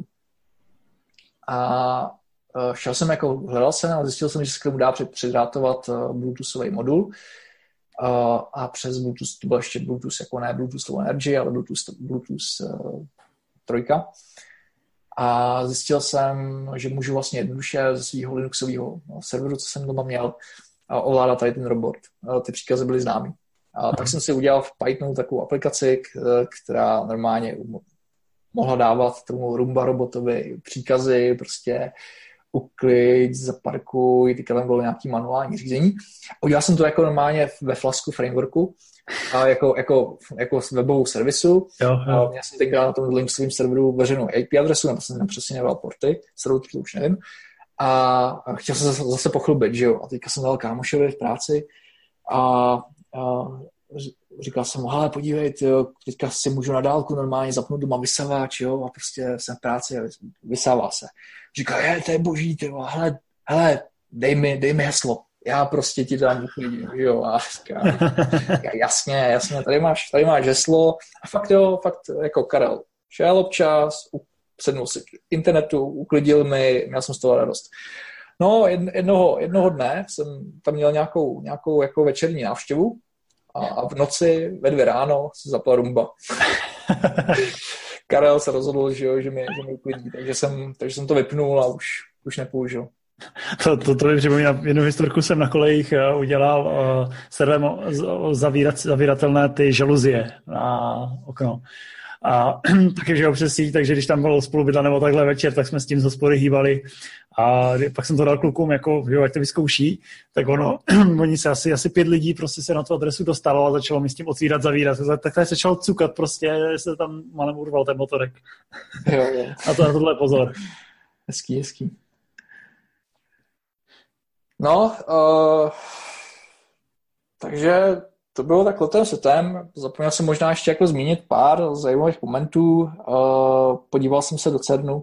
A šel jsem hledal jsem a zjistil jsem, že se k tomu dá předrátovat Bluetoothový modul a přes Bluetooth, to byl ještě Bluetooth, jako ne Bluetooth Low Energy, ale Bluetooth 3. A zjistil jsem, že můžu vlastně jednoduše ze svého Linuxového serveru, co jsem doma měl, ovládat tady ten robot. Ty příkazy byly známý. A tak jsem si udělal v Pythonu takovou aplikaci, která normálně mohla dávat tomu Roomba robotovi příkazy, prostě uklid, zaparkuj, teďka tam bylo nějaký manuální řízení. Udělal jsem to jako normálně ve Flasku frameworku, a jako webovou servisu. Jo. Měl jsem tenkrát na tom Linuxovém serveru veřejnou IP adresu, nebo jsem přesně nedal porty, s router to už nevím. A chtěl jsem se zase pochlubit, že jo. A teďka jsem dal kámošovi v práci a říkal jsem mu, hele, podívej, tyjo, teďka si můžu na dálku normálně zapnout doma vysavač, jo, a prostě jsem v práci a vysává se. Říká, to je boží, tyjo, hele, dej mi heslo, já prostě ti dám uklidím, jo, a říká, jasně, tady máš heslo a fakt jako Karel, šel občas, sednul si k internetu, uklidil mi, měl jsem z toho radost. No, jednoho dne jsem tam měl nějakou jako večerní návštěvu, a v noci ve 2 ráno se zapla Roomba. Karel se rozhodl, že mi uklidí, takže jsem to vypnul a už nepoužil. To mi připomíná, jednu historku jsem na kolejích udělal serverem zavíratelné ty žaluzie na okno. A taky, že ho přes síť, takže když tam byl spolubydla nebo takhle večer, tak jsme s tím z hospody hýbali a pak jsem to dal klukům, jako, jo, ať to vyzkouší, tak oni se asi 5 lidí prostě se na tu adresu dostalo a začalo mi s tím otvírat, zavírat, tak tady se začal cukat prostě, se tam malem urval ten motorek. Jo. A to na tohle pozor. Hezký. No, takže to bylo takhle ten setem. Zapomněl jsem možná ještě jako zmínit pár zajímavých momentů. Podíval jsem se do CERNu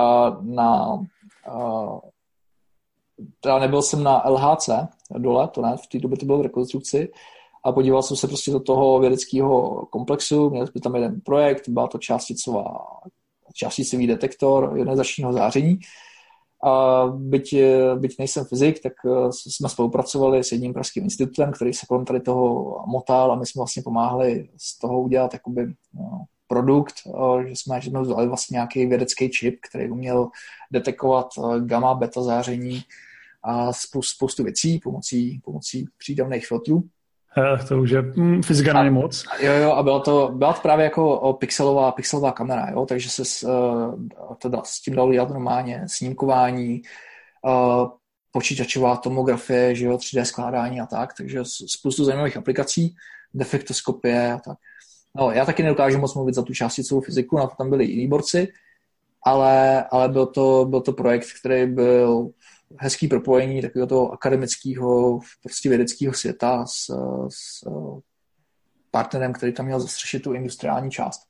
nebyl jsem na LHC dole, to ne, v té době to bylo v rekonstrukci, a podíval jsem se prostě do toho vědeckého komplexu. Měli jsme tam jeden projekt, byla to částicový detektor ionizačního záření. A byť nejsem fyzik, tak jsme spolupracovali s jedním pražským institutem, který se kolem tady toho motal a my jsme vlastně pomáhali z toho udělat jakoby produkt, že jsme vzali vlastně nějaký vědecký čip, který uměl detekovat gamma, beta záření a spoustu věcí pomocí přídavných filtrů. To už je fyzika není moc. Jo, a byla to právě jako pixelová kamera, jo, takže se s tím dalo dělat normálně snímkování, počítačová tomografie, že jo, 3D skládání a tak, takže spoustu zajímavých aplikací, defektoskopie a tak. No, já taky nedokážu moc mluvit za tu částicovou fyziku, na to tam byli jiní borci, ale byl to projekt, který byl hezký propojení takového toho akademického, prostě vědeckého světa s partnerem, který tam měl zastřešit tu industriální část.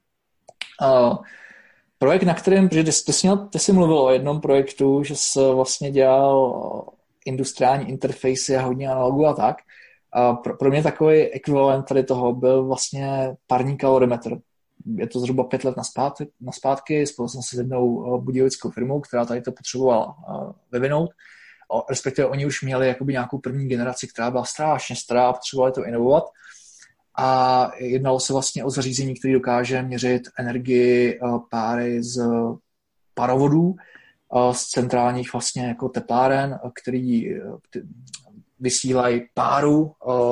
Projekt, na kterém, protože ty jsi mluvil o jednom projektu, že jsi vlastně dělal industriální interfejsy a hodně analogů a tak. Pro mě takový ekvivalent tady toho byl vlastně parní kalorimetr. Je to zhruba 5 let naspátky, spolu jsem se s jednou budějovickou firmou, která tady to potřebovala vyvinout. Respektive oni už měli jakoby nějakou první generaci, která byla strašně stará a potřebovali to inovovat. A jednalo se vlastně o zařízení, které dokáže měřit energii páry z parovodů, z centrálních vlastně jako tepláren, který vysílají páru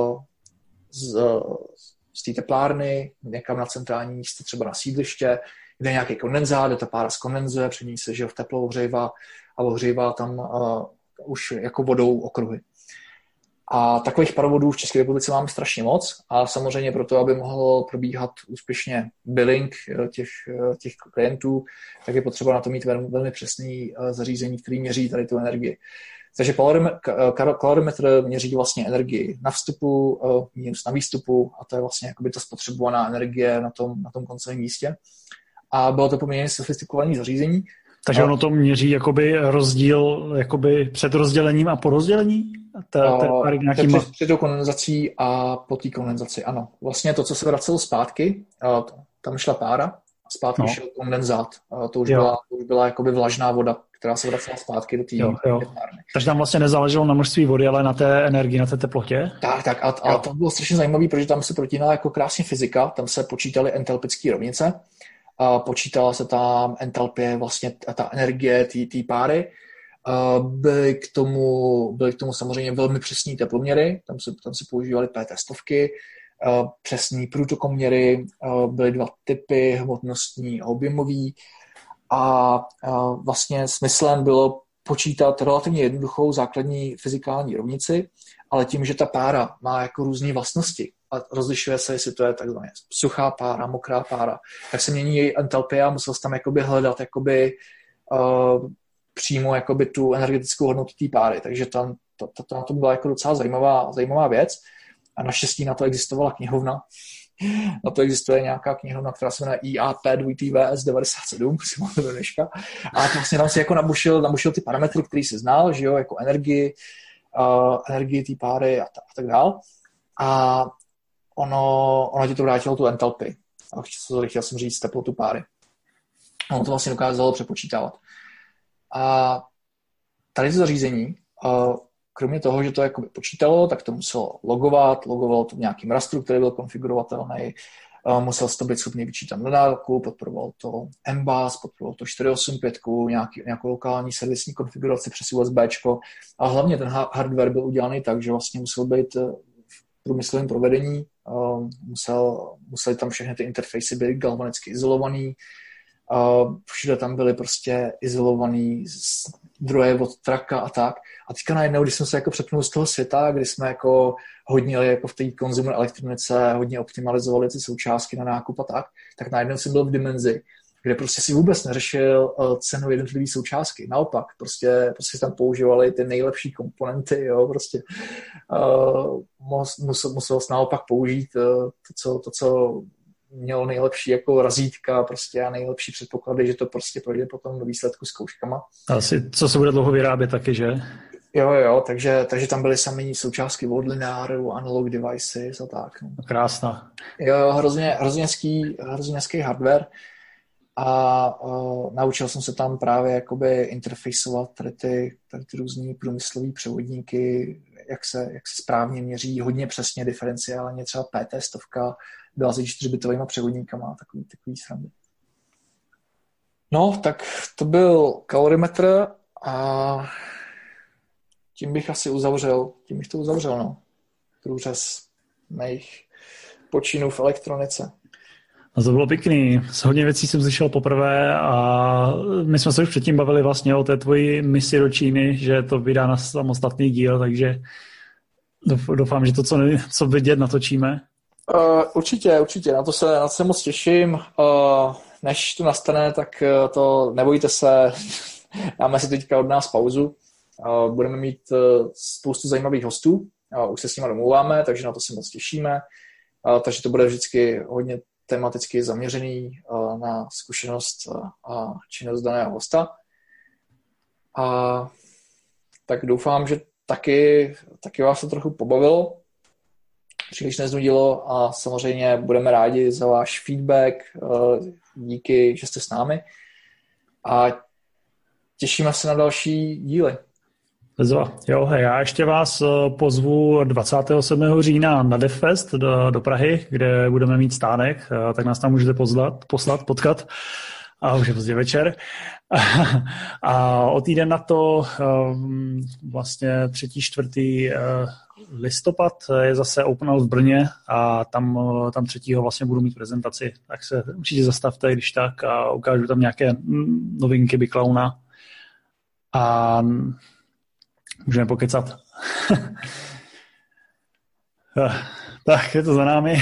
z té teplárny někam na centrální místo, třeba na sídliště, kde je nějaký kondenzát, kde ta pára skondenzuje, před ní se že v teplo ohřejvá a ohřejvá tam už jako vodou okruhy. A takových parovodů v České republice máme strašně moc a samozřejmě proto, aby mohl probíhat úspěšně billing těch klientů, tak je potřeba na to mít velmi přesný zařízení, který měří tady tu energii. Takže kalorimetr měří vlastně energii na vstupu, minus na výstupu a to je vlastně jakoby ta spotřebovaná energie na tom koncovém místě. A bylo to poměrně sofistikované zařízení. Takže ono to měří jakoby rozdíl jakoby před rozdělením a po rozdělení? Před tou kondenzací a po té kondenzaci, ano. Vlastně to, co se vracelo zpátky, tam šla pára, zpátky šel kondenzát. To už byla jakoby vlažná voda, která se vracela zpátky do té párny. Takže tam vlastně nezáleželo na množství vody, ale na té energii, na té teplotě? Tak. A to bylo strašně zajímavé, protože tam se protínala jako krásně fyzika, tam se počítaly entalpické rovnice, počítala se tam entalpie, vlastně ta energie té páry. Byly k tomu samozřejmě velmi přesní teploměry, tam se používaly PT stovky, přesný průtokoměry, byly 2 typy, hmotnostní a objemový. A vlastně smyslem bylo počítat relativně jednoduchou základní fyzikální rovnici, ale tím, že ta pára má jako různé vlastnosti a rozlišuje se, jestli to je takzvaně suchá pára, mokrá pára, tak se mění její entalpie a musel se tam jakoby hledat přímo jakoby tu energetickou hodnotu té páry. Takže na to byla jako docela zajímavá věc. A naštěstí na to existovala knihovna. Na to existuje nějaká knihovna, která se jmenuje IAP 2TVS 97, si mám to do dneška. A vlastně tam si jako nabušil ty parametry, který si znal, že jo, jako energii té páry a tak dál. A ono ti to vrátilo tu entalpii. Chtěl jsem říct teplotu páry. Ono to vlastně dokázalo přepočítávat. A tady to zařízení, kromě toho, že to jakoby počítalo, tak to muselo logovalo to v nějakým rastru, který byl konfigurovatelný, musel to být schopný vyčítat na dálku, podporoval to MBAS, podporoval to 485, nějakou lokální servisní konfiguraci přes USBčko a hlavně ten hardware byl udělaný tak, že vlastně musel být v průmyslovém provedení, museli tam všechny ty interfejsy být galvanicky izolovaný, všude tam byly prostě izolovaný zdroje od traka a tak. A teďka najednou, když jsem se jako přepnul z toho světa, kdy jsme jako hodně jako v té consumer elektronice, hodně optimalizovali ty součástky na nákup a tak najednou jsem byl v dimenzi, kde prostě si vůbec neřešil cenu jednotlivé součástky. Naopak, prostě tam používali ty nejlepší komponenty, jo, prostě musel naopak použít to, co měl nejlepší jako razítka prostě a nejlepší předpoklady, že to prostě projde potom do výsledku s zkouškama. Asi, co se bude dlouho vyrábět taky, že? Jo, takže tam byly samé součástky od lineáru, analog devices a tak. No. Krásná. Jo, hrozně hezký hardware a naučil jsem se tam právě jakoby interfejsovat tady ty různý průmyslový převodníky, jak se správně měří, hodně přesně diferenciálně, třeba PT stovka, byla se 4-bitovýma převodníkama, takový srandy. No, tak to byl kalorimetr a tím bych to uzavřel, no. Průřez mých počinů v elektronice. A to bylo pěkný. S hodně věcí jsem slyšel poprvé a my jsme se už předtím bavili vlastně o té tvoji misi do Číny, že to vydá na samostatný díl, takže doufám, že to, co vidět, natočíme. Určitě, na to se moc těším. Než to nastane, tak to nebojte se, dáme si teďka od nás pauzu Budeme mít spoustu zajímavých hostů, už se s nimi domluváme, takže na to se moc těšíme. Takže to bude vždycky hodně tematicky zaměřený na zkušenost a činnost daného hosta. A tak doufám, že taky vás to trochu pobavilo, příliš neznudilo a samozřejmě budeme rádi za váš feedback, díky, že jste s námi a těšíme se na další díly. Jo, já ještě vás pozvu 27. října na DevFest do Prahy, kde budeme mít stánek, tak nás tam můžete potkat a už je pozdě večer. A o týden na to vlastně 3. 4. listopad je zase Open House v Brně a tam 3. vlastně budu mít prezentaci, tak se určitě zastavte, když tak a ukážu tam nějaké novinky BigClowna a můžeme pokecat. Tak, je to za námi.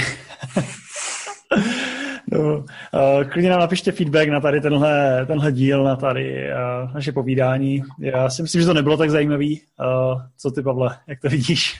No, klidně nám napište feedback na tady tenhle díl, na tady naše povídání. Já si myslím, že to nebylo tak zajímavý. Co ty, Pavle, jak to vidíš?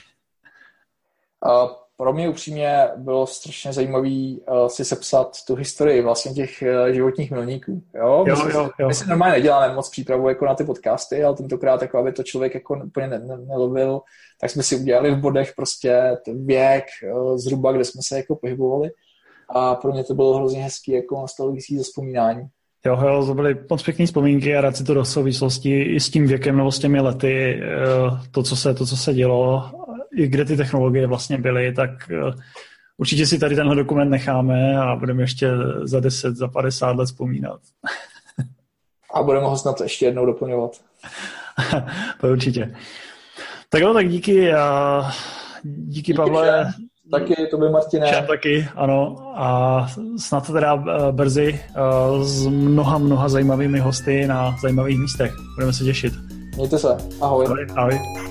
Pro mě upřímně bylo strašně zajímavý si sepsat tu historii vlastně těch životních milníků. Jo? My si normálně neděláme moc přípravu jako na ty podcasty, ale tentokrát, jako aby to člověk jako úplně nelovil, tak jsme si udělali v bodech prostě ten věk zhruba, kde jsme se jako pohybovali. A pro mě to bylo hrozně hezký jako nostalgický zavzpomínání. Jo, to byly moc pěkný vzpomínky a rád si to do souvislosti i s tím věkem nebo s těmi lety, to, co se dělo, i kde ty technologie vlastně byly, tak určitě si tady tenhle dokument necháme a budeme ještě za 10, za 50 let vzpomínat. A budeme ho snad ještě jednou doplňovat. To určitě. Tak jo, tak díky Pavle. Taky, to by Martine. Všem taky, ano. A snad teda brzy s mnoha zajímavými hosty na zajímavých místech. Budeme se těšit. Mějte se. Ahoj. Ahoj.